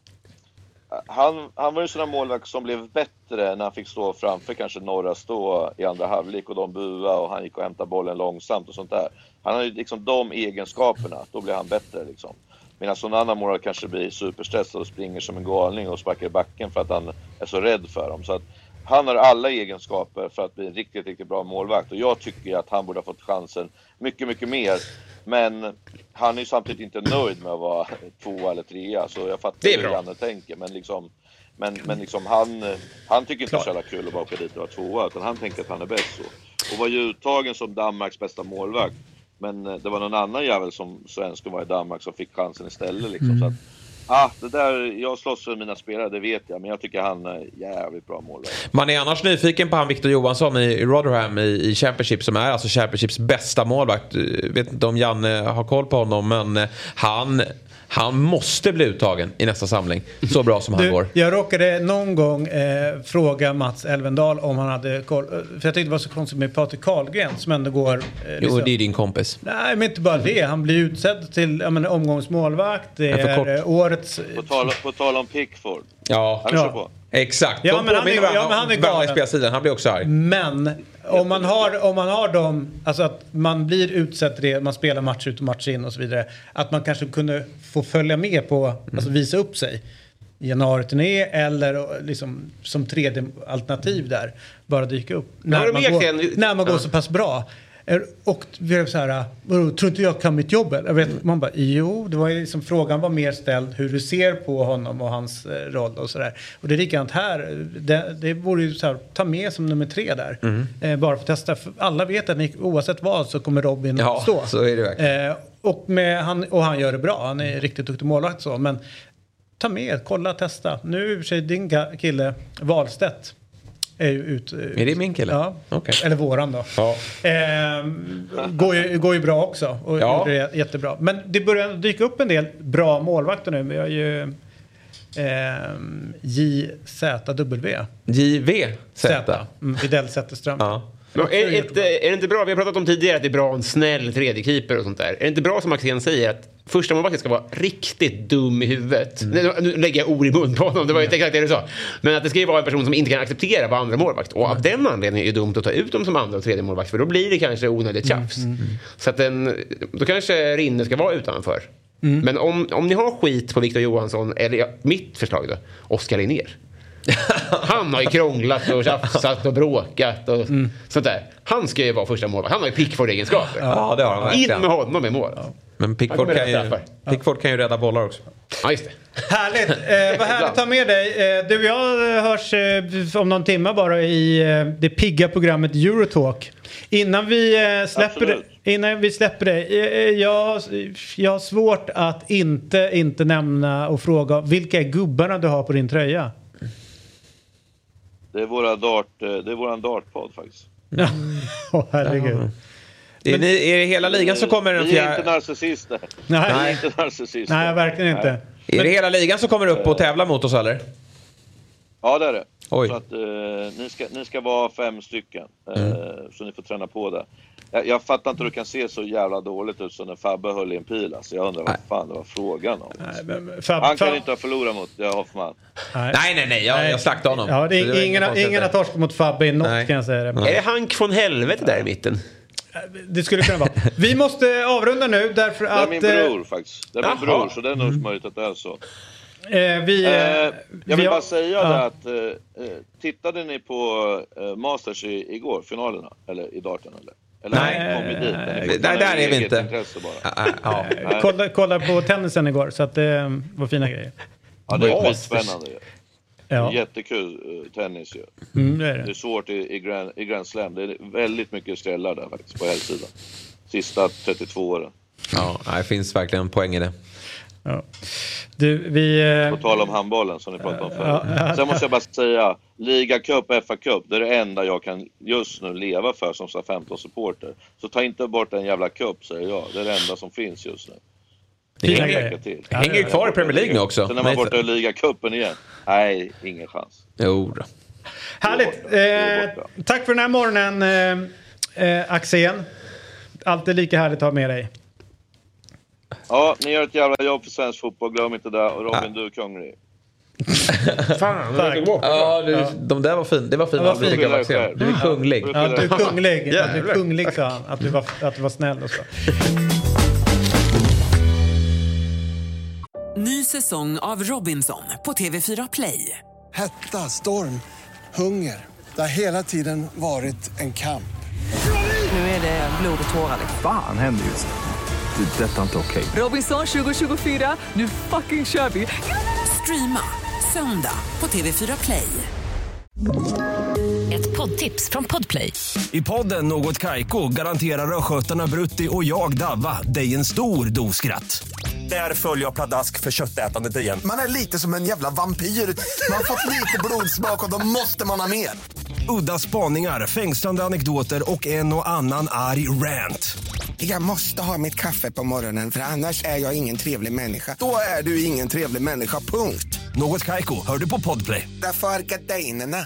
Han, han var ju sådana målvakt som blev bättre när han fick stå framför kanske norra stå i andra halvlek och de bua och han gick och hämtade bollen långsamt och sånt där. Han har ju liksom de egenskaperna, då blir han bättre liksom. Medan sån annan målvakt kanske blir superstressad och springer som en galning och sparkar i backen för att han är så rädd för dem. Så att han har alla egenskaper för att bli en riktigt, riktigt bra målvakt. Och jag tycker att han borde ha fått chansen mycket, mycket mer. Men han är ju samtidigt inte nöjd med att vara två eller trea. Så jag fattar hur Janne tänker. Men, liksom, men, men liksom han, han tycker inte det är så jävla kul att bara åka dit och vara tvåa. Utan han tänker att han är bäst så. Och var ju uttagen som Danmarks bästa målvakt. Men det var någon annan jävel som svensken var i Danmark som fick chansen istället. Liksom. Mm. Så att, ah, det där, jag slåss för mina spelare, det vet jag. Men jag tycker han är jävligt bra målvakt. Man är annars nyfiken på han Victor Johansson i Rotherham i, i Championship, som är alltså Championships bästa målvakt. Jag vet inte om Janne har koll på honom, men han... Han måste bli uttagen i nästa samling. Så bra som han du, går. Jag råkade någon gång eh, fråga Mats Elvendal om han hade koll. För jag tyckte det var så konstigt med Patrik Karlgren som ändå går... Eh, liksom. Jo, det är din kompis. Nej, men inte bara det. Han blir utsedd till jag menar, omgångsmålvakt. Det är, är årets... På tal, på tal om Pickford. Ja. Han ja. På. Exakt. Ja, men han är, ja, men han är galen. Han blir också arg. Men... Om man har om man har dem, alltså att man blir utsett till det, man spelar match ut och match in och så vidare, att man kanske kunde få följa med på, mm. alltså visa upp sig i januari-turné eller liksom som tredje alternativ där, bara dyka upp när man, går, när man går så pass bra. Och vi är så här, tror inte jag kan mitt jobb? Jag vet, mm. Man bara, jo, det var liksom, frågan var mer ställd hur du ser på honom och hans eh, roll och sådär. Och det är likadant här, det, det borde ju så här, ta med som nummer tre där. Mm. Eh, bara för att testa, för alla vet att ni, oavsett vad så kommer Robin ja, stå. Så är det verkligen. Eh, och, med, han, och han gör det bra, han är riktigt duktig målvakt så, men ta med, kolla, testa. Nu är i och för sig din kille Wahlstedt är ju ut, ut. Är det min kille? Ja. Okay. Eller våran då. Ja. Eh, går, ju, går ju bra också. Och ja. gjorde det jättebra. Men det börjar dyka upp en del bra målvakter nu. Vi har ju eh, J Z W. J V Z. Mm, Widell Zetterström. Ja. Men är, är, inte, är det inte bra, vi har pratat om tidigare att det är bra en snäll tredje keeper och sånt där. Är det inte bra som Axén säger att första målvakten ska vara riktigt dum i huvudet? Mm. Nu, nu lägger jag ord i mun på honom, det var ju inte exakt det du sa. Men att det ska ju vara en person som inte kan acceptera vad andra målvakt. Och av den anledningen är det dumt att ta ut dem som andra och tredje målvakt, för då blir det kanske onödigt tjafs. Mm. Mm. Så att den, då kanske Rinne ska vara utanför. Mm. Men om, om ni har skit på Victor Johansson, eller ja, mitt förslag då, Oskar Linnér. Han har ju krånglat och tjafsat och bråkat och mm. sånt där. Han ska ju vara första målvakt. Han har ju Pickford-egenskaper. Ja, det har han verkligen. In med honom i mål. Ja. Men Pickford kan, ju, Pickford kan ju rädda bollar också. Ja, just det. Härligt. Eh, vad härligt att ta med dig. Eh, du och jag hörs eh, om någon timme bara i eh, det pigga programmet Eurotalk. Innan vi eh, släpper det, innan vi släpper det. Eh, jag, jag har svårt att inte, inte nämna och fråga vilka är gubbarna du har på din tröja? Det är våra dart, det är våran dartpodd faktiskt. Ja, oh, herregud. Ja. Är, ni, är det hela ligan så kommer den fjärde... Vi är inte narcissister. Nej, vi är inte narcissister. Nej, verkligen inte. Nej. Är Men... det hela ligan som kommer upp och tävlar mot oss eller? Ja, det är det. Oj. Så att uh, ni, ska, ni ska vara fem stycken. Uh, mm. Så ni får träna på det. Jag, jag fattar inte hur du kan se så jävla dåligt ut som när Fabbe höll i en pil. Alltså jag undrar vad fan det var frågan om. Nej, men, Fab, Han kan Fab... inte ha förlorat mot ja, Hoffman. Nej, nej, nej. nej. Jag, jag slaktade honom. Ja, det är, det ingen, ingen har torskat mot Fabbe i något, kan jag säga det. Är det Hank från helvete där i mitten? Det skulle kunna vara. Vi måste avrunda nu därför att... Det är min bror faktiskt. Det är min bror, så det är nog mm. möjligt att det är så. Eh, vi, eh, jag vill vi, bara säga ja. det att eh, tittade ni på eh, Masters i, igår, finalerna? Eller i darten eller? Eller nej, kom dit, nej, där, där är vi inte. Bara. ja. kolla, kolla på tennisen igår så att det eh, var fina grejer. Ja, det är skitspännande ju. Ja. Jättekul uh, tennis ju. Mm, det, är det. det är svårt i, i, Grand, i Grand Slam. Det är väldigt mycket skrällar där faktiskt på hälsidan. Sista trettiotvå åren. Ja, det finns verkligen en poäng i det. Ja. Du, vi... Eh... På tal om handbollen som ni pratade om förut. Ja, ja, Sen måste jag bara säga, Liga Cup och F A Cup, det är det enda jag kan just nu leva för som så femton-supporter. Så ta inte bort en jävla cup, säger jag. Det är det enda som finns just nu. Det hänger, till. Det hänger ju kvar i Premier League nu också. Sen när man borta i Liga Cupen igen. Nej, ingen chans. Jo då. Härligt. Eh, tack för den här morgonen, eh, eh, Axén. Alltid lika härligt att ha med dig. Ja, ni gör ett jävla jobb för svensk fotboll. Glöm inte det. Och Robin, du är kunglig. Fan, tack. Ja, du, de där var fin. Det var fint. Det var fint. Du är kunglig. Ja, du är kunglig. Att du är kunglig, sa han. Att du var, att du var snäll och så. Ny säsong av Robinson på T V fyra Play. Hetta, storm, hunger. Det har hela tiden varit en kamp. Nu är det blod och tårar. Fan, händer just det. Det är detta inte okej. Robinson tjugo tjugofyra, nu fucking kör vi. Streama söndag på T V fyra Play. Ett poddtips från Podplay. I podden Något Kaiko garanterar röskötarna Brutti och jag Davva dig en stor doskratt. Där följer jag pladask för köttätandet igen. Man är lite som en jävla vampyr. Man har fått lite blodsmak och då måste man ha mer. Udda spaningar, fängslande anekdoter och en och annan arg rant. Jag måste ha mitt kaffe på morgonen för annars är jag ingen trevlig människa. Då är du ingen trevlig människa, punkt. Något Kaiko, hör du på Podplay. Därför är gardinerna.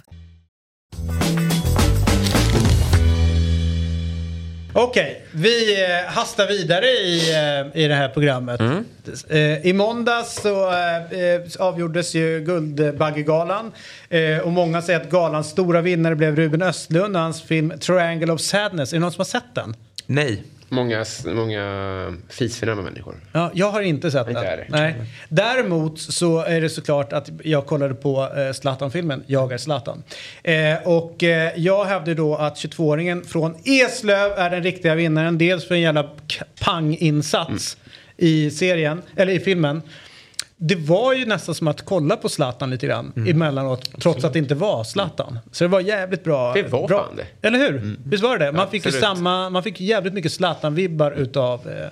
Okej, vi eh, hastar vidare i, eh, i det här programmet. Mm. Eh, I måndags så eh, avgjordes ju Guldbaggegalan. Eh, och många säger att galans stora vinnare blev Ruben Östlund och hans film Triangle of Sadness. Är det någon som har sett den? Nej. Många, många fisfina människor. Ja, jag har inte sett inte den. det. Nej. Däremot så är det såklart att jag kollade på eh, Zlatan-filmen Jag är Zlatan. Eh, och eh, jag hävdade då att tjugotvååringen från Eslöv är den riktiga vinnaren. Dels för en jävla pang-insats mm. i serien, eller i filmen. Det var ju nästan som att kolla på Zlatan lite grann mm. emellanåt, trots att det inte var Zlatan. Så det var jävligt bra. Det var bra. fan det. Eller hur? Mm. Visst var det det? Man ja, fick ju samma, man fick jävligt mycket Zlatan-vibbar utav eh,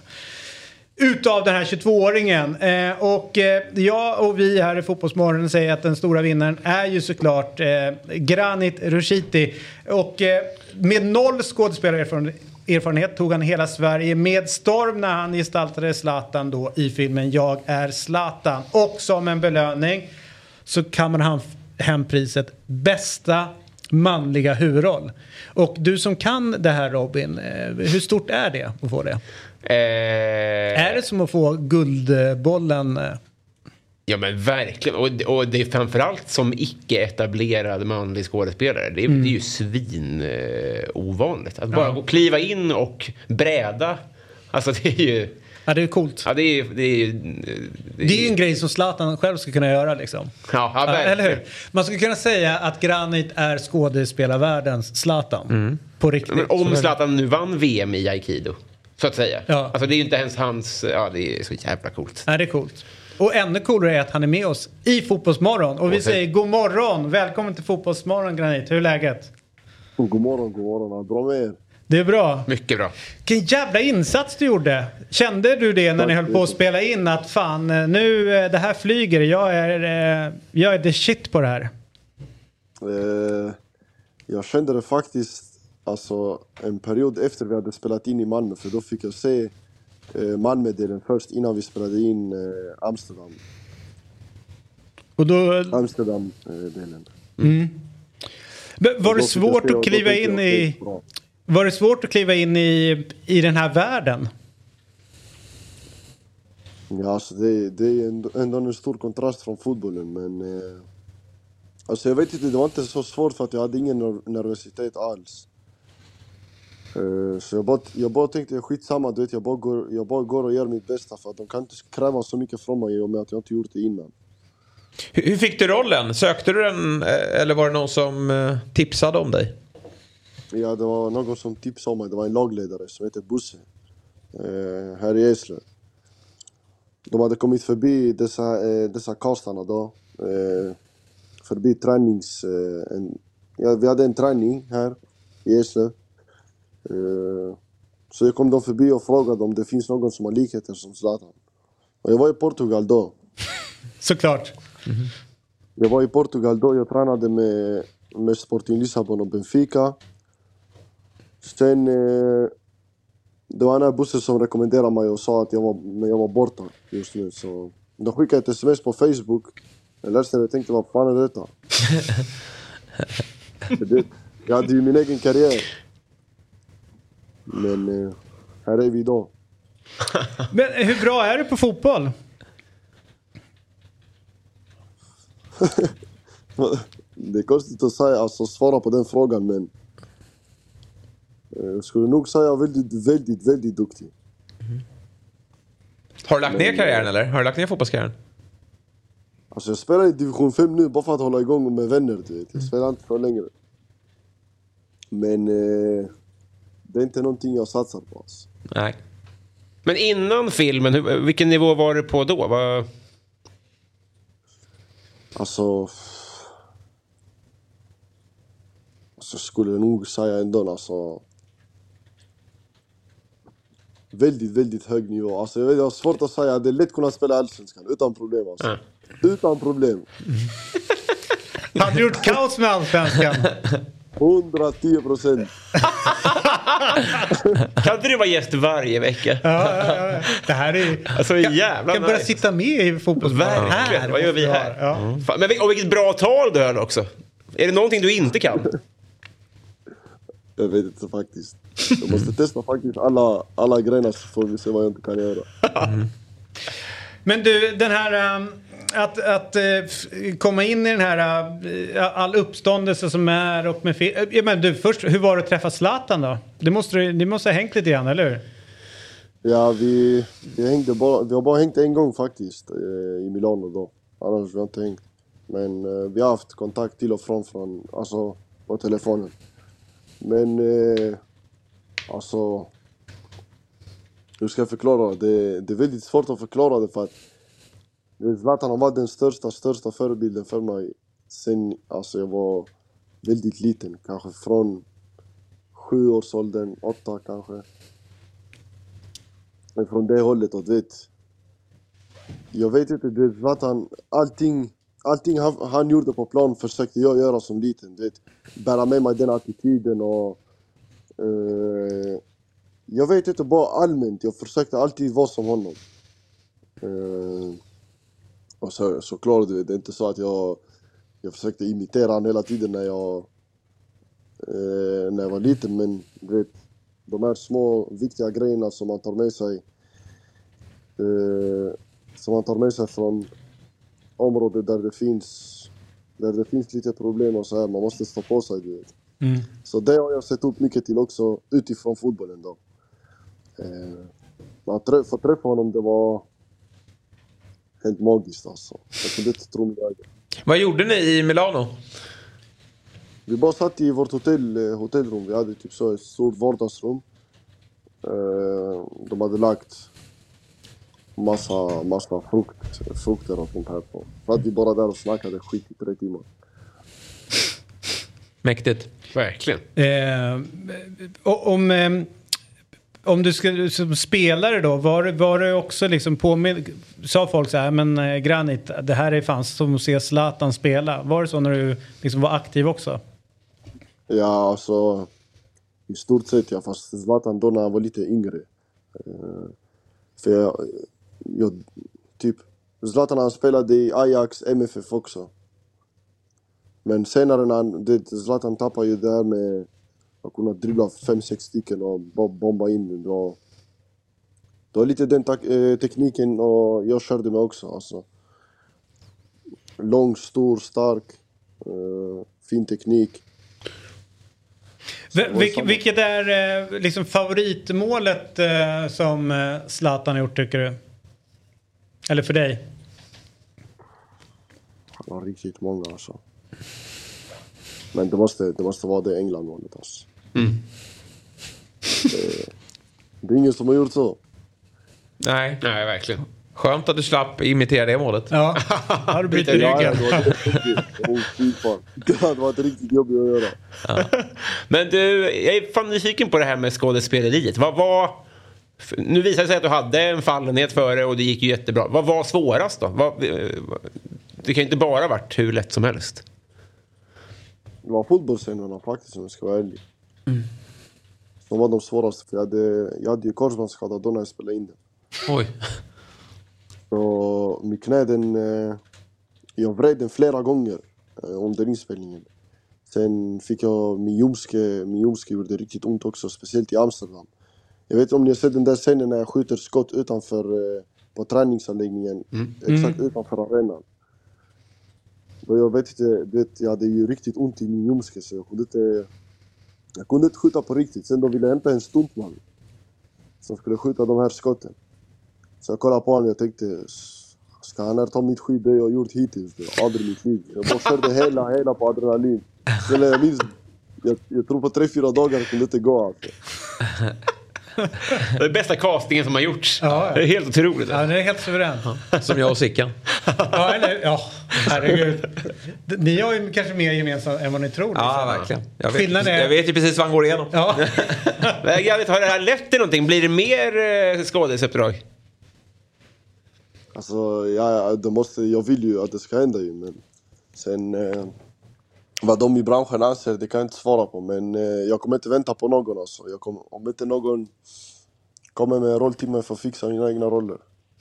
utav den här tjugotvååringen. Eh, och eh, jag och vi här i Fotbollsmorgon säger att den stora vinnaren är ju såklart eh, Granit Rushiti. Och eh, med noll skådespelarerfarenhet erfarenhet tog han hela Sverige med storm när han gestaltade Zlatan då i filmen Jag är Zlatan. Och som en belöning så kan man ha hem priset bästa manliga huvudroll. Och du som kan det här, Robin, hur stort är det att få det? Eh... Är det som att få guldbollen? Ja men verkligen, och, och det är framförallt som icke-etablerad manlig skådespelare. Det är, mm. det är ju svin eh, ovanligt. Att bara ja. gå kliva in och bräda. Alltså det är ju... Ja, det är coolt. Ja, det är, det är, det är, det är ju en grej som Zlatan själv ska kunna göra liksom. Ja, ja, ja eller hur? Man skulle kunna säga att Granit är skådespelarvärldens Zlatan. Mm. På riktigt. Men om Zlatan nu vann V M i Aikido, så att säga. Ja. Alltså det är ju inte ens hans... Ja, det är så jävla coolt. Ja, det är coolt. Och ännu coolare är att han är med oss i Fotbollsmorgon. Och vi och säger god morgon. Välkommen till Fotbollsmorgon, Granit. Hur är läget? God morgon, god morgon. Bra med er. Det är bra. Mycket bra. Vilken jävla insats du gjorde. Kände du det när Tack ni höll på att spela in? Att fan, nu det här flyger. Jag är, jag är the shit på det här. Eh, jag kände det faktiskt alltså, en period efter vi hade spelat in i Malmö. För då fick jag se Malmö-delen först innan vi spelade in eh, Amsterdam. Och då... Amsterdam-delen. Mm. Var det svårt att kliva in i... Var det svårt att kliva in i, i den här världen? Ja, alltså det, det är ändå, ändå en stor kontrast från fotbollen. Men eh, alltså jag vet inte, det var inte så svårt för att jag hade ingen nervositet alls. Så jag bara, jag bara tänkte, skitsamma, du vet, jag bara, går, jag bara går och gör mitt bästa för att de kan inte kräva så mycket från mig om att jag inte gjort det innan. Hur, hur fick du rollen? Sökte du den eller var det någon som tipsade om dig? Ja, det var någon som tipsade om mig. Det var en lagledare som heter Busse här i Eslöv. De hade kommit förbi dessa, dessa kastarna då. Förbi tränings... En, ja, vi hade en träning här i Eslöv. Uh, så jag kom de förbi och frågade om det finns någon som har likheter som Zlatan. Och jag var i Portugal då. Såklart. Mm-hmm. Jag var i Portugal då. Jag tränade med, med Sporting Lissabon och Benfica. Sen... Eh, det var en här bussen som rekommenderade mig och sa att jag var, men jag var borta just nu. Så då skickade jag ett sms på Facebook. Jag läste det och tänkte, vad fan är detta? det, jag hade ju min egen karriär. Men eh, här är vi idag. Men hur bra är du på fotboll? Det är konstigt att säga, alltså svara på den frågan, men jag skulle nog säga väldigt, väldigt, väldigt duktig. Mm. Har du lagt ner karriären eller? Har du lagt ner fotbollskarriären? Alltså jag spelar i division fem nu bara för att hålla igång med vänner, du vet. Jag spelar inte för längre. Men eh, det är inte någonting jag satsar på. Alltså. Nej. Men innan filmen, hur, vilken nivå var du på då? Var... Alltså... Alltså skulle jag nog säga ändå, alltså... Väldigt, väldigt hög nivå. Alltså jag, vet, jag har svårt att säga. Det är lätt kunna spela allsvenskan utan problem. Alltså. Mm. Utan problem. Hade du gjort kaos med allsvenskan? hundratio procent. Kan inte du vara gäst varje vecka? Ja, ja, ja. Det här är... Alltså, kan, jävla kan börja nice. Sitta med i fotbollsplanen. Verkligen. Vad gör vi här? Ja. Mm. Men, och vilket bra tal du höll också. Är det någonting du inte kan? Jag vet inte faktiskt. Jag måste testa faktiskt alla, alla grejer, så får vi se vad jag inte kan göra. Mm. Men du, den här... Um, att att uh, komma in i den här uh, all uppståndelse som är och med... Uh, ja, men du, först, hur var det att träffa Zlatan då? Det måste, det måste ha hängt lite grann, eller hur? Ja, vi, vi, hängde bara, vi har bara hängt en gång faktiskt eh, i Milano då. Annars har vi inte hängt. Men eh, vi har haft kontakt till och från, från alltså, på telefonen. Men eh, alltså, hur ska jag förklara det? Det är väldigt svårt att förklara det, för att Zlatan har varit den största, största förebilden för mig sen alltså, jag var väldigt liten. Kanske från sju års åldern, åtta kanske. Men från det hållet, och vet, jag vet inte, det Zlatan, allting, allting han, han gjorde på plan försökte jag göra som liten, vet, bära med mig den attityden och eh, jag vet inte, bara allmänt, jag försökte alltid vara som honom. Eh, och så, så klart, du vet, det är inte så att jag, jag försökte imitera han hela tiden när jag, eh, när jag var liten, men du vet, de här små viktiga grejerna som man tar med sig eh, som man tar med sig från områden där det finns där det finns lite problem och så här, man måste stå på sig, du vet. Mm. Så det har jag sett upp mycket till också utifrån fotbollen då. Eh, att träffa, träffa honom, det var helt magiskt alltså. Jag kunde inte tro mig. Vad gjorde ni i Milano? Vi bara satt i vårt hotell, hotellrum. Vi hade typ så ett stort vardagsrum. De hade lagt massa, massa frukt, frukter och sånt här på. Så att vi bara där och snackade skit i tre timmar. Mäktigt. Verkligen. Eh, om, eh, om du ska som spelare då, var, var det också liksom på med, sa folk så här, men eh, Granit, det här är fan som att se Zlatan spela. Var det så när du liksom var aktiv också? Ja, alltså i stort sett, ja, fast Zlatan då när han var lite yngre. Uh, för jag, jag, typ, Zlatan han spelade i Ajax, M F F också. Men senare när han, det, Zlatan tappade ju det här med att kunna dribbla fem, sex stycken och bomba in. Då, då är lite den te- tekniken och jag körde med också. Alltså. Lång, stor, stark, uh, fin teknik. Vil- vilket är eh, liksom favoritmålet eh, som eh, Zlatan har gjort, tycker du? Eller för dig? Han har riktigt många alltså. Men det måste, det måste vara det England-målet alltså. Mm. Det, det är ingen som har gjort så. Nej, nej verkligen. Skönt att du slapp imitera det målet. Ja, har du bryter ryggen. Det hade varit riktigt jobbigt att göra. Ja. Men du, jag är fan nyfiken på det här med skådespeleriet. Vad var... Nu visade det sig att du hade en fallenhet för det och det gick ju jättebra. Vad var svårast då? Vad, det kan ju inte bara varit hur lätt som helst. Det var fotbollsscenerna faktiskt, om jag ska vara ärlig. Mm. De var de svåraste, för jag hade, jag hade ju korsbandsskada då när jag spelade in det. Oj. Så min knä, den, jag vred den flera gånger under inspelningen. Sen fick jag min ljumske, min ljumske gjorde riktigt ont också, speciellt i Amsterdam. Jag vet inte om ni har sett den där scenen när jag skjuter skott utanför, på träningsanläggningen, mm. exakt mm. utanför arenan. Då jag vet inte, vet, jag hade ju riktigt ont i min ljumske, så jag kunde inte, jag kunde inte skjuta på riktigt. Sen då ville jag hämta en stuntman som skulle skjuta de här skotten. Så jag kollade på honom och jag tänkte, ska han här ta mitt skit det jag har gjort hittills? Aldrig mitt liv. Jag bara körde hela, hela på adrenalin. Sen jag minns, jag, jag tror på tre, fyra dagar kunde inte gå alltså. Det är bästa castingen som har gjorts. Ja, ja. Det är helt otroligt. Ja, det är helt suveränt. Som jag och Sickan. Ja, eller, ja, herregud. Ni har ju kanske mer gemensamt än vad ni tror. Liksom. Ja, verkligen. Jag vet, är... jag vet ju precis vad han går igenom. Ja. Jag vet, har det här lett till någonting? Blir det mer skådespelaruppdrag? Alltså, ja, det måste, jag vill ju att det ska hända ju, men sen eh, vad de i branschen anser, det kan jag inte svara på, men eh, jag kommer inte vänta på någon alltså. Jag kommer, om inte någon kommer med rollteamen för att fixa mina egna roller.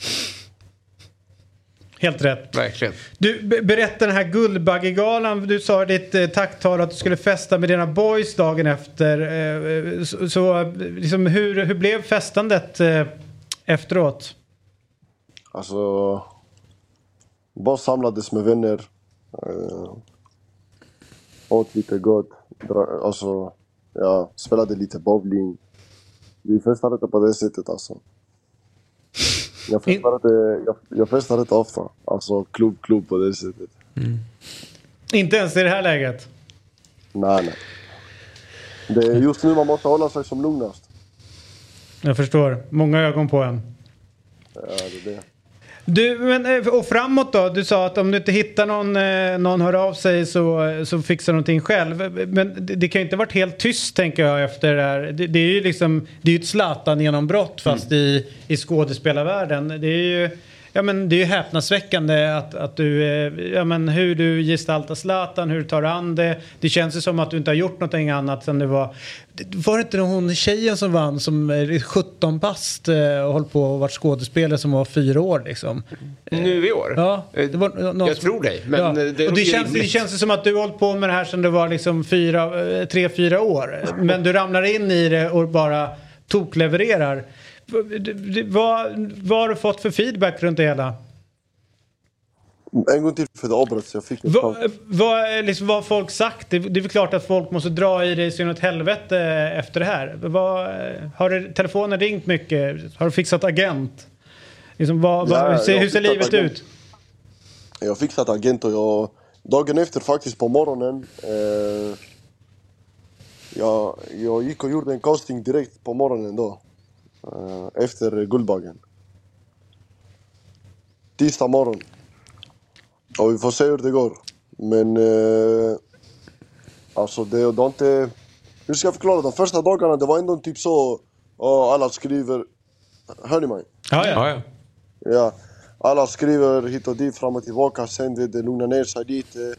Helt rätt. Verkligen. Du, be- berätta den här Guldbaggegalan. Du sa i ditt eh, tacktal att du skulle festa med dina boys dagen efter. Eh, så så liksom, hur, hur blev festandet eh, efteråt? Alltså, bara samlades med vänner. Uh, åt lite gott. Dra- alltså, ja, spelade lite bowling. Vi festade inte på det sättet alltså. Jag festar inte, jag, jag festar inte ofta. Alltså klubb, klubb på det sättet. Mm. Inte ens i det här läget? Nej, nej. Det är just nu man måste hålla sig som lugnast. Jag förstår. Många ögon på en. Ja, det är det. Du, men, och framåt då? Du sa att om du inte hittar någon, någon hör av sig så, så fixar någonting själv. Men det, det kan ju inte ha varit helt tyst, tänker jag, efter det här. Det, det är ju liksom, det är ju ett Zlatan-genombrott fast mm. i, i skådespelarvärlden. Det är ju, ja, men det är ju häpnadsväckande att, att du, ja, men hur du gestaltar Zlatan, hur du tar an det. Det känns ju som att du inte har gjort någonting annat sen det var... Var det inte hon tjejen som vann som är sjutton bast och höll på och varit skådespelare som var fyra år liksom? Nu i år? Ja. Det var något... Jag tror dig. Men ja. det, och det, känns, det känns som att du har hållit på med det här sedan det var liksom fyra, tre, fyra år. Men du ramlar in i det och bara toklevererar. Vad, vad har du fått för feedback runt det hela? En gång till för det avbröts. Jag fick vad, vad, liksom, vad har folk sagt? Det, det är väl klart att folk måste dra i dig så något helvete efter det här. Vad, har du, telefonen ringt mycket? Har du fixat agent? Liksom, vad, ja, vad, hur ser livet agent. ut? Jag har fixat agent och jag... Dagen efter faktiskt på morgonen... Eh, jag, jag gick och gjorde en casting direkt på morgonen då. Eh, efter Guldbaggen. Tisdag morgon. Och vi får se hur det går. Men... Eh, alltså det är inte... Hur ska jag förklara? De första dagarna det var ändå typ så... Oh, alla skriver... Hör ni mig? Ja, ja. ja. Ja. Alla skriver hit och dit, fram och tillbaka. Sen det, det lugnar ner sig lite.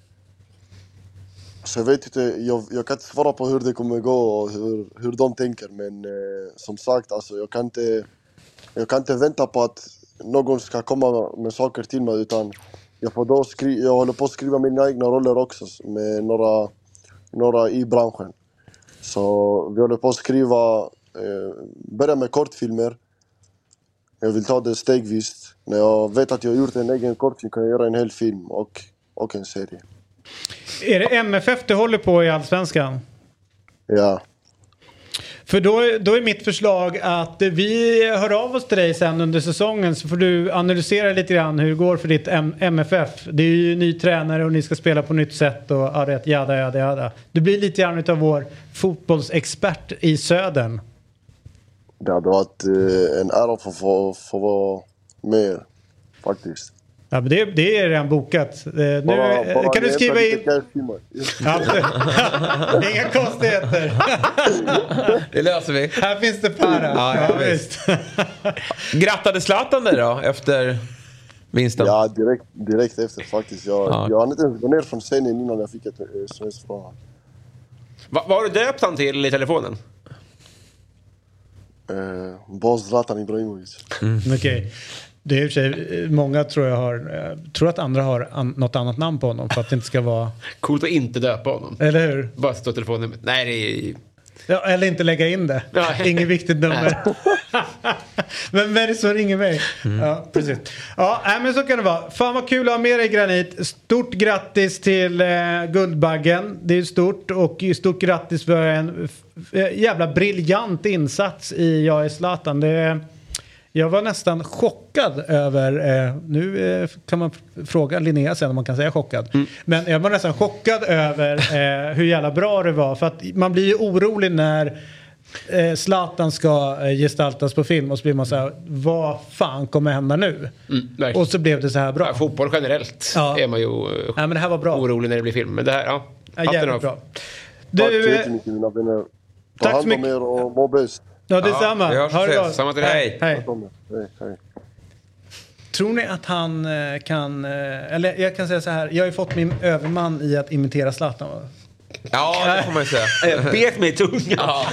Så jag vet inte, jag, jag kan inte svara på hur det kommer gå och hur, hur de tänker. Men eh, som sagt, alltså, jag, kan inte, jag kan inte vänta på att någon ska komma med saker till mig. Utan jag, får då skri- jag håller på att skriva mina egna roller också med några, några i branschen. Så vi håller på att skriva, eh, börja med kortfilmer. Jag vill ta det stegvis. När jag vet att jag har gjort en egen kortfilm kan jag göra en hel film och, och en serie. Är det M F F du håller på i Allsvenskan? Ja. För då, då är mitt förslag att vi hör av oss till dig sen under säsongen så får du analysera lite grann hur det går för ditt M- MFF. Det är ju ny tränare och ni ska spela på nytt sätt och ja, rätt, jada, jada, jada. Du blir lite grann av vår fotbollsexpert i södern. Det hade varit eh, en ära för att få, få vara med faktiskt. Ja, men det, det är redan bokat. Eh, nu, bara, bara kan du skriva in... Ja. Inga konstigheter. Det löser vi. Här finns det para. Ja, ja, visst. Grattade Zlatan dig då efter vinsten? Ja, direkt, direkt efter faktiskt. Jag, ja. jag hann inte ens gå ner från scenen innan jag fick ett sms från honom. Va, vad har du döpt han till i telefonen? Eh, Boss Zlatan Ibrahimovic. Mm. Okej. Okay. Det är i och för sig, många tror jag har, tror att andra har an, något annat namn på honom för att det inte ska vara... Coolt att inte döpa honom. Eller hur? Bara stå telefonen. Nej, det är... Ja, eller inte lägga in det. Inget viktigt nummer. Men vem är det som ringer mig? Mm. Ja, precis. Ja, äh, men så kan det vara. Fan vad kul att ha med dig, Granit. Stort grattis till eh, Guldbaggen. Det är stort. Och stort grattis för en f- jävla briljant insats i Jag är Zlatan. Det är... Jag var nästan chockad över, eh, nu eh, kan man fråga Linnea sen om man kan säga chockad. Mm. Men jag var nästan chockad över eh, hur jävla bra det var. För att man blir ju orolig när eh, Zlatan ska eh, gestaltas på film. Och så blir man så här, vad fan kommer hända nu? Mm, och så blev det så här bra. Ja, fotboll generellt ja. är man ju uh, ja, men det här var bra. orolig när det blir film. Men det här, ja. ja jävligt bra. Du, tack så jättemycket mina vänner. Ta tack hand om er och må bäst. Ja, detsamma. Ja, ha det bra. Samma till dig. Hej. Hej. Hej. Tror ni att han kan... Eller jag kan säga så här. Jag har ju fått min överman i att imitera Zlatan. Ja, det får man ju säga. Jag bet mig i tungan. Ja.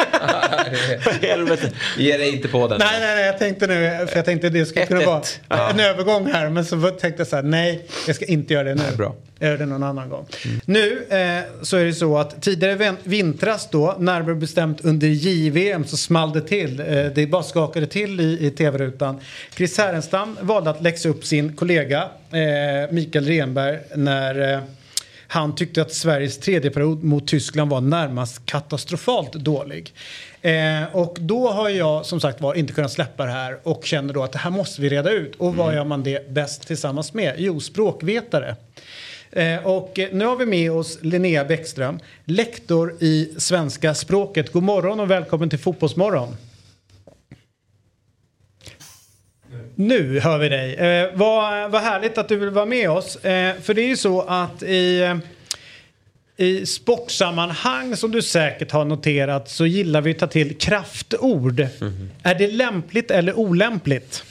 Ge dig inte på den. Nej, nej, nej. Jag tänkte nu... För jag tänkte det skulle kunna vara ja. en övergång här. Men så tänkte jag så här. Nej, jag ska inte göra det nu. Nej, bra. Jag gör det någon annan gång. Mm. Nu eh, så är det så att tidigare vintras då, närmare bestämt under J V M, så small det till. Eh, det bara skakade till i, i tv-rutan. Chris Härenstam valde att läxa upp sin kollega eh, Mikael Renberg när eh, han tyckte att Sveriges tredje period mot Tyskland var närmast katastrofalt dålig. Eh, och då har jag som sagt var inte kunnat släppa det här och känner då att det här måste vi reda ut. Och vad mm. gör man det bäst tillsammans med? Jo, språkvetare. Eh, och nu har vi med oss Linnea Bäckström, lektor i svenska språket. God morgon och välkommen till Fotbollsmorgon. Nu hör vi dig. Eh, vad, vad härligt att du vill vara med oss. Eh, för det är ju så att i, i sportsammanhang, som du säkert har noterat, så gillar vi att ta till kraftord. Mm-hmm. Är det lämpligt eller olämpligt?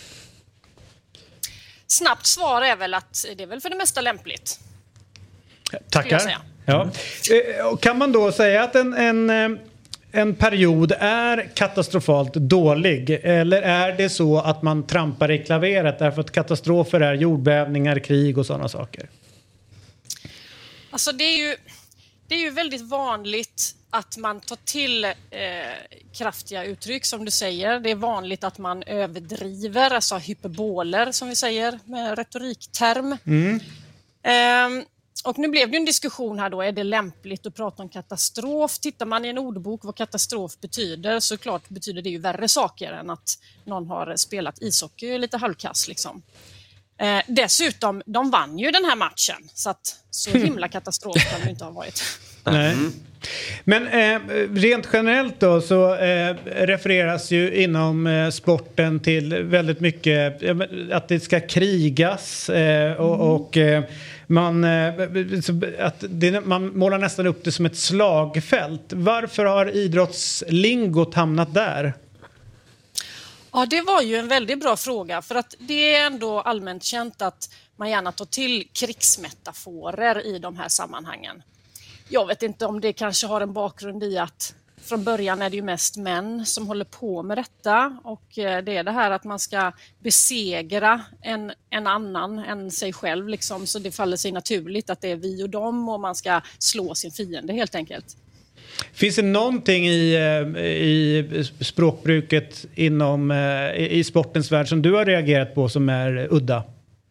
Snabbt svar är väl att det är väl för det mesta lämpligt. Tackar. Ja. Kan man då säga att en, en, en period är katastrofalt dålig? Eller är det så att man trampar i klaveret därför att katastrofer är jordbävningar, krig och sådana saker? Alltså det är ju, det är ju väldigt vanligt att man tar till eh, kraftiga uttryck som du säger. Det är vanligt att man överdriver, alltså hyperboler som vi säger med retorikterm. Mm. Eh, Och nu blev det en diskussion här då, är det lämpligt att prata om katastrof? Tittar man i en ordbok vad katastrof betyder, så klart betyder det ju värre saker än att någon har spelat ishockey lite halvkass liksom. Eh, dessutom, de vann ju den här matchen, så att så himla katastrof kan det inte ha varit. Nej. Men eh, rent generellt då så eh, refereras ju inom eh, sporten till väldigt mycket eh, att det ska krigas eh, och, och eh, man, eh, att det, man målar nästan upp det som ett slagfält. Varför har idrottslingot hamnat där? Ja, det var ju en väldigt bra fråga, för att det är ändå allmänt känt att man gärna tar till krigsmetaforer i de här sammanhangen. Jag vet inte om det kanske har en bakgrund i att från början är det ju mest män som håller på med detta, och det är det här att man ska besegra en, en annan än sig själv liksom, så det faller sig naturligt att det är vi och dem och man ska slå sin fiende helt enkelt. Finns det någonting i, i språkbruket inom i sportens värld som du har reagerat på som är udda?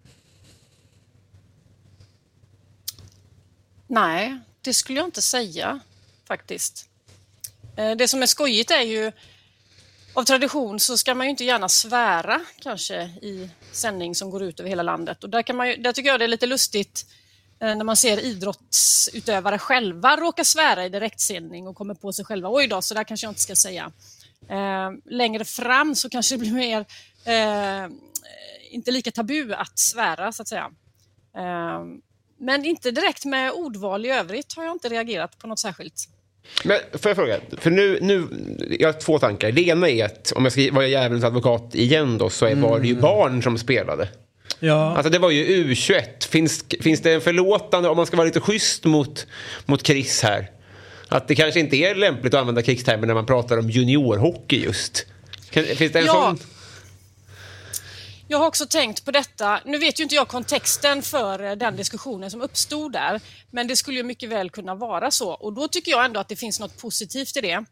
Nej, det skulle jag inte säga faktiskt. Det som är skojigt är ju, av tradition så ska man ju inte gärna svära kanske i sändning som går ut över hela landet. Och där, kan man ju, där tycker jag det är lite lustigt när man ser idrottsutövare själva råka svära i direktsändning och kommer på sig själva. Oj då, så där kanske jag inte ska säga. Eh, längre fram så kanske det blir mer... Eh, inte lika tabu att svära så att säga. Eh, men inte direkt med ordval i övrigt har jag inte reagerat på något särskilt. Men får jag fråga, för nu, nu jag har två tankar. Det ena är att om jag ska vara djävulens advokat igen då, så är, var det ju barn som spelade. Ja. Alltså det var ju U tjugoett. Finns, finns det en förlåtande, om man ska vara lite schysst mot, mot Chris här, att det kanske inte är lämpligt att använda krigstermer när man pratar om juniorhockey just? Finns det en ja. sån? Jag har också tänkt på detta. Nu vet ju inte jag kontexten för den diskussionen som uppstod där. Men det skulle ju mycket väl kunna vara så. Och då tycker jag ändå att det finns något positivt i det.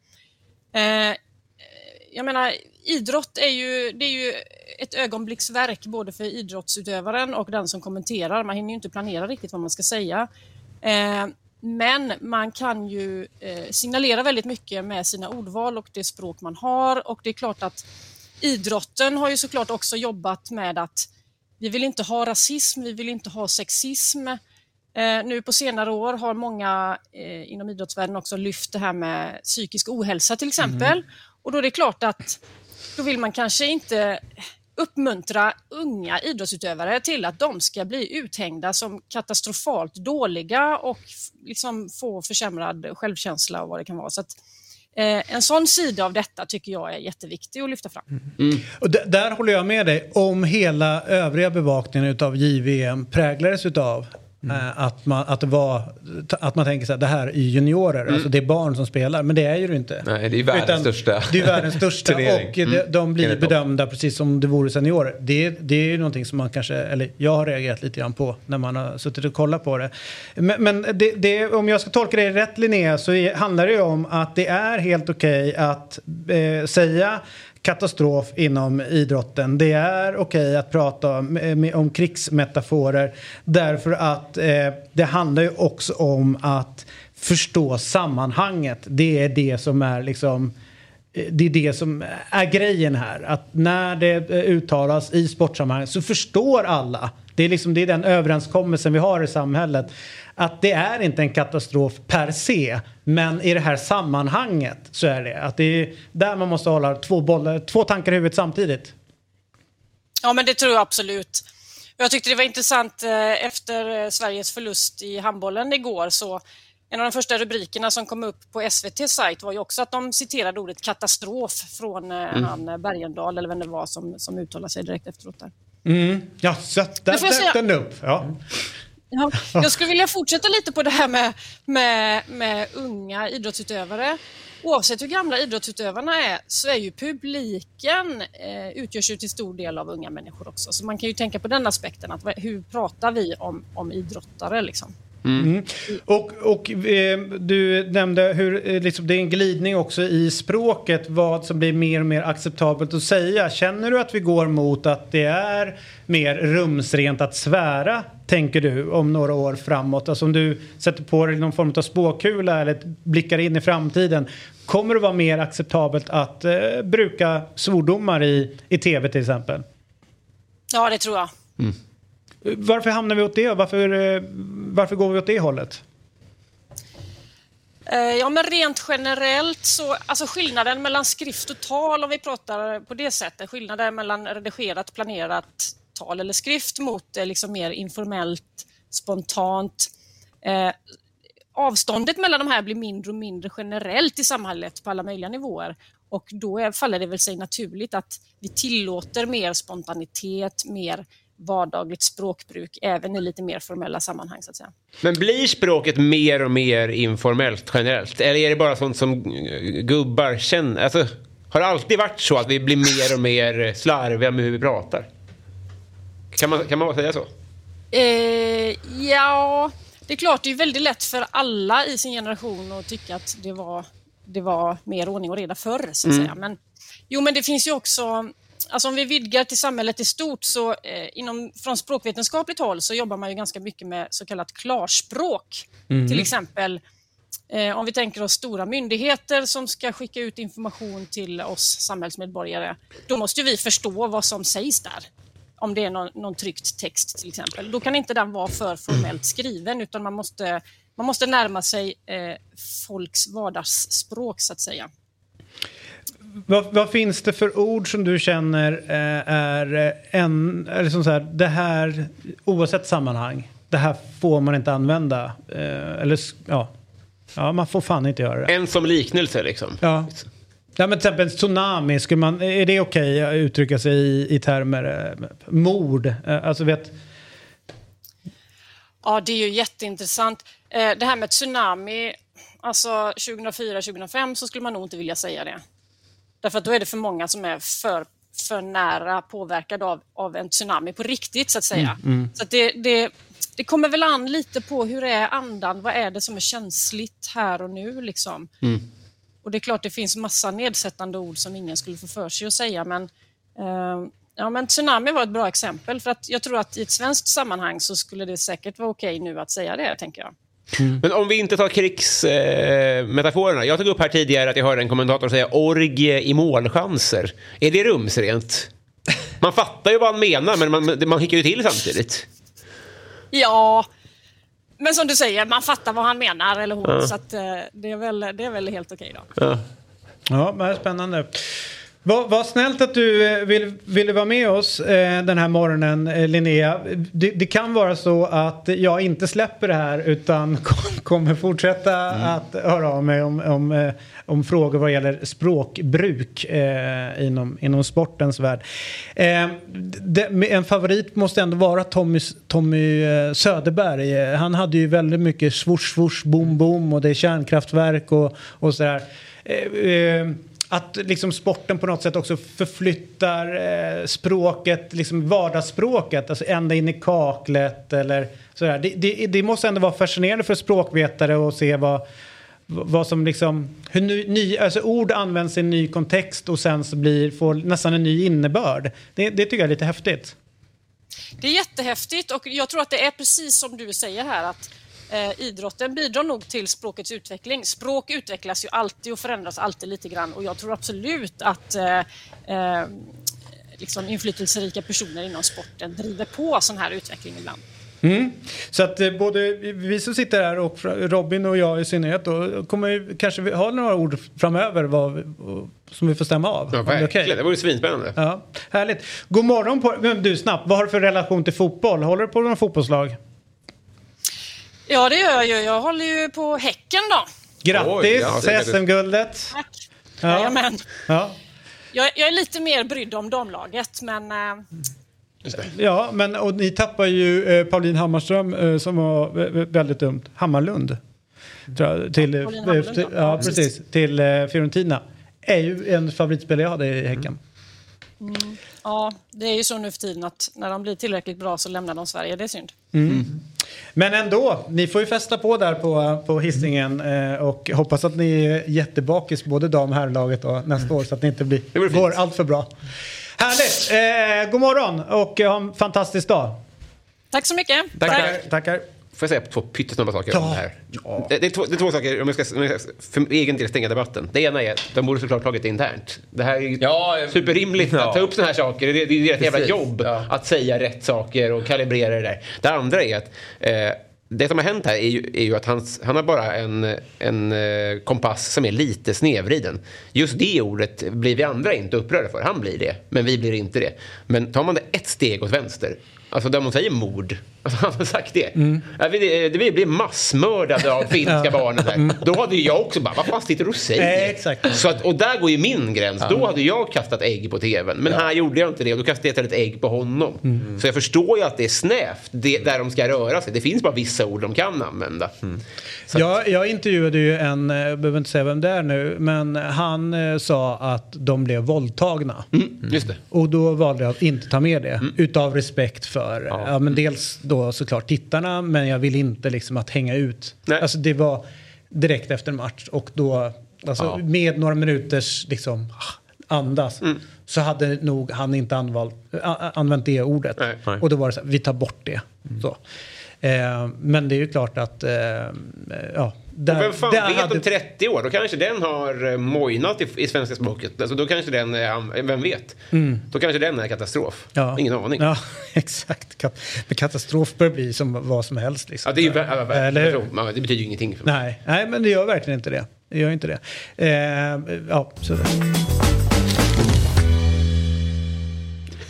Eh, jag menar, idrott är ju, det är ju ett ögonblicksverk både för idrottsutövaren och den som kommenterar. Man hinner ju inte planera riktigt vad man ska säga. Eh, men man kan ju eh, signalera väldigt mycket med sina ordval och det språk man har. Och det är klart att idrotten har ju såklart också jobbat med att vi vill inte ha rasism, vi vill inte ha sexism. Eh, nu på senare år har många eh, inom idrottsvärlden också lyft det här med psykisk ohälsa till exempel. Mm. Och då är det klart att då vill man kanske inte uppmuntra unga idrottsutövare till att de ska bli uthängda som katastrofalt dåliga och liksom få försämrad självkänsla och vad det kan vara. Så att Eh, en sån sida av detta tycker jag är jätteviktig att lyfta fram. Mm. Och d- där håller jag med dig om hela övriga bevakningen utav J V M präglades utav mm. eh, att, man, att, det var, att man tänker så här, det här är juniorer, mm. alltså det är barn som spelar, men det är ju inte. Nej, det är världens Utan, största. Det är världens största och mm. de, de blir bedömda precis som det vore seniorer. Det, det är ju någonting som man kanske, eller jag har reagerat lite grann på när man har suttit och kollat på det. Men, men det, det, om jag ska tolka det rätt, Linnea, så är, handlar det ju om att det är helt okej att eh, säga katastrof inom idrotten. Det är okej att prata om, om krigsmetaforer därför att eh, det handlar ju också om att förstå sammanhanget. Det är det som är liksom det är det som är grejen här, att när det uttalas i sportsammanhang så förstår alla. Det är liksom det är den överenskommelsen vi har i samhället, att det är inte en katastrof per se, men i det här sammanhanget så är det att det är där man måste hålla två bollar, två tankar i huvudet samtidigt. Ja, men det tror jag absolut. Jag tyckte det var intressant efter Sveriges förlust i handbollen igår, så en av de första rubrikerna som kom upp på S V T-sajt var ju också att de citerade ordet katastrof från mm. han Bergendahl eller vem det var som, som uttalade sig direkt efteråt där. Mm. Ja, så där den upp. Ja. Ja, jag skulle vilja fortsätta lite på det här med, med, med unga idrottsutövare. Oavsett hur gamla idrottsutövarna är så är ju publiken eh, utgörs ju till stor del av unga människor också. Så man kan ju tänka på den aspekten, att hur pratar vi om, om idrottare liksom. Mm. Mm. Och, och eh, du nämnde hur eh, liksom, det är en glidning också i språket, vad som blir mer och mer acceptabelt att säga. Känner du att vi går mot att det är mer rumsrent att svära, tänker du, om några år framåt? Alltså om du sätter på dig någon form av spåkula eller blickar in i framtiden, kommer det vara mer acceptabelt att eh, bruka svordomar i, i tv till exempel? Ja, det tror jag. Mm. Varför hamnar vi åt det? Varför, varför går vi åt det hållet? Ja, men rent generellt så, alltså skillnaden mellan skrift och tal, om vi pratar på det sättet, skillnaden mellan redigerat, planerat tal eller skrift mot liksom mer informellt, spontant. Eh, avståndet mellan de här blir mindre och mindre generellt i samhället på alla möjliga nivåer. Och då är, faller det väl sig naturligt att vi tillåter mer spontanitet, mer vardagligt språkbruk även i lite mer formella sammanhang så att säga. Men blir språket mer och mer informellt generellt? Eller är det bara sånt som gubbar känner? Alltså, har det alltid varit så att vi blir mer och mer slarviga med hur vi pratar? Kan man, kan man säga så? Eh, ja, det är klart, det är väldigt lätt för alla i sin generation att tycka att det var, det var mer ordning och reda förr så att mm. säga. Men, jo, men det finns ju också, alltså om vi vidgar till samhället i stort så eh, inom, från språkvetenskapligt håll så jobbar man ju ganska mycket med så kallat klarspråk. Mm. Till exempel eh, om vi tänker oss stora myndigheter som ska skicka ut information till oss samhällsmedborgare. Då måste vi förstå vad som sägs där. Om det är någon, någon tryckt text till exempel. Då kan inte den vara för formellt skriven utan man måste, man måste närma sig eh, folks vardagsspråk så att säga. vad, vad finns det för ord som du känner eh, är en, eller som så här, det här oavsett sammanhang, det här får man inte använda eh, eller ja, ja, man får fan inte göra det. En som liknelse liksom. Ja. Ja, men till exempel tsunami, skulle man, är det okej att uttrycka sig i, i termer eh, mord? Eh, alltså vet... Ja, det är ju jätteintressant. Eh, det här med tsunami, alltså tjugohundrafyra tjugohundrafem så skulle man nog inte vilja säga det. Därför att då är det för många som är för, för nära påverkad av, av en tsunami på riktigt så att säga. Mm, mm. Så att det, det, det kommer väl an lite på hur är andan, vad är det som är känsligt här och nu liksom. Mm. Och det är klart det finns massa nedsättande ord som ingen skulle få för sig att säga, men, eh, ja, men tsunami var ett bra exempel, för att jag tror att i ett svenskt sammanhang så skulle det säkert vara okej nu att säga det, tänker jag. Mm. Men om vi inte tar krigsmetaforerna. Eh, jag tog upp här tidigare att jag hörde en kommentator säga orgie i målchanser. Är det rumsrent? Man fattar ju vad han menar, men man, man hickar ju till samtidigt. Ja, men som du säger, man fattar vad han menar eller hon, ja. Så att, eh, det, är väl, det är väl helt okej då. Ja, ja, men det är spännande. Vad, vad snällt att du vill, ville vara med oss eh, den här morgonen, eh, Linnea. Det, det kan vara så att jag inte släpper det här utan kom, kommer fortsätta mm. att höra av mig om, om, eh, om frågor vad gäller språkbruk eh, inom, inom sportens värld. Eh, det, en favorit måste ändå vara Tommy, Tommy Söderberg. Han hade ju väldigt mycket swoosh, swoosh, boom, boom och det är kärnkraftverk och, och sådär. Eh, eh, Att liksom sporten på något sätt också förflyttar eh, språket, liksom vardagsspråket, alltså ända in i kaklet eller sådär. Det, det, det måste ändå vara fascinerande för språkvetare att se vad, vad som liksom, hur ny, ny, alltså ord används i en ny kontext och sen så blir, får nästan en ny innebörd. Det, det tycker jag är lite häftigt. Det är jättehäftigt och jag tror att det är precis som du säger här att Eh, idrotten bidrar nog till språkets utveckling. Språk utvecklas ju alltid och förändras alltid lite grann och jag tror absolut att eh, eh, liksom inflytelserika personer inom sporten driver på sån här utveckling ibland. Mm. Så att eh, både vi som sitter här och Robin och jag i synnerhet då, kommer kanske ha några ord framöver vad, som vi får stämma av. Ja, verkligen. Okay. Det vore svinspännande. Ja, härligt. God morgon på, du snabbt, vad har du för relation till fotboll? Håller du på någon fotbollslag? Ja, det gör jag ju. Jag håller ju på Häcken då. Grattis, ja, S M-guldet. Tack. Ja. Jajamän. Ja. Jag, jag är lite mer brydd om damlaget, men... Äh... Ja, men och ni tappar ju eh, Pauline Hammarström eh, som var eh, väldigt dumt. Hammarlund. Jag, till, eh, Hammarlund, till, ja, ja, precis. Till eh, Fiorentina. Är ju en favoritspelare jag hade i Häcken. Mm. Ja, det är ju så nu för tiden att när de blir tillräckligt bra så lämnar de Sverige. Det är synd. Mm. Mm. Men ändå, ni får ju festa på där på, på Hisingen eh, och hoppas att ni är jättebakis både dam- och herrlaget då, nästa år så att ni inte blir, det går allt för bra. Härligt! Eh, god morgon och ha en fantastisk dag. Tack så mycket. Tackar. Tack. Tackar. Får jag säga två pyttesnabba saker ja. om det här? Ja. Det, det, är två, det är två saker, om jag ska, om jag ska för egen del stänga debatten. Det ena är att de borde såklart tagit det internt. Det här är ja, superrimligt ja. att ta upp såna här saker. Det, det är ett jävla jobb ja. att säga rätt saker och kalibrera det där. Det andra är att eh, det som har hänt här är ju, är ju att hans, han har bara en, en eh, kompass som är lite snedvriden. Just det ordet blir vi andra inte upprörda för. Han blir det, men vi blir inte det. Men tar man det ett steg åt vänster, alltså där man säger mord, alltså han har sagt det. Mm. Det, det blir massmördade av finska ja. barnen där. Mm. Då hade ju jag också bara, vad fan sitter du och säger? Eh, exakt. Så att, och där går ju min gräns. Ja. Då hade jag kastat ägg på tvn. Men ja. här gjorde jag inte det och då kastade jag ett ägg på honom. Mm. Så jag förstår ju att det är snävt det, där de ska röra sig. Det finns bara vissa ord de kan använda. Mm. Jag, jag intervjuade ju en, jag behöver inte säga vem det är nu, men han eh, sa att de blev våldtagna. Mm. Just det. Och då valde jag att inte ta med det. Mm. Utav respekt för, ja. Ja, men dels då såklart tittarna, men jag vill inte liksom att hänga ut. Nej. Alltså det var direkt efter match och då, alltså ja. med några minuters liksom andas, mm. så hade nog han inte använt, använt det ordet. Nej. Nej. Och då var det så här, vi tar bort det. Mm. Så. Eh, men det är ju klart att eh, ja, där, vem fan vet hade... om trettio år, då kanske den har mojnat i, i svenska språket. Alltså då kanske den, vem vet? Mm. Då kanske den är katastrof. Ja. Ingen aning. Ja, exakt. Men katastrof bör bli som vad som helst. Liksom. Ja, det, är ju, Eller... tror, det betyder ju ingenting. För mig. Nej, nej, men det gör verkligen inte det. Det gör inte det. Eh, ja, så...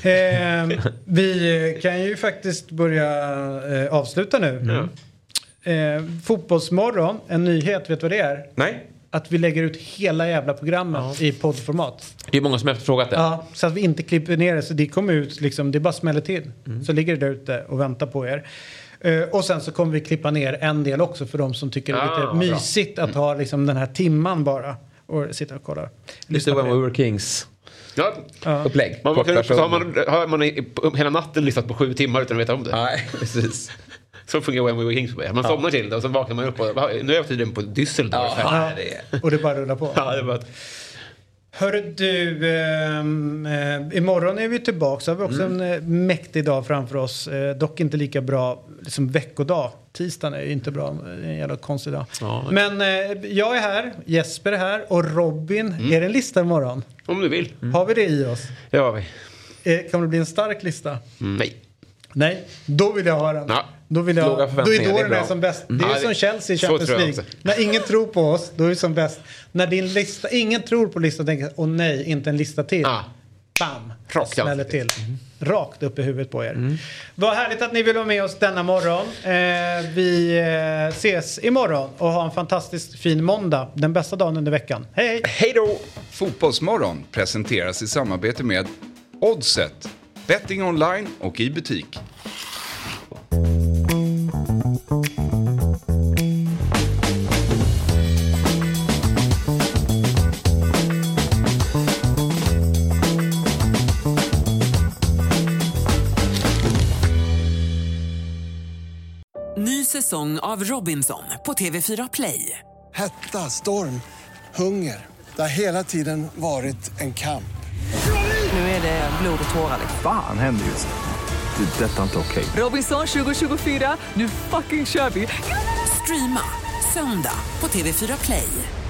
Eh, vi kan ju faktiskt börja eh, avsluta nu. Mm. Eh, fotbollsmorgon, en nyhet, vet du vad det är? Nej. Att vi lägger ut hela jävla programmet ja. i poddformat. Det är många som har efterfrågat det. Ja, så att vi inte klipper ner det. Så det kommer ut, liksom, det bara smäller till. Mm. Så ligger det där ute och väntar på er. Uh, och sen så kommer vi klippa ner en del också för de som tycker det är lite ah, mysigt att ha liksom, den här timman bara. Och sitta och kolla. Lite When We Were Kings. Ja, ja. Upplägg. Man, man, så har man, har man i, hela natten lyssnat på sju timmar utan att veta om det. Nej, precis. Så fungerar When We Were Kings. Man ja. somnar till det och så vaknar man upp och nu är jag tydligen på Düsseldorf. Ja, ja. Det och det bara rullar på. Ja, det är bara... Hörru du, eh, eh, imorgon är vi tillbaka. Så har vi också mm. en eh, mäktig dag framför oss. Eh, dock inte lika bra som veckodag. Tisdagen är ju inte bra. Det är en jävla konstig dag. Ja, men eh, jag är här, Jesper är här och Robin. Mm. Är det en lista imorgon? Om du vill. Mm. Har vi det i oss? Det har vi. Eh, kan det bli en stark lista? Mm. Nej. Nej, då vill jag ha den. Ja. Då vill jag, då är då den är som bäst. Det är ja, som Chelsea i Champions League. När ingen tror på oss, då är vi som bäst. När din lista, ingen tror på listan och tänker, åh nej, inte en lista till. Ah. Bam! Rakt smäller till. Mm. Rakt upp i huvudet på er. Mm. Vad härligt att ni vill vara med oss denna morgon. Eh, vi eh, ses imorgon och ha en fantastiskt fin måndag. Den bästa dagen under veckan. Hej, hej! Hej då! Fotbollsmorgon presenteras i samarbete med Oddset. Betting online och i butik. Ny säsong av Robinson på T V fyra Play. Hetta, storm, hunger. Det har hela tiden varit en kamp. Nu är det blod och tårar. Fan händer just det. Det är detta inte okej. Robinson tjugo tjugofyra, nu fucking kör vi. Streama söndag på T V fyra Play.